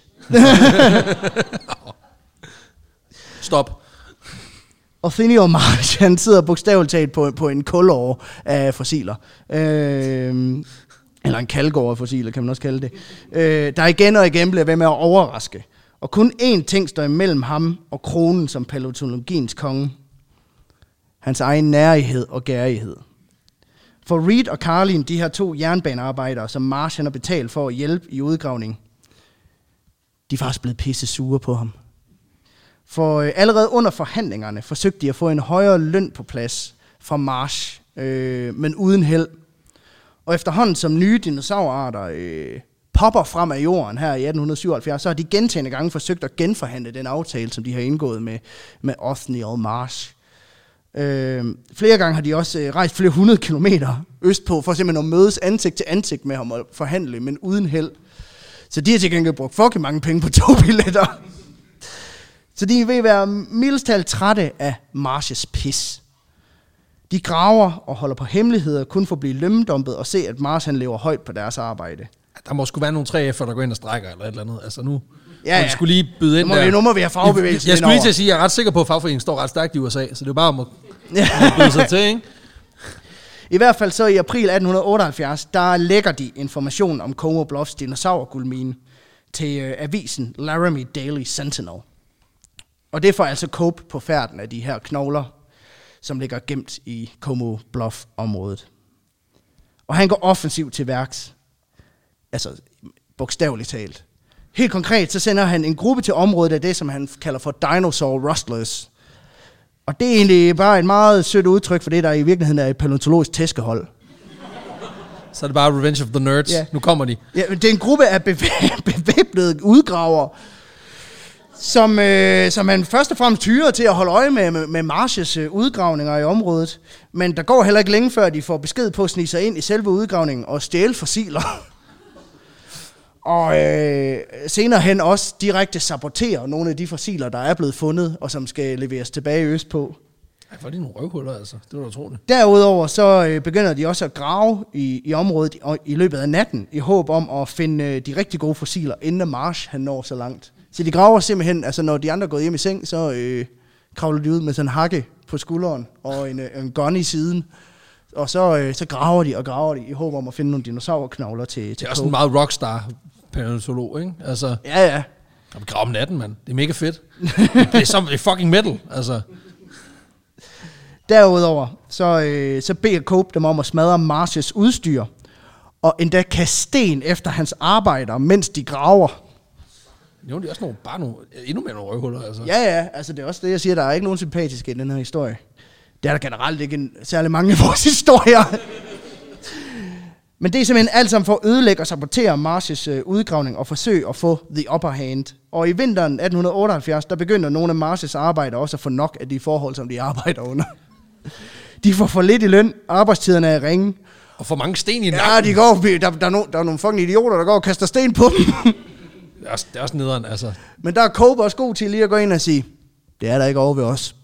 Stop. Og Thinio Marsh, han sidder bogstaveligt talt på, på en kulår af fossiler. Øh, eller en kalkår af fossiler, kan man også kalde det. Øh, der igen og igen bliver ved med at overraske. Og kun én ting står imellem ham og kronen som palæontologiens konge. Hans egen nærighed og gærighed. For Reed og Carlin, de her to jernbanearbejdere, som Marsh han har betalt for at hjælpe i udgravning, de er faktisk blevet pisse sure på ham. For øh, allerede under forhandlingerne forsøgte de at få en højere løn på plads fra Marsh, øh, men uden held. Og efterhånden som nye dinosaurarter øh, popper frem af jorden her i atten syvoghalvfjerds, så har de gentagne gange forsøgt at genforhandle den aftale, som de har indgået med, med Othniel Marsh. Øh, flere gange har de også øh, rejst flere hundrede kilometer østpå, for simpelthen at mødes ansigt til ansigt med ham og forhandle, men uden held. Så de har til gengæld brugt fucking mange penge på togbilletter. Så de vil være mildest talt trætte af Marshes pis. De graver og holder på hemmeligheder kun for at blive lømmedumpet og se, at Marsh han lever højt på deres arbejde. Der må sgu være nogle tre F'er, der går ind og strækker eller et eller andet. Altså nu, ja, ja. skulle lige byde ind nu må der. Vi, nu må vi have fagbevægelsen. Jeg skulle lige til at sige, at jeg er ret sikker på, at fagforeningen står ret stærkt i U S A, så det er bare at ja. byde sig til, ikke? I hvert fald så i april atten otteoghalvfjerds, der lægger de information om Como Bluffs dinosaurguldmine til øh, avisen Laramie Daily Sentinel. Og det får altså Cope på færden af de her knogler, som ligger gemt i Como Bluff-området. Og han går offensivt til værks. Altså, bogstaveligt talt. Helt konkret, så sender han en gruppe til området af det, som han kalder for Dinosaur Rustlers. Og det er egentlig bare et meget sødt udtryk for det, der i virkeligheden er et palæontologisk tæskehold. Så er det bare Revenge of the Nerds. Ja. Nu kommer de. Ja, det er en gruppe af bevæ- bevæbnede udgravere, som, øh, som man først og fremmest hyrer til at holde øje med, med, med Marshes øh, udgravninger i området. Men der går heller ikke længe før, de får besked på at snige sig ind i selve udgravningen og stjæle fossiler. Og øh, senere hen også direkte sabotere nogle af de fossiler, der er blevet fundet, og som skal leveres tilbage østpå. Ej, for det er nogle røvhuller, altså. Det var utroligt. Derudover så øh, begynder de også at grave i, i området i, i løbet af natten, i håb om at finde øh, de rigtig gode fossiler, inden Marsh han når så langt. Så de graver simpelthen, altså når de andre er gået hjem i seng, så øh, kravler de ud med sådan en hakke på skulderen og en, en gun i siden. Og så, øh, så graver de og graver de i håb om at finde nogle dinosaurknogler til, til det er også en meget rockstar paleontolog, ikke? Altså, ja, ja. Og vi graver om natten, mand. Det er mega fedt. det, er som, det er fucking metal, altså. Derudover, så, øh, så beder Cope dem om at smadre Marshes udstyr, og endda kaste sten efter hans arbejder, mens de graver. Jo, det er også nogle, bare nogle, endnu mere nogle røvhuller, altså. Ja, ja, altså det er også det, jeg siger, der er ikke nogen sympatiske i den her historie. Det er der generelt ikke en, særlig mange af vores historier. Men det er simpelthen alt sammen for at ødelægge og sabotere Marshes øh, udgravning og forsøge at få the upper hand. Og i vinteren atten otteoghalvfjerds, der begynder nogle af Marshes arbejdere også at få nok af de forhold, som de arbejder under. De får for lidt i løn, arbejdstiderne er ringe. Og for mange sten i nakken. Ja, de går, der, der, er no, der er nogle fucking idioter, der går og kaster sten på dem. Det er også, det er også nederen, altså. Men der er Cope også god til lige at gå ind og sige, det er der ikke over ved os.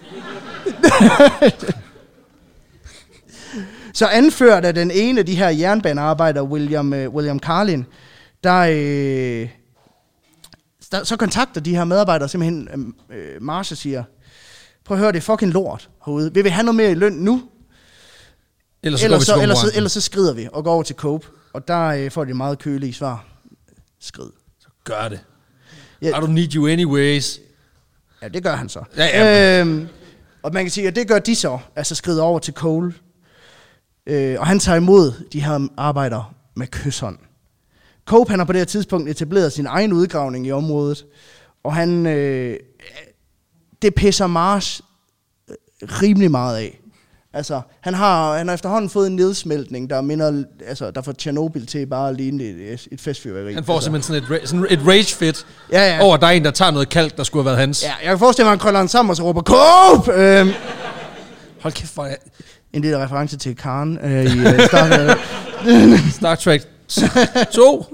Så anført af den ene af de her jernbanearbejdere, William, uh, William Carlin, der, øh, der så kontakter de her medarbejdere simpelthen øh, Marsh og siger, prøv at høre, det er fucking lort herude. Vil vi have noget mere i løn nu? Ellers så, ellers, så, ellers, så, ellers så skrider vi og går over til Cope. Og der øh, får de meget kølige svar. Skrid. Så gør det. Ja. I don't need you anyways. Ja, det gør han så. Ja, ja, øhm, og man kan sige, at det gør de så, altså skrider over til Cole. Øh, og han tager imod de her arbejdere med kyshånd. Cope, han har på det her tidspunkt etableret sin egen udgravning i området. Og han, øh, det pisser Marsh rimelig meget af. Altså, han har, han har efterhånden fået en nedsmeltning, der minder, altså, der får Tjernobyl til bare at ligne et, et festfyrværkeri. Han får altså. simpelthen sådan et, sådan et rage fit ja, ja. over, der er en, der tager noget kalk, der skulle have været hans. Ja, jeg kan forestille mig, at han krøller han sammen og så råber, Cope! Øhm, Hold kæft, for jeg... En lille reference til Karen øh, i uh, Star, Star Trek to.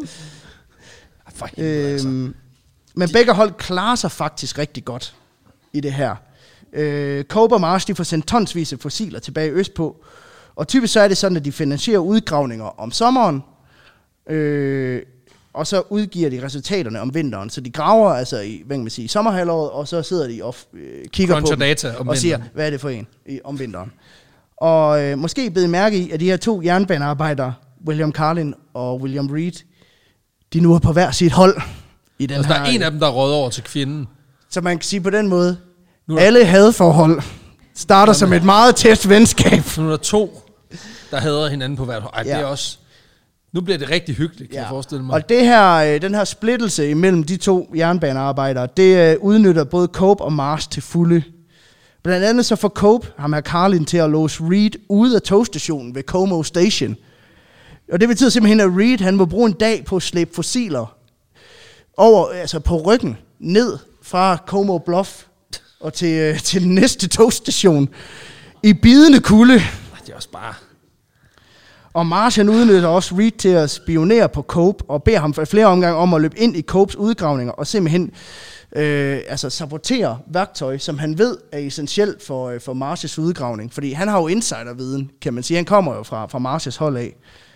øhm, men begge hold klarer sig faktisk rigtig godt i det her. Øh, Cope og Marsh, de får sendt tonsvis af fossiler tilbage østpå, og typisk så er det sådan, at de finansierer udgravninger om sommeren, øh, og så udgiver de resultaterne om vinteren. Så de graver altså i, hvad kan man sige, sommerhalvåret, og så sidder de og øh, kigger Cruncher på dem data om og siger, vinteren. hvad er det for en i, om vinteren. Og øh, måske bed mærke i, at de her to jernbanearbejdere, William Carlin og William Reed, de nu er på hver sit hold i den altså, her. der er en af dem, der er råd over til kvinden. Så man kan sige på den måde, nu der... alle hadforhold starter Jamen. som et meget tæt venskab. Nu er der to, der hader hinanden på hvert hold. Ej, ja. det er også... Nu bliver det rigtig hyggeligt, kan ja. jeg forestille mig. Og det her, den her splittelse imellem de to jernbanearbejdere, det udnytter både Cope og Marsh til fulde. Blandt andet så får Cope, ham her Carlin, til at låse Reed ude af togstationen ved Como Station. Og det betyder simpelthen, at Reed han må bruge en dag på at slæbe fossiler over, altså på ryggen, ned fra Como Bluff og til, til den næste togstation i bidende kulde. Det er også bare... Og Marsh han udnytter også Reed til at spionere på Cope og beder ham for flere omgange om at løbe ind i Copes udgravninger og simpelthen øh, altså sabotere værktøj, som han ved er essentielt for, for Marshes udgravning. Fordi han har jo insiderviden, kan man sige. Han kommer jo fra, fra Marshes hold af.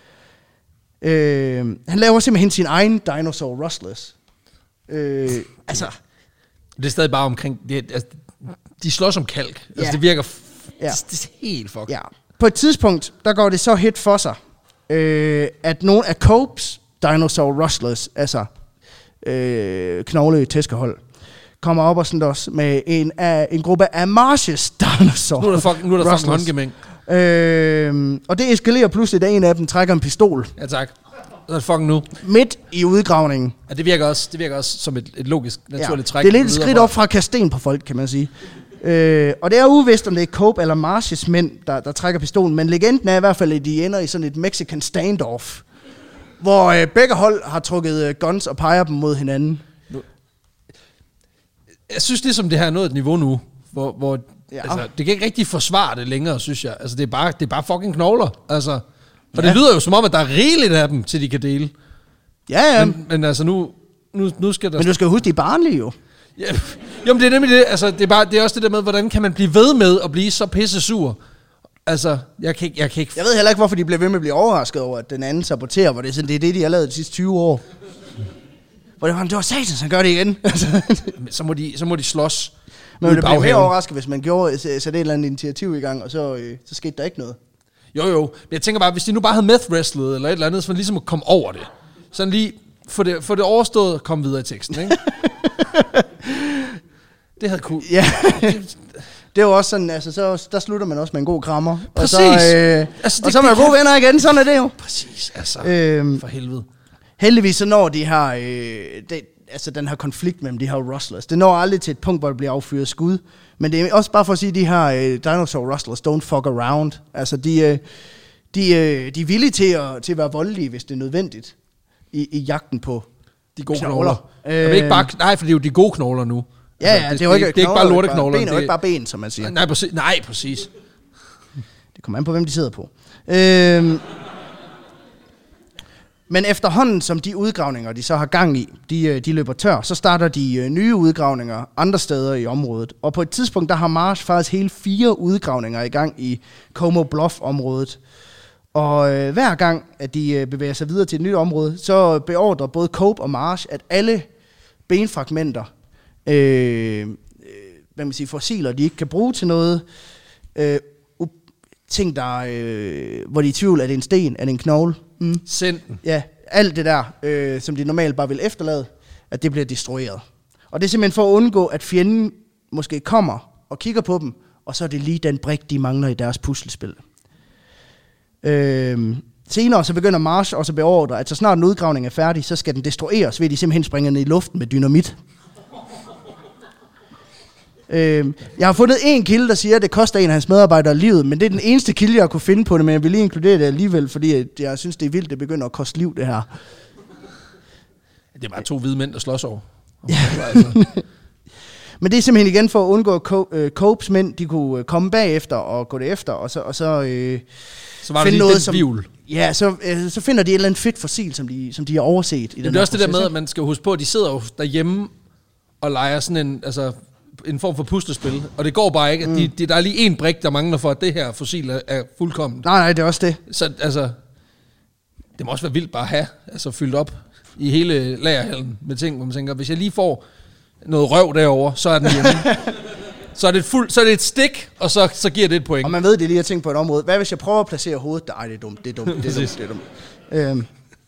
Øh, han laver simpelthen sin egen Dinosaur Rustless. Øh, altså... Det er stadig bare omkring... Det, altså, de slår som kalk. Altså, ja. det virker... F- ja. det, det er helt fuck. Ja. På et tidspunkt, der går det så hit for sig, øh, at nogle af Copes Dinosaur Rustlers, altså øh, knogle tæskehold, kommer op og sådan også med en, af, en gruppe af Marshes Dinosaur Nu er der fucking, nu er der fucking håndgemæng. Øh, og det eskalerer pludselig, da en af dem trækker en pistol. Ja, tak. Så er det fucking nu. Midt i udgravningen. Ja, det virker også, det virker også som et, et logisk, naturligt ja, træk. Det er lidt et skridt op fra at kaste sten på folk, kan man sige. Øh, og det er uvist, om det er Cope eller Marshes mænd, der, der trækker pistolen, men legenden er i hvert fald, at de ender i sådan et Mexican standoff, hvor øh, begge hold har trukket øh, guns og peger dem mod hinanden. Jeg synes ligesom, det her er nået et niveau nu, hvor, hvor ja. altså, det kan ikke rigtig forsvare det længere, synes jeg. Altså, det er bare, det er bare fucking knogler, altså. For ja. Det lyder jo som om, at der er rigeligt af dem, til de kan dele. Ja, ja. Men, men altså, nu, nu, nu skal der... Men du skal huske, de er barnlige jo. Ja, jo, men det er nemlig det. Altså, det er, bare, det er også det der med, hvordan kan man blive ved med at blive så pisse sur? Altså, jeg kan ikke... Jeg, kan ikke... jeg ved heller ikke, hvorfor de bliver ved med at blive overrasket over, at den anden saboterer, hvor det er sådan, det er det, de har lavet de sidste tyve år. Hvor det var, det var satans, han gør det igen. så, må de, så må de slås. Men det bliver mere overrasket, hvis man gjorde, sætte et eller andet initiativ i gang, og så, øh, så skete der ikke noget. Jo, jo. Men jeg tænker bare, hvis de nu bare havde meth-wrestlet, eller et eller andet, så man ligesom at komme over det. Sådan lige, få det, få det overstået, og komme videre i teksten, ikke? Det havde cool. Ja, det er jo også sådan, altså, så, der slutter man også med en god krammer. Præcis. Og så, øh, altså, og så er man gode venner igen, sådan er det jo. Præcis, altså, øhm, for helvede. Heldigvis så når de her, øh, det, altså den her konflikt mellem de her rustlers, det når aldrig til et punkt, hvor det bliver affyret skud. Men det er også bare for at sige, at de her øh, dinosaur rustlers don't fuck around. Altså de, øh, de, øh, de er villige til at, til at være voldelige, hvis det er nødvendigt, i, i jagten på de gode knogler. knogler. Øh, ikke bare, nej, for det er jo de gode knogler nu. Ja, altså, ja, det, det, er jo ikke, det, det er ikke bare lorteknogler. Ben er jo ikke bare ben, som man siger. Nej, præcis. Nej, præcis. Det kommer an på, hvem de sidder på. Øhm, men efterhånden, som de udgravninger, de så har gang i, de, de løber tør, så starter de nye udgravninger andre steder i området. Og på et tidspunkt, der har Marsh faktisk hele fire udgravninger i gang i Como Bluff-området. Og øh, hver gang, at de øh, bevæger sig videre til et nyt område, så beordrer både Cope og Marsh, at alle benfragmenter, øh, hvad man siger, fossiler, de ikke kan bruge til noget, øh, ting, der, øh, hvor de er i tvivl, er det en sten, er det en knogle? Mm. Send den. Ja, alt det der, øh, som de normalt bare vil efterlade, at det bliver destrueret. Og det er simpelthen for at undgå, at fjenden måske kommer og kigger på dem, og så er det lige den brik, de mangler i deres puslespil. Øh, senere så begynder Marsh også at beordre, at så snart en udgravning er færdig, så skal den destrueres, ved at de simpelthen springer ned i luften med dynamit. Øh, jeg har fundet en kilde, der siger, at det koster en af hans medarbejdere livet, men det er den eneste kilde, jeg kunne finde på det, men jeg vil lige inkludere det alligevel, fordi jeg synes, det er vildt, det begynder at koste liv, det her. Det er bare to hvide mænd, der slås over. Ja. Men det er simpelthen igen for at undgå, at Copes mænd, de kunne komme bagefter og gå det efter, og så, og så, øh, så var finde noget, som... Vivl. Ja, så, øh, så finder de et eller andet fedt fossil, som de, som de har overset. I det den er også proces, det der med, at man skal huske på, at de sidder jo derhjemme og leger sådan en... Altså en form for puslespil, og det går bare ikke, at de, de, der er lige en brik, der mangler for, at det her fossil er, er fuldkommen. Nej, nej, det er også det. Så altså, det må også være vildt bare at have, altså fyldt op i hele lagerhallen med ting, hvor man tænker, hvis jeg lige får noget røv derovre, så er den hjemme. så, er det et fuld, så er det et stik, og så, så giver det et point. Og man ved, det lige at tænke på et område. Hvad hvis jeg prøver at placere hovedet? Nej, det er dumt, det er dumt, det er dumt, det er dumt. Øhm.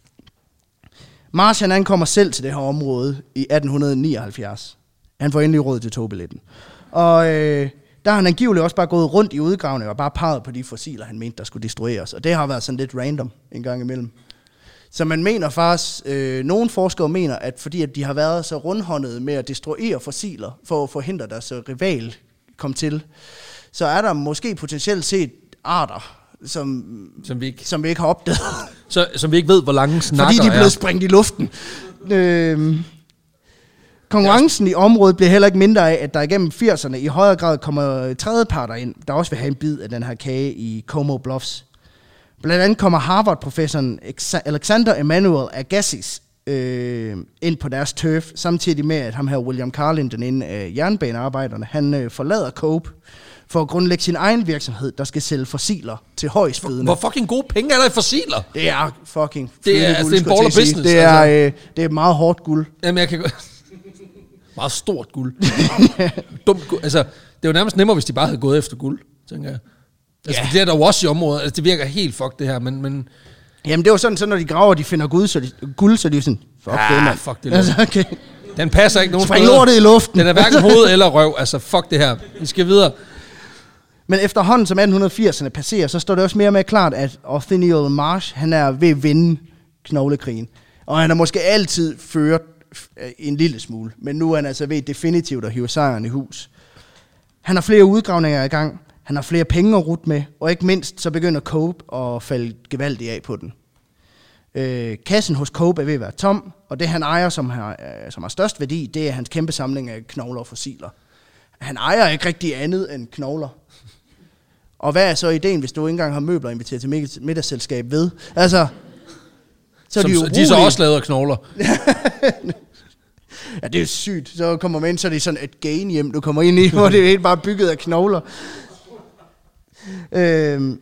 Marsh, han kommer selv til det her område i atten nioghalvfjerds. Han får endelig råd til togbilletten. Og øh, der har han angiveligt også bare gået rundt i udgravninger og bare peget på de fossiler, han mente, der skulle destrueres. Og det har været sådan lidt random en gang imellem. Så man mener faktisk, øh, nogle forskere mener, at fordi at de har været så rundhåndede med at destruere fossiler, for at forhindre deres rival kom til, så er der måske potentielt set arter, som, som, vi, ikke, som vi ikke har opdaget. Så, som vi ikke ved, hvor lange snakker er. Fordi de er blevet sprængt i luften. Øh, Konkurrencen i området bliver heller ikke mindre af, at der igennem firserne i højere grad kommer tredjeparter ind, der også vil have en bid af den her kage i Como Bluffs. Blandt andet kommer Harvard-professoren Alexander Emmanuel Agassiz øh, ind på deres turf, samtidig med, at ham her William Carlin, den ene af jernbanearbejderne, han øh, forlader Cope for at grundlægge sin egen virksomhed, der skal sælge fossiler til højstfydende. Hvor fucking gode penge er der i fossiler? Det er fucking det er, altså, det er en baller business. Det er, øh, det er meget hårdt guld. Jamen, jeg kan godt... Meget stort guld. Dumt guld. Altså, det er jo nærmest nemmere, hvis de bare havde gået efter guld, tænker jeg. Altså, yeah. Det er der jo også i området. Altså, det virker helt fuck det her, men... men jamen, det er jo sådan, så når de graver, de finder guld, så de, guld, så de er sådan, fuck ah, det, mand. Fuck det, altså, okay. Den passer ikke nogen. Spring lortet i luften. Den er hverken hoved eller røv. Altså, fuck det her. Vi skal videre. Men efterhånden, som atten firserne passerer, så står det også mere og mere klart, at Othniel Marsh, han er ved at vinde knoglekrigen. Og han har måske altid ført en lille smule, men nu er han altså ved definitivt at hive sejren i hus. Han har flere udgravninger i gang, han har flere penge at rute med, og ikke mindst så begynder Cope at falde gevaldigt af på den. Øh, kassen hos Cope er ved at være tom, og det han ejer, som har, øh, som har størst værdi, det er hans kæmpe samling af knogler og fossiler. Han ejer ikke rigtig andet end knogler. Og hvad er så ideen, hvis du ikke engang har møbler inviteret til middagsselskab ved? Altså, så er de, som, de er så også lavet af knogler. Ja, det er sygt. Så kommer man ind, så er det sådan et gain hjem, du kommer ind i, hvor det er helt bare bygget af knogler. Øhm.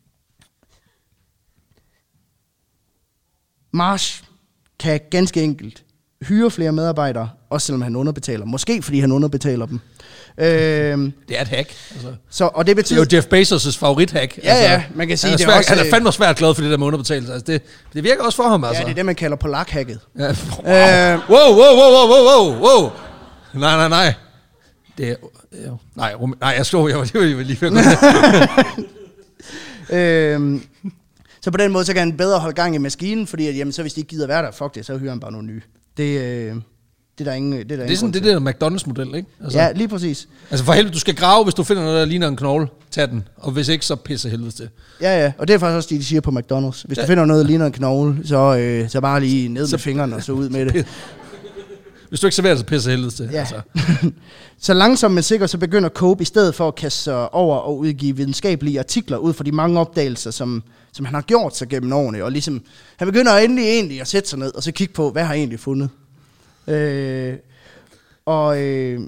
Marsh kan ganske enkelt hyre flere medarbejdere, også selvom han underbetaler. Måske fordi han underbetaler dem. Øhm, det er et hack. Altså. Så, og det betyder... Det er jo Jeff Bezos' favorithack. Ja, altså, ja, man kan sige... Han er, det svært, er også, han er fandme svært glad for det der med underbetagelse. Altså, det, det virker også for ham, altså. Ja, det er det, man kalder polak-hacket. Ja. Wow. Øh, wow, wow, wow, wow, wow, wow. Nej, nej, nej. Det er... Øh, nej, rum, nej, jeg slår, jeg var, jeg var lige før. øhm, så på den måde, så kan han bedre holde gang i maskinen, fordi at, jamen, så hvis de ikke gider være der, fuck det, så hyrer han bare nogle nye. Det... Øh, Det er der ingen, det er, der det er sådan det der McDonald's-model, ikke? Altså, ja, lige præcis. Altså for helvede, du skal grave, hvis du finder noget, der ligner en knogle, tag den. Og hvis ikke, så pisse helvede til. Ja, ja, og det er faktisk også det, de siger på McDonald's. Hvis ja. du finder noget, der ligner en knogle, så, øh, så bare lige ned så, med fingrene og så ud med det. Hvis du ikke serverer det, så pisse helvede til. Ja. Altså. Så langsomt men sikkert, så begynder Cope i stedet for at kaste sig over og udgive videnskabelige artikler ud fra de mange opdagelser, som, som han har gjort sig gennem årene. Og ligesom, han begynder endelig egentlig at sætte sig ned og så kigge på, hvad har han egentlig fundet. Øh, Og øh,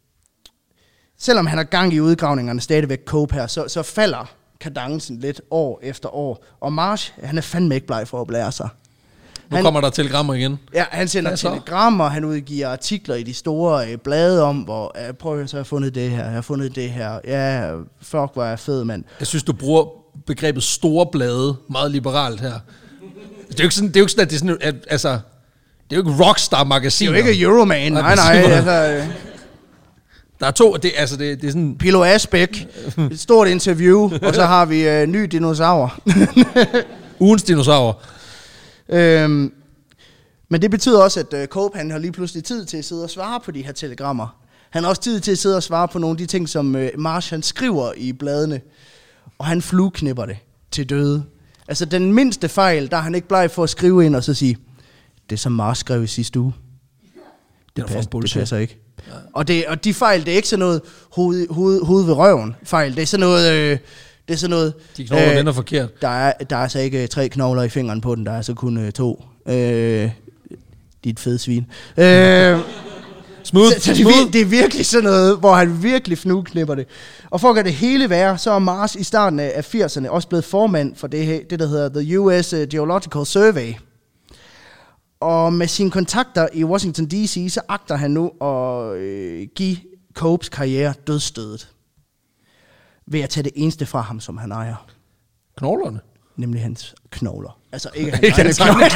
selvom han har gang i udgravningerne stadigvæk Cope her, så, så falder kadencen lidt år efter år. Og Marsh, han er fandme ikke bleg for at blære sig. Nu han, kommer der telegrammer igen. Ja, han sender telegrammer, han udgiver artikler i de store øh, blade om, hvor, øh, prøv at så har jeg fundet det her, jeg har fundet det her. Ja, fuck, hvor er jeg fed, mand. Jeg synes, du bruger begrebet store blade meget liberalt her. Det er jo ikke sådan, det er jo ikke sådan at det er sådan, at, altså... Det er jo ikke Rockstar-magasin. Det er jo ikke Euroman, nej, nej. Altså, der er to, det, altså det, det er sådan... Pilo Asbæk, et stort interview, og så har vi uh, ny dinosaur. Ugens dinosaur. Øhm, men det betyder også, at uh, Cope, han har lige pludselig tid til at sidde og svare på de her telegrammer. Han har også tid til at sidde og svare på nogle af de ting, som uh, Marsh han skriver i bladene. Og han flueknipper det til døde. Altså den mindste fejl, der er han ikke bleg for at skrive ind og så sige... Det som Marsh skrev i sidste uge, det, pas, det passer ikke. Ja. Og, det, og de fejl, det er ikke sådan noget hoved, hoved, hoved ved røven fejl. Det er sådan noget... Øh, det er sådan noget... De knogler øh, vender forkert. Der er, der er altså ikke tre knogler i fingeren på den, der er altså kun øh, to. Øh, dit fede svin. Øh, smooth, så, så smooth. Det, det er virkelig sådan noget, hvor han virkelig fnugknipper det. Og for at gøre det hele værre, så er Marsh i starten af firserne også blevet formand for det, det der hedder The U S Geological Survey. Og med sine kontakter i Washington D C, så agter han nu at øh, give Copes karriere dødsstødet. Ved at tage det eneste fra ham, som han ejer. Knoglerne? Nemlig hans knogler. Altså ikke hans egne knogler.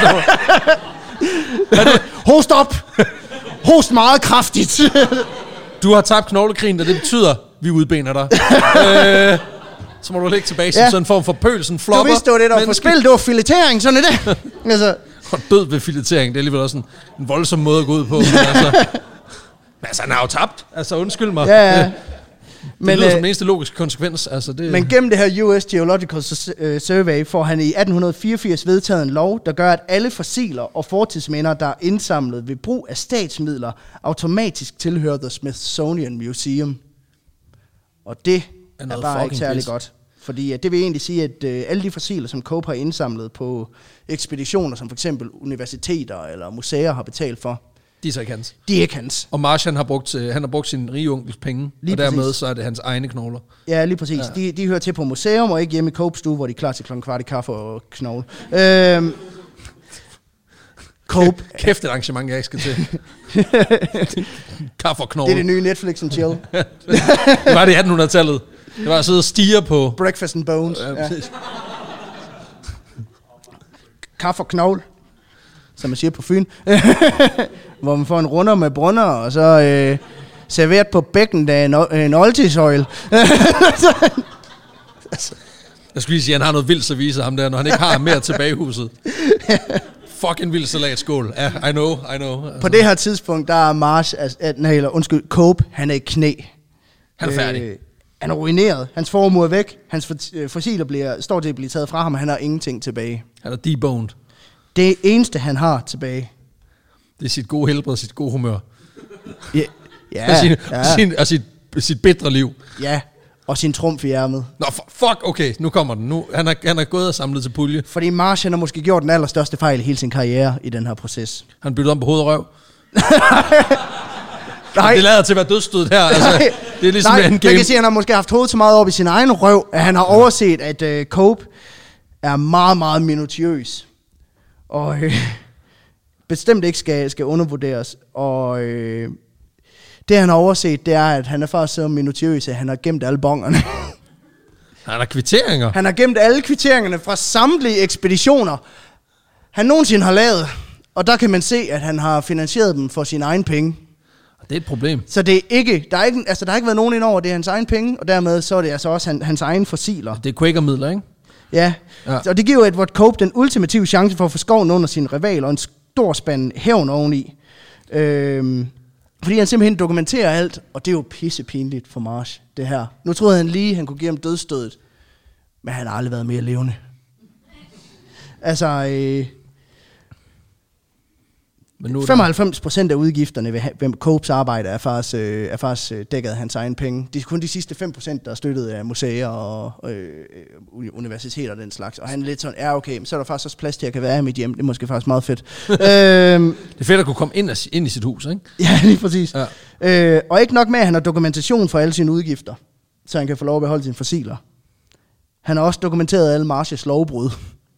knogler. Host op! Host meget kraftigt! Du har tabt knoglekrigen, og det betyder, vi udbener dig. øh, så må du lægge tilbage som ja. sådan en form for pøl, sådan flopper. Du vidste, det var det, der var på spil. Det var filetering, sådan er det. Altså... Og død ved filetering, det er alligevel også en, en voldsom måde at gå ud på. Men altså, men altså, han har jo tabt. Altså, undskyld mig. Ja, ja. Det, det men, lyder øh, som den eneste logiske konsekvens. Altså, det, men gennem det her U S Geological Survey får han i atten fireogfirs vedtaget en lov, der gør, at alle fossiler og fortidsminder, der er indsamlet ved brug af statsmidler, automatisk tilhører The Smithsonian Museum. Og det er, er bare ikke særlig godt. Fordi det vil egentlig sige, at øh, alle de fossiler, som Cope har indsamlet på ekspeditioner, som for eksempel universiteter eller museer har betalt for, de er så ikke hans. De er ikke hans. Og Marsh, han har brugt, øh, han har brugt sin rige onkels penge, lige og dermed præcis. Så er det hans egne knogler. Ja, lige præcis. Ja. De, de hører til på museum og ikke hjemme i Copes stue, hvor de er klar til klokken kvart i kaffe og knogle. Øhm, Cope. Kæft et arrangement, jeg ikke skal til. Kaffe og knogle. Det er det nye Netflix and chill. Det var det i attenhundredetallet. Det var at sidde og stige på... Breakfast and bones. Ja, ja. Kaffe og knogle, som man siger på Fyn. Hvor man får en runder med brunner, og så øh, serveret på bækken af en, en oldtidsøjle. Jeg skulle lige sige, at han har noget vildt service ham der, når han ikke har mere tilbage i huset. Fucking vild salatskål. Ja, yeah, I know, I know. Altså. På det her tidspunkt, der er Marsh, altså, nej, eller undskyld, Cope, han er i knæ. Han er færdig. Øh, han er ruineret. Hans formue er væk. Hans fossiler bliver, står til at blive taget fra ham, og han har ingenting tilbage. Han er deboned. Det eneste, han har tilbage, det er sit gode helbred, sit gode humør. Ja, ja, og sin, ja. Sin, og sit, sit bedre liv. Ja, og sin trumf i ærmet. Nå, fuck, okay, nu kommer den. Nu, han, er, han er gået og samlet til pulje. Fordi Marsh, han har måske gjort den allerstørste fejl i hele sin karriere i den her proces. Han byttede om på hoved og røv. Nej. Det lader til at være dødsstødet her. Altså, det er ligesom Nej, en man game. kan sige, at han har måske haft hovedet så meget op i sin egen røv, at han har overset, at uh, Cope er meget, meget minutiøs. Og øh, bestemt ikke skal, skal undervurderes. Og øh, det, han har overset, det er, at han er faktisk så minutiøs, at han har gemt alle bongerne. Han har kvitteringer. Han har gemt alle kvitteringerne fra samtlige ekspeditioner, han nogensinde har lavet. Og der kan man se, at han har finansieret dem for sine egne penge. Det er et problem. Så det er ikke, der er ikke, altså der har ikke været nogen indover, det er hans egen penge, og dermed så er det altså også han, hans egen fossiler. Det er Quaker-midler, ikke? Ja, ja. Og det giver Edward Cope den ultimative chance for at få skoven under sin rival, og en stor spand hævn oveni. Øhm, fordi han simpelthen dokumenterer alt, og det er jo pissepinligt for Marsh, det her. Nu troede han lige, han kunne give ham dødsstødet, men han har aldrig været mere levende. Altså, øh, Men nu femoghalvfems procent af udgifterne ved, ved Copes arbejde er faktisk, øh, er faktisk dækket af hans egen penge. Det er kun de sidste fem procent, der er støttet af museer og øh, universiteter og den slags. Og han er lidt sådan, ja okay, så er der faktisk også plads til, at jeg kan være i mit hjem. Det er måske faktisk meget fedt. øhm, det er fedt at kunne komme ind, ind i sit hus, ikke? Ja, lige præcis. Ja. Øh, og ikke nok med, at han har dokumentation for alle sine udgifter, så han kan få lov at beholde sine fossiler. Han har også dokumenteret alle Marshes lovbrud.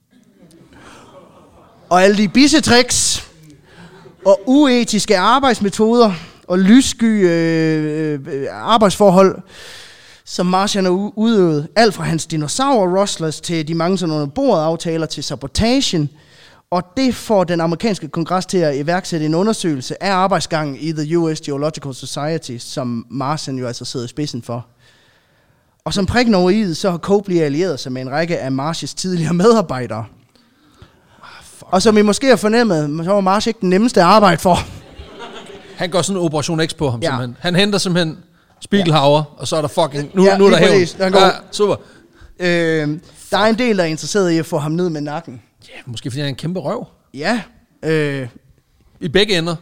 Og alle de bissetricks og uetiske arbejdsmetoder og lyssky øh, øh, arbejdsforhold, som Marsh har udøvet. Alt fra hans dinosaur-rustlers til de mange sådan under bordet aftaler til sabotagen. Og det får den amerikanske kongres til at iværksætte en undersøgelse af arbejdsgangen i The U S Geological Society, som Marsh jo altså sidder i spidsen for. Og som prikken over i, så har Cope lige allieret sig med en række af Marshes tidligere medarbejdere. Og som I måske har fornemmet, så var Marsh ikke den nemmeste at arbejde for. Han går sådan en Operation X på ham, ja. simpelthen. Han henter simpelthen Spiegelhauer, ja. Og så er der fucking... Nu, ja, nu er der hævn. Ja, super. Øh, der er en del, der er interesseret i at få ham ned med nakken. Ja, måske fordi han er en kæmpe røv. Ja. Øh. I begge ender.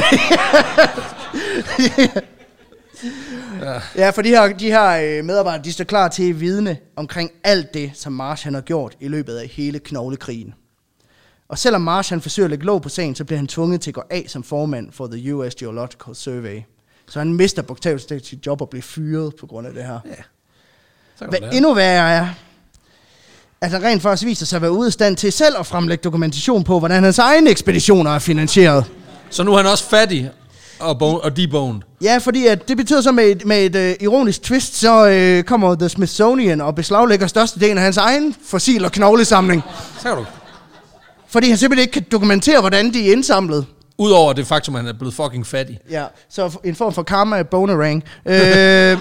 ja. ja, for de her, de her medarbejdere, de står klar til at vidne omkring alt det, som Marsh han har gjort i løbet af hele knoglekrigen. Og selvom Marsh han forsøger at lægge låg på sagen, så bliver han tvunget til at gå af som formand for The U S Geological Survey. Så han mister bogstaveligt talt sit job og bliver fyret på grund af det her. Ja. Hvad endnu værre er, at han rent faktisk viser sig at være ude af stand til selv at fremlægge dokumentation på, hvordan hans egne ekspeditioner er finansieret. Så nu er han også fattig og, bone, og deboned? Ja, fordi at det betyder så med et, med et uh, ironisk twist, så uh, kommer The Smithsonian og beslaglægger størstedelen af hans egen fossil- og knoglesamling. Så du. Fordi han simpelthen ikke kan dokumentere, hvordan de er indsamlet. Udover det faktum, at han er blevet fucking fattig. Ja, så en form for karma bonerang. øh,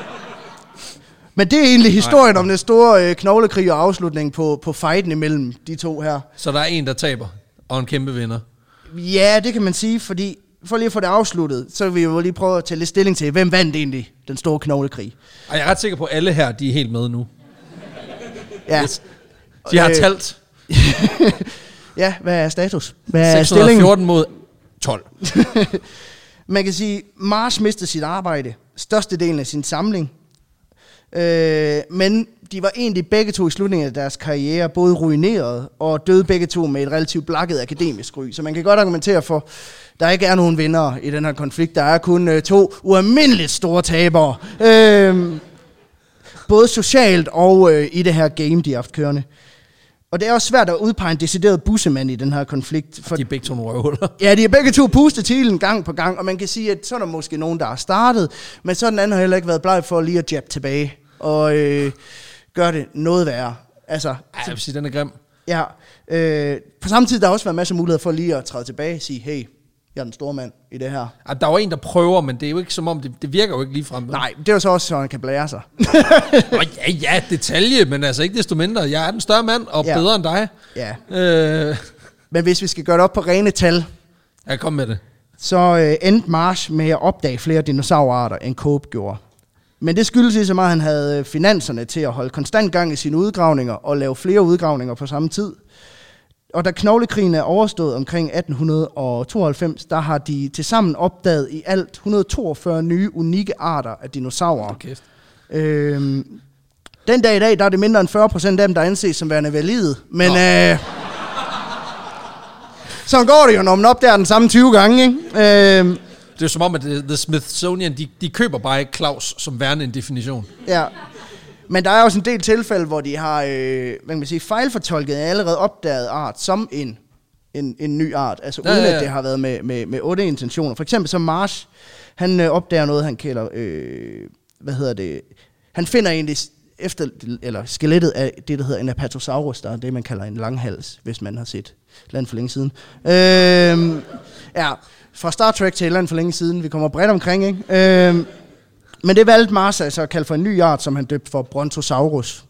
men det er egentlig historien Nej. om den store øh, knoglekrig og afslutning på, på fighten imellem de to her. Så der er en, der taber, og en kæmpe vinder? Ja, det kan man sige, fordi for lige at få det afsluttet, så vil vi jo lige prøve at tage lidt stilling til, hvem vandt egentlig den store knoglekrig. Og jeg er ret sikker på, at alle her, de er helt med nu. Ja. Yes. De har øh, talt. Ja, hvad er status? Hvad er seks hundrede og fjorten mod tolv. Man kan sige, Marsh mistede sit arbejde, størstedelen af sin samling. Øh, men de var egentlig begge to i slutningen af deres karriere både ruineret og døde begge to med et relativt blakket akademisk ry. Så man kan godt argumentere for, der ikke er nogen vinder i den her konflikt. Der er kun øh, to ualmindeligt store tabere. Øh, både socialt og øh, i det her game, de har haft kørende. Og det er også svært at udpege en decideret bussemand i den her konflikt. For de er begge to nogle røvhuller. Ja, de er begge to pustet til en gang på gang, og man kan sige, at så er der måske nogen, der har startet, men så den anden har heller ikke været bleg for lige at jabbe tilbage og øh, gøre det noget værre. Altså, Ej, jeg vil sige, den er grim. Ja, øh, på samme tid der har også været masser af muligheder for lige at træde tilbage og sige, hey, jeg er den store mand i det her. Ja, der er jo en, der prøver, men det er jo ikke som om, det, det virker jo ikke lige frem. Nej, det er jo så også, så han kan blære sig. Nå, ja, ja, detalje, men altså ikke desto mindre. Jeg er den større mand, og ja. bedre end dig. Ja. Øh. Men hvis vi skal gøre det op på rene tal, ja, kom med det. Så øh, endte Marsh med at opdage flere dinosaurarter, end Cope gjorde. Men det skyldes lige så meget, at han havde finanserne til at holde konstant gang i sine udgravninger og lave flere udgravninger på samme tid. Og da knoglekrigen er overstået omkring atten tooghalvfems, der har de tilsammen opdaget i alt et hundrede og toogfyrre nye, unikke arter af dinosaurer. Okay. Øhm, den dag i dag, der er det mindre end fyrre procent af dem, der anses som værende valide. Men øh, så går det jo, når man opdager den samme tyve gange, ikke? Øh, det er som om, at The Smithsonian, de, de køber bare ikke Claus som værende en definition. Ja. Men der er også en del tilfælde, hvor de har øh, hvad kan man sige, fejlfortolket en allerede opdaget art som en, en, en ny art. Altså ja, uden ja, ja. At det har været med, med, med onde intentioner. For eksempel som Marsh, han øh, opdager noget, han kalder, øh, hvad hedder det, han finder egentlig efter, eller skelettet af det, der hedder en Apatosaurus, der er det, man kalder en langhals, hvis man har set Land for længe siden. Øh, ja, fra Star Trek til Land for længe siden, vi kommer bredt omkring, ikke? Øh, Men det valgte Mars altså at kalde for en ny art, som han døbte for Brontosaurus.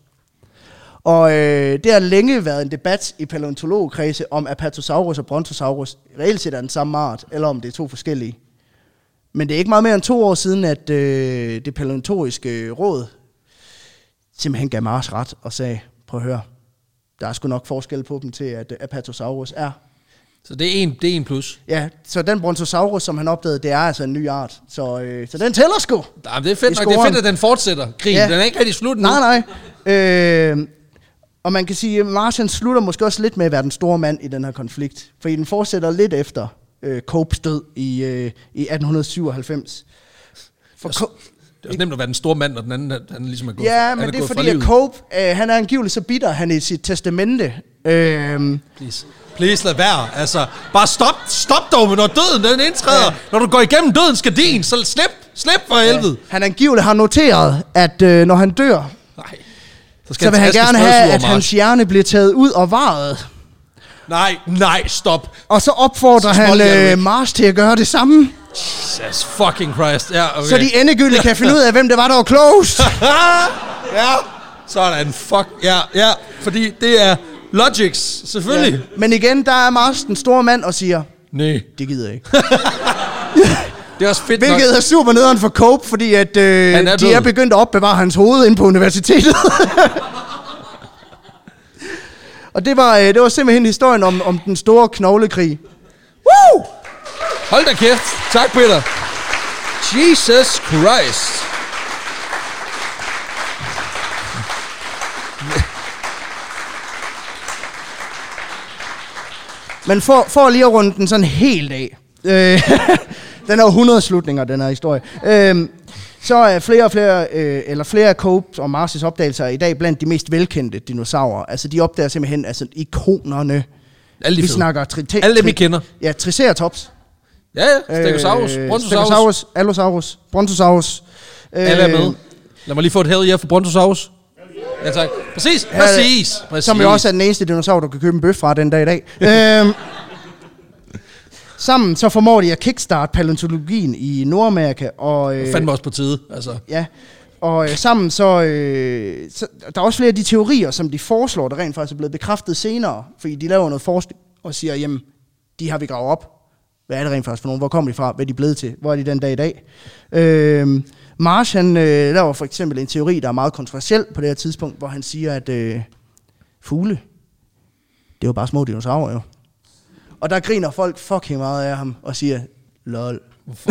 Og øh, det har længe været en debat i palæontologkredse om Apatosaurus og Brontosaurus reelt set er den samme art, eller om det er to forskellige. Men det er ikke meget mere end to år siden, at øh, det palæontologiske råd simpelthen gav Mars ret og sagde, prøv at høre, der er sgu nok forskel på dem til, at Apatosaurus er. Så det er en, det er en plus. Ja, så den Brontosaurus, som han opdagede, det er altså en ny art. Så, øh, så den tæller sgu. Ja, det er fedt nok. Det er fedt, at den fortsætter. Krigen, ja. Den er ikke rigtig slut nu. Nej, nej. Øh, og man kan sige, at Martian slutter måske også lidt med at være den store mand i den her konflikt. Fordi den fortsætter lidt efter øh, Copes død i, øh, i atten syvoghalvfems. For det, er også, det er også nemt at være den store mand, og den anden han ligesom er gået. Ja, men er det er fordi, at Cope, øh, han er angiveligt så bitter, han i sit testamente. Øh, Please. Please, lad være. Altså, bare stop, stop dog, når døden den indtræder. Ja. Når du går igennem dødens gardin, så slip, slip for helvede. Ja. Han angiveligt har noteret, at øh, når han dør, Nej. Så, så vil han gerne have, at hans hjerne bliver taget ud og varet. Nej, nej, stop. Og så opfordrer så han øh, Mars til at gøre det samme. Jesus fucking Christ. Ja, okay. Så de endegyldigt kan finde ud af, hvem det var, der var klogest. Ja, sådan, fuck, ja, ja. Fordi det er Logics, selvfølgelig. Ja. Men igen, der er Mars den store mand og siger, nej, det gider jeg ikke. Det er også fedt Hvilket nok. er super nederen for Cope, fordi at, øh, er de er begyndt at opbevare hans hoved inde på universitetet. Og det var, øh, det var simpelthen historien om, om den store knoglekrig. Woo! Hold da kæft. Tak, Peter. Jesus Christ. Men for, for lige at runde den sådan helt af. Øh, den er jo hundrede slutninger, den her historie. Øh, så er flere og flere, øh, eller flere af Cope og Mars' opdagelser i dag blandt de mest velkendte dinosaurer. Altså de opdager simpelthen altså ikonerne. Alle de vi fede. snakker tri- Alle dem, vi kender. Ja, Triceratops. Ja, ja. Stegosaurus, øh, Brontosaurus. Stegosaurus, Allosaurus, Brontosaurus. Øh, Alle er med. Lad mig lige få et hell yeah for Brontosaurus. Ja, tak. Præcis, præcis. præcis. Som jo også er den eneste dinosaur, du kan købe en bøf fra den dag i dag. øhm, sammen så formår de at kickstarte paleontologien i Nordamerika. Og, øh, fandme også på tide. Altså. Ja, og øh, sammen så, øh, så... Der er også flere af de teorier, som de foreslår, der rent faktisk er blevet bekræftet senere. Fordi de laver noget forskning og siger, jamen, de har vi gravet op. Hvad er det rent faktisk for nogen? Hvor kommer de fra? Hvad er de blevet til? Hvor er de den dag i dag? Øh, Marsh, han øh, laver for eksempel en teori, der er meget kontroversiel på det her tidspunkt, hvor han siger, at øh, fugle, det er jo bare små dinosaurer jo. Og der griner folk fucking meget af ham og siger, lol.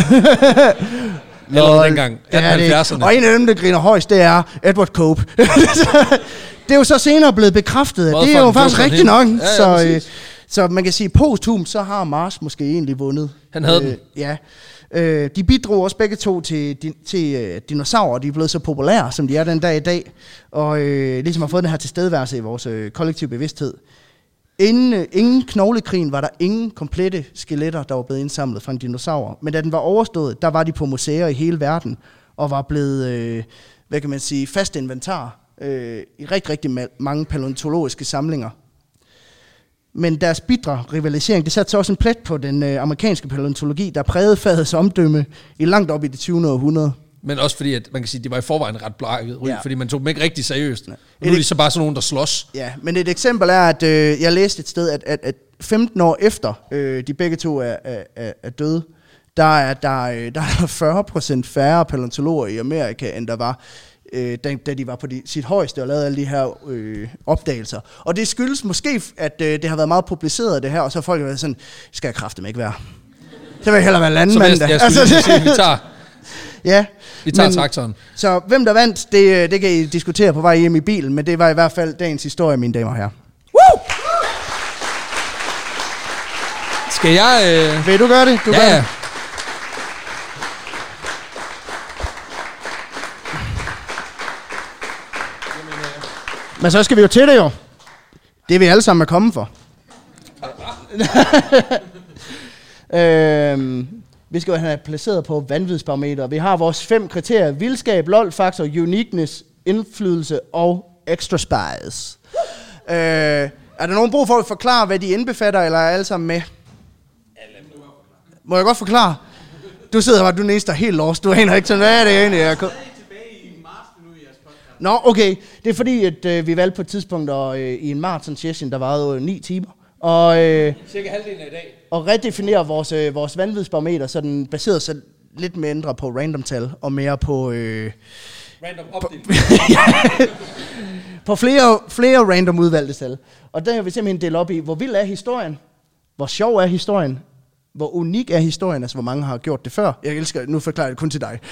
Lol. Dengang, halvfjerdserne. Og en af dem, der griner højst, det er Edward Cope. Det er jo så senere blevet bekræftet, at det er jo faktisk rigtigt nok. Ja, ja, så, øh, så man kan sige, posthum, så har Mars måske egentlig vundet. Han havde øh, den. Ja. Øh, de bidrog også begge to til, til uh, dinosaurer, de er blevet så populære, som de er den dag i dag, og øh, ligesom har fået den her tilstedeværelse i vores øh, kollektive bevidsthed. Inden, øh, inden knoglekrigen var der ingen komplette skeletter, der var blevet indsamlet fra en dinosaur, men da den var overstået, der var de på museer i hele verden, og var blevet, øh, hvad kan man sige, fast inventar øh, i rigtig, rigtig mange paleontologiske samlinger. Men deres bitre rivalisering, det satte så også en plet på den øh, amerikanske paleontologi, der prægede fagets omdømme i langt op i det tyvende århundrede. Men også fordi, at man kan sige, de var i forvejen ret blakket, ja. Fordi man tog dem ikke rigtig seriøst. Nu er de så bare sådan nogen, der slås. Ja, men et eksempel er, at øh, jeg læste et sted, at, at, at femten år efter øh, de begge to er, er, er døde, der er der, der er fyrre procent færre palæontologer i Amerika, end der var, øh, da, da de var på de, sit højeste og lavede alle de her øh, opdagelser. Og det skyldes måske, at øh, det har været meget publiceret det her, og så har folk været sådan, skal jeg kraftedeme ikke være. Så vil jeg hellere være landmand. Jeg, jeg skulle altså, sige, vi tager, ja, vi tager men, traktoren. Så hvem der vandt, det, det kan I diskutere på vej hjem i bilen, men det var i hvert fald dagens historie, mine damer og herrer. Woo! Skal jeg... Øh... Vil du gøre det? Du ja, gør ja. Det. Men så skal vi jo til det jo. Det er vi alle sammen er kommet for. øhm, vi skal jo have placeret på vanvidsbarometer. Vi har vores fem kriterier. Vildskab, lol-faktor, uniqueness, indflydelse og extra spice. Øh, er der nogen brug for at forklare, hvad de indbefatter, eller er alle sammen med? Må jeg godt forklare? Du sidder bare, du er den eneste, der er helt lost. Du aner ikke sådan, hvad er det egentlig? Jeg kom... Nå, okay. Det er fordi, at øh, vi valgte på et tidspunkt og, øh, i en marathon session, der varede øh, ni timer. Og, øh, cirka halvdelen af i dag. Og redefinere vores, øh, vores vanvidsbarometer, så den baserer sig lidt mindre på randomtal og mere på... Øh, random opdeling. På, på flere, flere random udvalgte tal. Og der har vi simpelthen delt op i, hvor vild er historien, hvor sjov er historien, hvor unik er historien, altså hvor mange har gjort det før. Jeg elsker, nu forklarer jeg det kun til dig.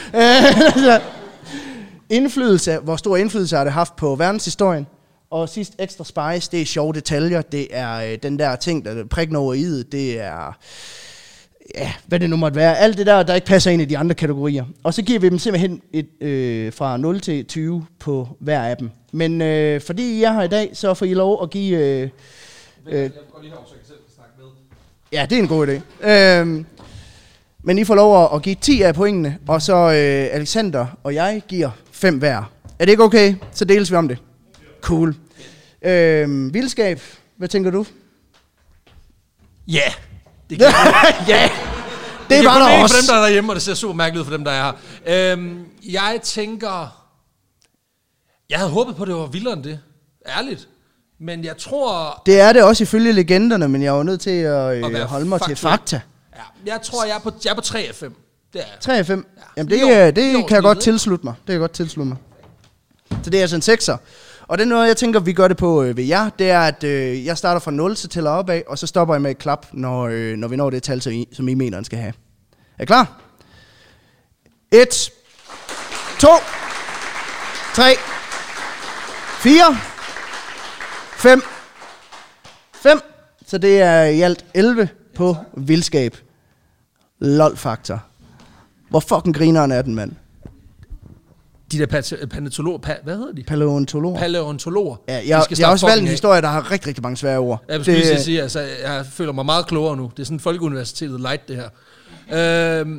Indflydelse, hvor stor indflydelse har det haft på verdenshistorien. Og sidst extra spice, det er sjove detaljer, det er øh, den der ting, der prikken over i'et, det er, ja, hvad det nu måtte være, alt det der, der ikke passer ind i de andre kategorier. Og så giver vi dem simpelthen et, øh, fra nul til tyve på hver af dem. Men øh, fordi I er her i dag, så får I lov at give... Øh, øh, jeg går lige herover, så jeg kan selv snakke med. Ja, det er en god idé. Øh, men I får lov at give ti af pointene, og så øh, Alexander og jeg giver fem hver. Er det ikke okay? Så deles vi om det. Cool. Øh, vildskab, hvad tænker du? Ja. Yeah. Det kan ja. Det er bare der også. For dem, der er derhjemme, og det ser super mærkeligt ud for dem, der er her. Øhm, jeg tænker... Jeg havde håbet på, at det var vildere end det. Ærligt. Men jeg tror... Det er det også ifølge legenderne, men jeg er jo nødt til at, at holde mig faktuel. Til fakta. Ja, jeg tror, jeg er på, jeg er på tre af fem. Det er tre af fem? Ja. Jamen det, det, det, det kan jeg godt tilslutte mig. Det kan jeg godt tilslutte mig. Så det er altså en sekser. Og den måde, jeg tænker, vi gør det på øh, ved jer, det er, at øh, jeg starter fra nul, så tæller opad, og så stopper jeg med et klap, når, øh, når vi når det tal, som I, som I mener, den skal have. Er I klar? et, to, tre, fire, fem, fem. Så det er i alt elleve på vildskab. Lol-faktor. Hvor fucking grineren er den, mand? De der palæontologer, pa, hvad hedder de? Palæontologer. Palæontologer. Ja, jeg, jeg har også valgt en historie, der har rigtig, rigtig mange svære ord. Jeg vil det, sige, altså, jeg føler mig meget klogere nu. Det er sådan Folkeuniversitetet light, det her. Øhm,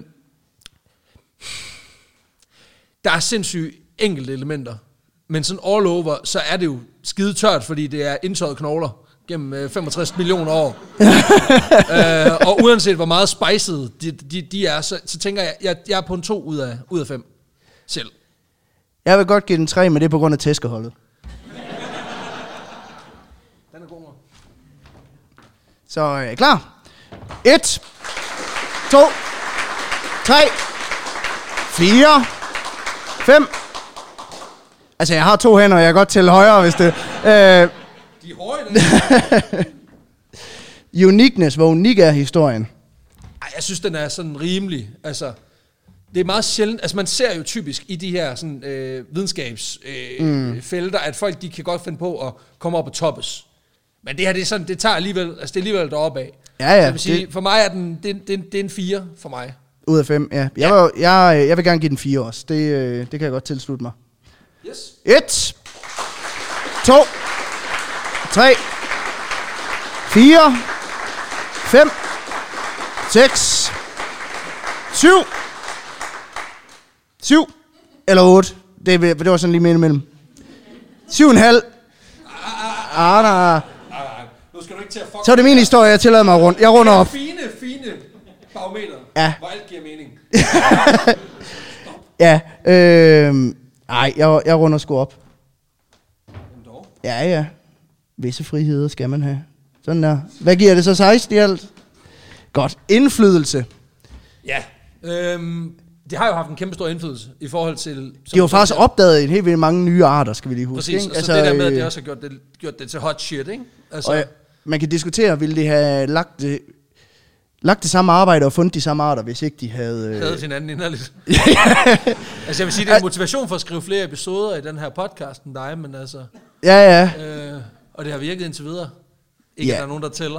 der er sindssygt enkelte elementer, men sådan all over, så er det jo skide tørt, fordi det er indtørrede knogler gennem øh, femogtres millioner år. øh, og uanset hvor meget spiced de, de, de er, så, så tænker jeg, jeg, jeg er på en to ud af, ud af fem selv. Jeg vil godt give den tre, men det er på grund af tæskeholdet. Den er god nok. Så er jeg klar? et, to, tre, fire, fem. Altså, jeg har to hænder, og jeg kan godt tælle højere, hvis det... Øh, De er høje, Uniqueness, hvor unik er historien? Ej, jeg synes, den er sådan rimelig, altså... Det er meget sjældent, altså man ser jo typisk i de her sådan, øh, videnskabsfelter, øh, mm. at folk de kan godt finde på at komme op og toppes. Men det her, det er sådan, det tager alligevel, altså det er alligevel deroppe af. Ja, ja. Så jeg vil sige, det, for mig er den, det, det, det er en fire for mig. Ud af fem, ja. Jeg, ja. Var, jeg, jeg vil gerne give den fire også. Det, øh, det kan jeg godt tilslutte mig. Yes. et, to, tre, fire, fem, seks, syv, syv eller otte. Det, det var sådan lige midt imellem. Syv og en halv. Ah, nej. Nu skal du ikke til at fuck. Så er det min historie, jeg tillader mig rundt. Jeg runder op. Fine, fine barometer, ja. Hvor alt giver mening. ja, øh, ej, jeg, jeg runder sgu op. Ja, ja. Visse friheder skal man have. Sådan der. Hvad giver det så seksten i alt? Godt. Indflydelse. Ja. Øhm, det har jo haft en kæmpe stor indflydelse i forhold til... De har jo faktisk opdaget en helt vildt mange nye arter, skal vi lige huske. Præcis, ikke? og altså, så det der med, at det også har gjort det, gjort det til hot shit, ikke? Altså, og ja, man kan diskutere, ville de have lagt det, lagt det samme arbejde og fundet de samme arter, hvis ikke de havde... Havde hinanden inderligt. Altså jeg vil sige, det er en motivation for at skrive flere episoder i den her podcast end dig, men altså... Ja, ja. Øh, og det har virket indtil videre. Ikke ja. At der er nogen, der tæller.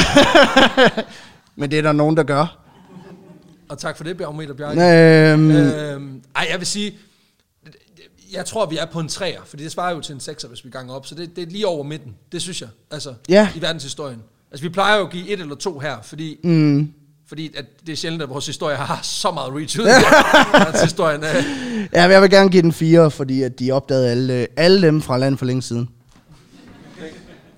Men det er der nogen, der gør. Og tak for det, Barometer Bjarke. Øhm. Øhm, ej, jeg vil sige, jeg tror, vi er på en træer, fordi det svarer jo til en sekser, hvis vi ganger op. Så det, det er lige over midten, det synes jeg, altså, ja. I verdenshistorien. Altså, vi plejer jo at give et eller to her, fordi, mm. fordi at det er sjældent, at vores historie har så meget reach ud. Verdenshistorien. Øh. Ja, jeg vil gerne give den fire, fordi at de opdagede alle, alle dem fra landet for længe siden. Okay.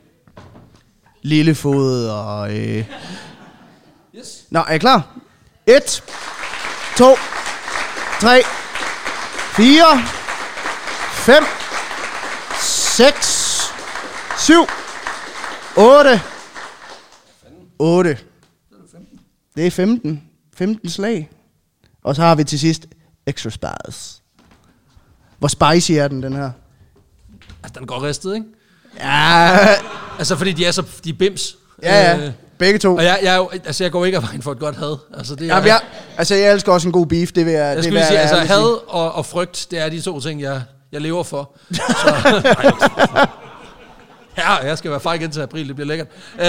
Lillefod og... Øh. Yes. Nå, er I klar? Et, to, tre, fire, fem, seks, syv, otte, otte. Det er femten. femten slag. Og så har vi til sidst extra spice. Hvor spicy er den, den her? Altså, den går ristet, ikke? Ja. Altså, fordi de er så... De er bims. Ja, ja. Øh, Begge to. Og jeg, jeg, altså, jeg går ikke af vejen for et godt had. Altså, det er, ja, jeg, altså, jeg elsker også en god beef. Det vil jeg... Jeg det skulle vil sige, jeg, altså, jeg had og, og frygt, det er de to ting, jeg, jeg lever for. Så, nej, ja, jeg skal være far igen til april, det bliver lækkert. Øh,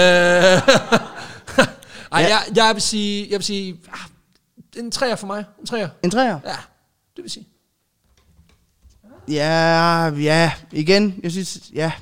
ej, ja. jeg, jeg vil sige... Jeg vil sige ah, en træer for mig. En træer. En træer? Ja, det vil sige. Ja, ja. Igen, jeg synes... Ja.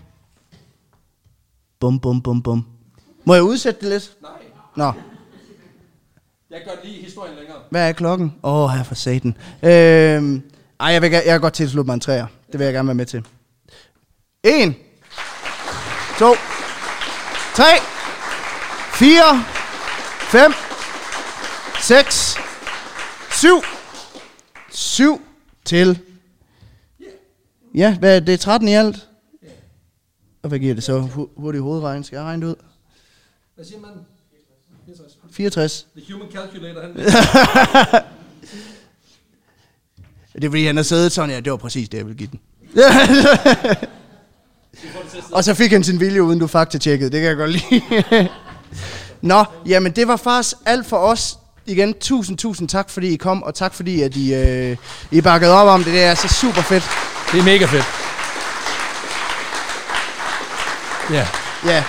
Bum, bum, bum, bum. Må jeg udsætte det lidt? Nej. Nå. Jeg gør lige historien længere. Hvad er klokken? Åh, oh, her for satan. Øhm, ej, jeg vil, jeg vil godt tilslutte mig en træer. Det vil jeg gerne være med til. En. To. Tre. Fire. Fem. Seks. Syv. Syv til... Ja, hvad, det er tretten i alt. Og hvad giver det så? Hurtig hovedregn. Skal jeg regne det ud? Hvad siger man? fireogtres. The human calculator, han... Det er fordi, han har siddet sådan, ja, det var præcis det, jeg ville give den. Og så fik han sin vilje, uden du faktatjekkede. Det kan jeg godt lide. Nå, jamen det var faktisk alt for os. Igen, tusind, tusind tak, fordi I kom, og tak fordi, at I, øh, I bakkede op om det. Det er så super fedt. Det er mega fedt. Ja. Ja.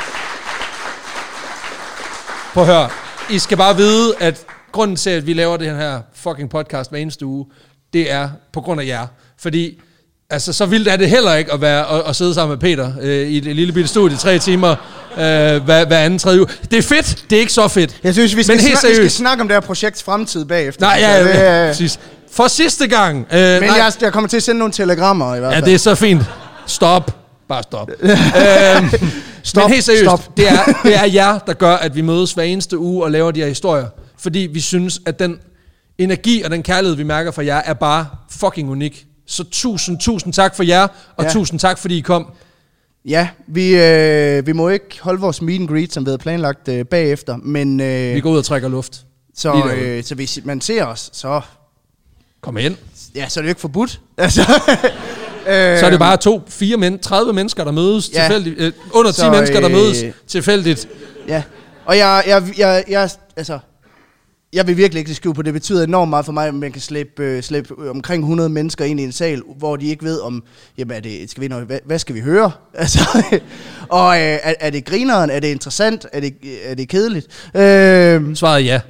Prøv at høre. I skal bare vide, at grunden til, at vi laver den her fucking podcast hver eneste uge, det er på grund af jer. Fordi, altså, så vildt er det heller ikke at, være, at, at sidde sammen med Peter øh, i et lille bitte studie i tre timer øh, hver, hver anden, tredje uge. Det er fedt, det er ikke så fedt. Jeg synes, vi skal, snak- vi skal snakke om det her projekts fremtid bagefter. Nej, ja, ja, ja, præcis. For sidste gang. Øh, Men jeg, jeg kommer til at sende nogle telegrammer i hvert fald. Ja, det er så fint. Stop. Bare stop. øhm, stop. Men helt seriøst, stop. Det, er, det er jer, der gør, at vi mødes hver eneste uge og laver de her historier. Fordi vi synes, at den energi og den kærlighed, vi mærker fra jer, er bare fucking unik. Så tusind, tusind tak for jer, og ja. tusind tak, fordi I kom. Ja, vi, øh, vi må ikke holde vores meet and greet, som vi havde planlagt øh, bagefter, men... Øh, vi går ud og trækker luft. Så, øh, så hvis man ser os, så... Kom ind. Ja, så er det jo ikke forbudt. Altså... Så er det bare to, fire, men, tredive mennesker, der mødes ja. tilfældigt. Øh, under så, ti mennesker, der mødes øh, tilfældigt. Ja, og jeg, jeg, jeg, jeg, altså, jeg vil virkelig ikke skrive på, det betyder enormt meget for mig, at man kan slæbe, øh, slæbe omkring hundrede mennesker ind i en sal, hvor de ikke ved om, jamen, er det, skal vi noget, hvad, hvad skal vi høre? Altså, og øh, er, er det grineren? Er det interessant? Er det, er det kedeligt? Øh, Svaret ja.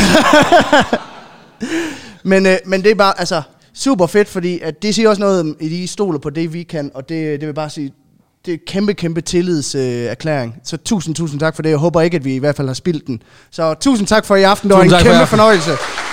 men, øh, men det er bare, altså... Super fedt, fordi at det siger også noget, at de stoler på det, vi kan, og det, det vil bare sige, det er kæmpe, kæmpe tillidserklæring. Øh, så tusind, tusind tak for det. Jeg håber ikke, at vi i hvert fald har spildt den. Så tusind tak for i aften. Det var en kæmpe fornøjelse.